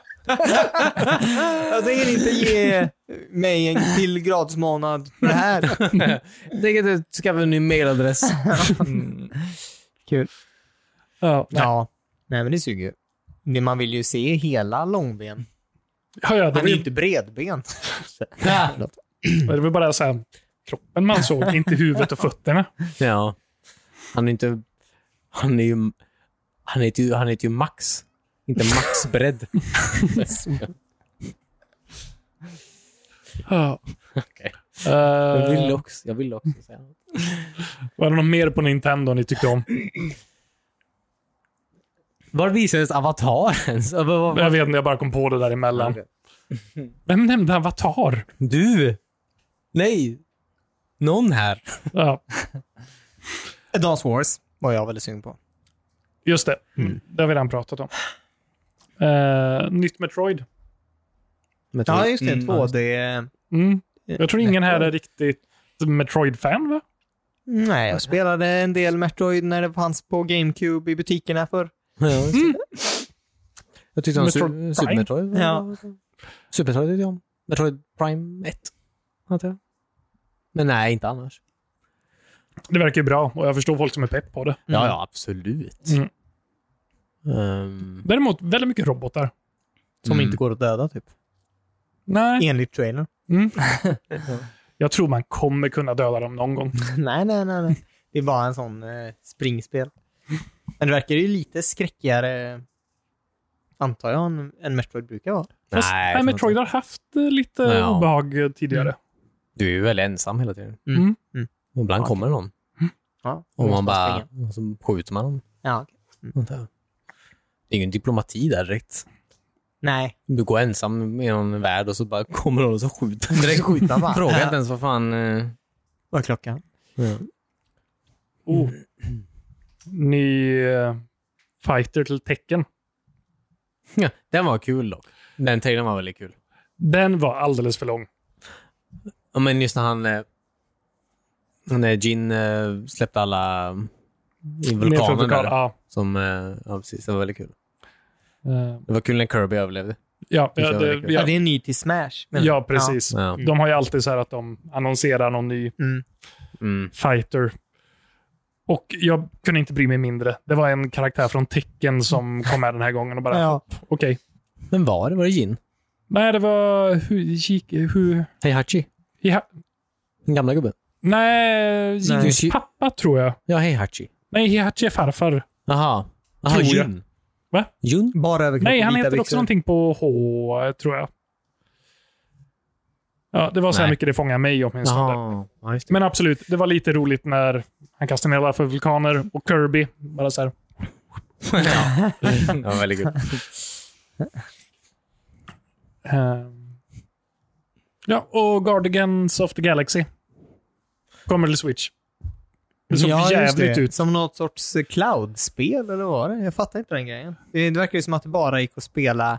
Jag tänker inte ge mig en till gratis månad för det här. Tänk att du skaffar en ny mailadress. Mm. Kul. Ja, Ja. Nej, men det suger ju. Det- Man vill ju se hela långben. ja, ja, det, Han var är ju ju, inte bredben. det var bara så här, kroppen man såg, inte huvudet och fötterna. Ja. Han är inte... Han är ju... Han heter ju, han heter ju Max. Inte Max Bredd. Ja. Okej. Eh, Jag vill också, jag vill också säga. var det något mer på Nintendo ni tyckte om? Var visades Avatar ens? Vad- vad- vad- Jag vet inte, jag bara kom på det där emellan. Okej. Vem nämnde Avatar? Du! Nej! Någon här. Ja, Advance Wars var jag väldigt sugen på. just det. Mm. Det har vi redan pratat om. Uh, nytt Metroid. Metroid. Ja, just det. Mm, två D. Mm. Jag tror ingen här är riktigt Metroid-fan, va? Nej, jag spelade en del Metroid när det fanns på GameCube i butikerna för. Ja, just det. Jag tyckte om Metroid Su- Prime. Super Metroid. Ja. Super Metroid tyckte jag om. Metroid Prime ett. Antar jag. Men nej, inte annars. Det verkar ju bra och jag förstår folk som är pepp på det. Ja, ja, absolut. Mm. Um, Däremot väldigt mycket robotar. Som Mm. inte går att döda, typ. Nej. Enligt trailern. Mm. Jag tror man kommer kunna döda dem någon gång. nej, nej, nej, nej. Det är bara en sån eh, springspel. Men det verkar ju lite skräckigare, antar jag, än, än Metroid brukar vara. Fast Nej, nej, jag tror Metroid har haft eh, lite Ja. obehag eh, tidigare. du är ju väldigt ensam hela tiden. Mm. Mm. Mm. Och ibland Ja, kommer någon. Ja, Och måste man bara... springa. Och så skjuter man dem. Ja, okej. Antar jag. Det är ingen diplomati där direkt. Nej. Du går ensam i någon värld och så bara kommer någon och så skjuter. Direkt skjuta bara. Fråga inte ens vad fan... eh, Vad är klockan? Ja. Oh. Ny eh, fighter till Tekken. Ja, den var kul dock. Den trailern var väldigt kul. Den var alldeles för lång. Ja, men just när han... eh, När Jin eh, släppte alla i Nerför vulkanen vulkan, där. Ja. Som, eh, ja, precis. Det var väldigt kul. Eh, Det var kul när Kirby överlevde. ja, Det ja, var det, väldigt kul. Ja, ja, det är en ny till Smash. menar ja, jag. precis. Ja. De har ju alltid så här att de annonserar någon ny Ja. Mm. Mm. fighter. Och jag kunde inte bry mig mindre. Det var en karaktär från Tekken som kom med den här gången och bara, Ja. okej. Men var det? Var det Jin? Nej, det var hur, hur, Heihachi? hur Den gamla gubben? Nej, Jins Nej. pappa tror jag. Ja, Heihachi. Nej, Hihachi är farfar. Jaha. Jaha, Tror jag. Jun. Va? Jun? Bara överkropp Nej, och han vita heter byxor. också någonting på H, tror jag. Ja, det var så här Nej. mycket det fångar mig åtminstone. Jaha. Ja, just det. Men absolut, det var lite roligt när han kastade ner alla för vulkaner och Kirby bara så här. ja. Det var väldigt kul. ehm. Ja, och Guardians of the Galaxy kommer till Switch. Det såg Ja, just jävligt det. ut. Som något sorts eh, cloud-spel, eller vad var det? Jag fattar inte den grejen. Det, det verkar ju som att det bara gick att spela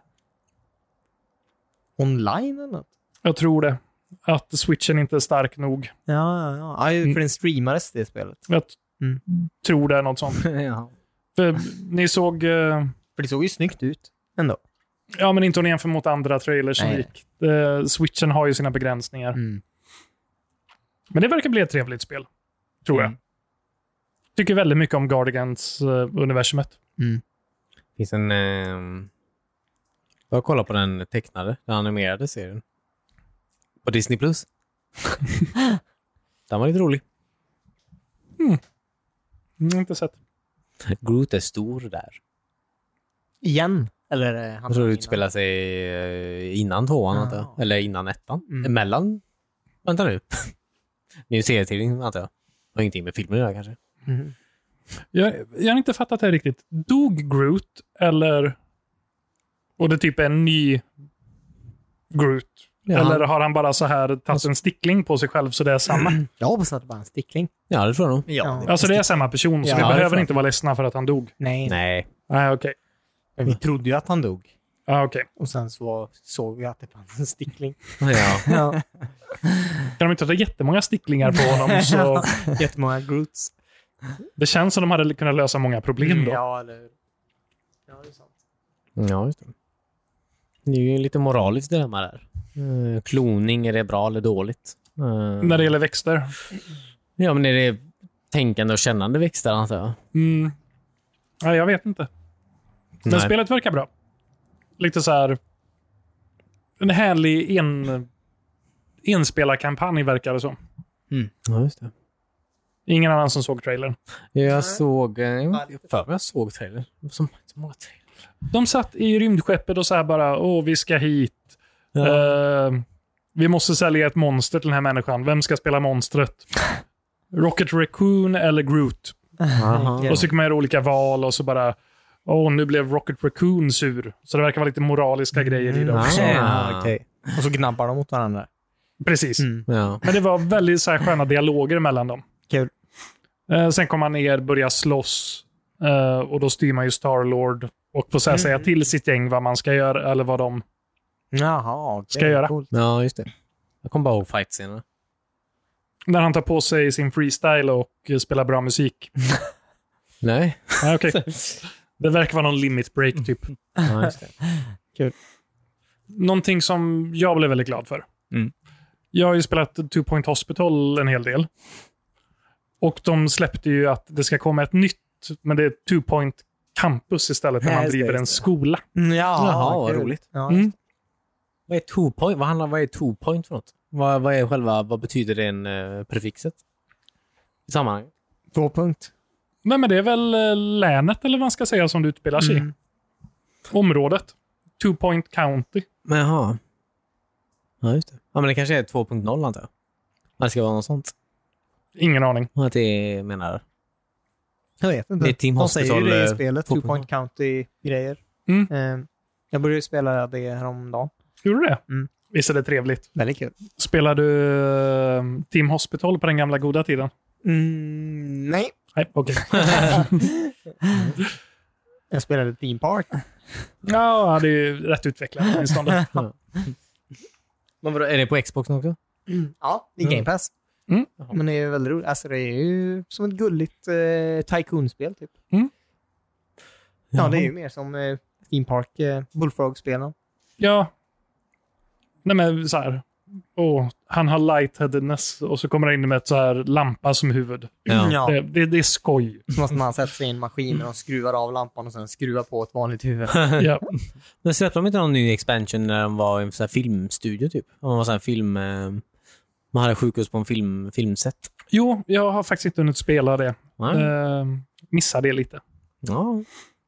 online eller något. Jag tror det. Att Switchen inte är stark nog. Ja, ja, ja. ja Mm. för den streamades det spelet. Jag t- Mm. tror det är något sånt. ja. För ni såg... eh, För det såg ju snyggt ut ändå. Ja, men inte om ni jämför mot andra trailers som Nej. gick. Eh, Switchen har ju sina begränsningar. Mm. Men det verkar bli ett trevligt spel. Tror jag. Mm. Tycker väldigt mycket om Guardians-universumet. Mm. Finns en... Eh, jag kollar på den tecknade, den animerade serien. På Disney Plus. Den var lite rolig. Mm, inte sett. Groot är stor där. Igen? Eller eh, han Jag tror det utspelar sig eh, innan tvåan, Ja. antar jag. Eller innan ettan. Mm. Emellan... Vänta nu. Det är ju serietidning, antar jag. Och ingenting med filmer där kanske. Mm. Jag, jag har inte fattat det här riktigt. Dog Groot eller... Och det typ är en ny Groot? Ja. Eller har han bara så här tagit en stickling på sig själv så det är samma? Jag hoppas att det bara är en stickling. Ja, det tror jag nog. Ja. Alltså det är samma person, så Ja, vi det behöver tror jag. inte vara ledsna för att han dog. Nej. Nej. Nej, okej. Men vi trodde ju att han dog. Ja, okej. Och sen så såg vi att det fanns en stickling. Ja. Ja. Kan de inte ta jättemånga sticklingar på honom så Jättemånga Groots. det känns som de hade kunnat lösa många problem då. Ja, eller... Ja, det är sant. Ja, just det. Det är ju lite moraliskt dilemma där. Eh, kloning, är det bra eller dåligt? Eh, När det gäller växter. Ja, men är det tänkande och kännande växter, antar jag? Mm. Ja, jag vet inte. Men Nej. spelet verkar bra. Lite så här... En härlig en, enspelarkampanj verkar det som. Ja, just det. Ingen annan som såg trailern. Jag såg... Eh, jag för mig jag såg trailer. Det var så, så många trailer. De satt i rymdskeppet och så här bara, åh, vi ska hit. Ja. Eh, vi måste sälja ett monster till den här människan. Vem ska spela monstret? Rocket Raccoon eller Groot? Aha. Ja. Och så kan man göra olika val och så bara, Och nu blev Rocket Raccoon sur. Så det verkar vara lite moraliska grejer i det också. Ah. Okej. Och så gnabbar de mot varandra. Precis. Mm. Ja. Men det var väldigt så här sköna dialoger mellan dem. Kul. Eh, sen kommer man ner, börjar slåss. Eh, och då styr man ju Star-Lord. Och får så här, Mm. säga till sitt gäng vad man ska göra. Eller vad de Jaha, okej. ska göra. Coolt. ja, just det. Jag kommer bara ihåg fight-scenerna. När han tar på sig sin freestyle och eh, spelar bra musik. Nej. Ah, okej. Det verkar vara någon limit break typ. Ja, just det. Någonting som jag blev väldigt glad för. Mm. Jag har ju spelat Two Point Hospital en hel del. Och de släppte ju att det ska komma ett nytt, men det är Two Point Campus istället, när Ja, man just det, driver just en det. skola. Mm, ja, Jaha, vad kul. roligt. Ja, Mm. Vad är two point? Vad handlar vad är two point för något? Vad, vad är själva vad betyder det en uh, prefixet? I sammanhanget? Två punkt. Nej, men det är väl eh, länet eller vad man ska säga som det utspelar sig i. Mm. Området. Two Point County. Men jaha. Ja, just det. Ja, men det kanske är två punkt noll antar jag. Det ska vara något sånt. Ingen aning. Vad det menar. Jag vet inte. Det är Team De säger ju Hospital, det i eh, spelet, två Two punkt Point County-grejer. Mm. Eh, jag började ju spela det häromdagen. Gjorde du det? Mm. Visst är det trevligt. Väldigt kul. Spelar du eh, Team Hospital på den gamla goda tiden? Mm, nej. Nej, okej. Jag spelade Theme Park. Ja, det är ju rätt utvecklat åtminstone. Men vadå, är det på Xbox också? Ja, i Game Pass. Mm. Men det är ju väldigt roligt. Alltså det är ju som ett gulligt eh, tycoon-spel typ. Mm. Ja, det är ju mer som eh, Theme Park eh, Bullfrog-spelen. Ja. Nej, men så här. Åh, han har lightheadedness och så kommer han in med ett så här lampa som huvud. Ja. Ja. Det, det, det är skoj. Så måste man sätta sig i en maskin och skruvar av lampan och sen skruva på ett vanligt huvud. Ja. Men släppte de inte någon ny expansion när de var i en sån här filmstudio typ? Om man var sån här film... Eh, man hade sjukhus på en film, filmset. Jo, jag har faktiskt inte hunnit spela det. Nej. Eh, missar det lite. Ja.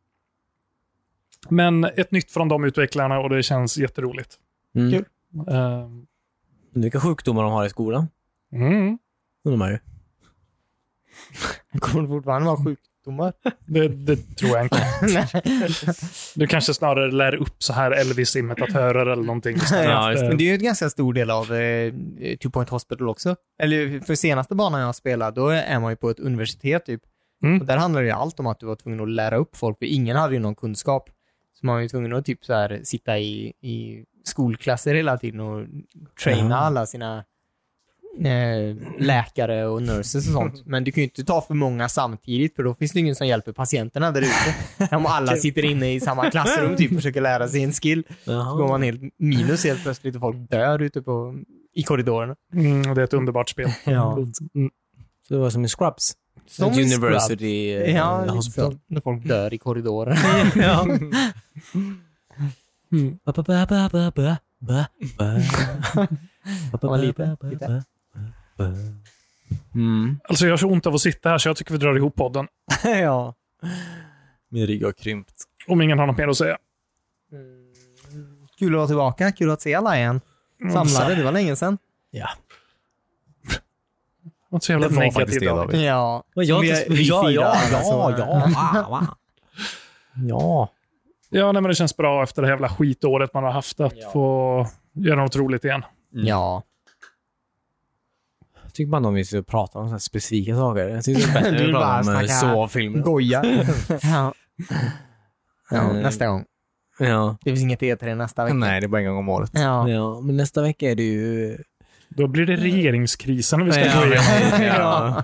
Men ett nytt från de utvecklarna och det känns jätteroligt. Mm. Kul. Eh, Vilka sjukdomar de har i skolan? mm. Undrar man ju. Kommer det fortfarande vara sjukdomar? det, det tror jag inte. Du kanske snarare lär upp så här Elvis-imitatörer eller någonting. Ja, just det. Men det är ju ett ganska stor del av eh, Two Point Hospital också. Eller för senaste banan jag spelade, då är man ju på ett universitet typ. Mm. Och där handlar det ju allt om att du var tvungen att lära upp folk, för ingen hade ju någon kunskap. Så man var ju tvungen att typ så här sitta i, i skolklasser hela tiden och träna Jaha. alla sina eh, läkare och nurses och sånt. Men du kan ju inte ta för många samtidigt, för då finns det ingen som hjälper patienterna där ute. Om alla sitter inne i samma klassrum typ och försöker lära sig en skill, så går man helt minus helt plötsligt och folk dör ute på, i korridorerna. Mm, det är ett underbart spel. Ja. Mm. Så det var som i Scrubs. Som i University eh, Ja, lite Hospital. så. När folk dör i korridoren. Ja. Mm. Ba, ba, ba, ba, ba, ba, ba, ba. Ba, ba, var ba, liten, ba, lite. ba, ba. Mm. Alltså jag har så ont av att sitta här så jag tycker vi drar ihop podden. Ja. Min rygg har krympt. Om ingen har något mer att säga. Kul att vara tillbaka, kul att se alla igen. Samlade, det var länge sedan. Ja. Något så jävla Det var faktiskt negativt det, av David. Ja. Men jag, Vi- vi ja, firar ja, alla, ja, så- ja, ja, va? Ja. Ja, nej, men det känns bra efter det jävla skitåret man har haft att Ja. få göra något roligt igen. Ja. Jag tycker bara om vi ska prata om så här specifika saker. Jag tycker det är bättre Du att bara prata om eh, snackar sovfilmer. Goja. ja. Ja, Eh, nästa gång. Ja. Det finns inget E tre nästa vecka. Nej, det är bara en gång om året. Ja. Ja, men nästa vecka är det ju... Då blir det regeringskrisen vi ska Ja, gå igenom. ja.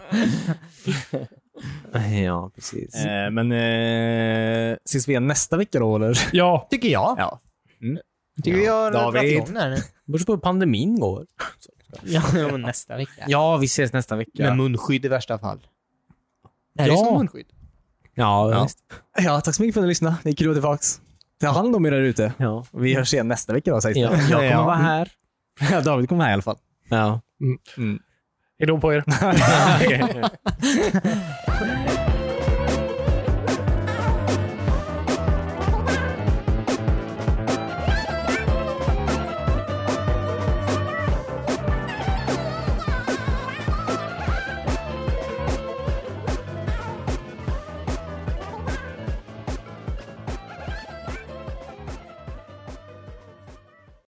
Ja, precis. Eh, men eh, ses vi igen nästa vecka då, eller? Ja, Tycker jag. Ja. Mm. Tycker vi har David. dragit igång där nu. Beror på hur pandemin går. Ja, men nästa vecka. Ja, vi ses nästa vecka. Med munskydd i värsta fall. Det här är Ja. som munskydd. Ja, Ja. visst. Ja, tack så mycket för att ni lyssnade. Det är kul att vara tillbaks. Ta hand om er där ute. Ja. Vi hörs igen nästa vecka då, sägs Ja, det. jag kommer Ja. vara här. Ja, David kommer här i alla fall. Ja. hejdå på er. Okej.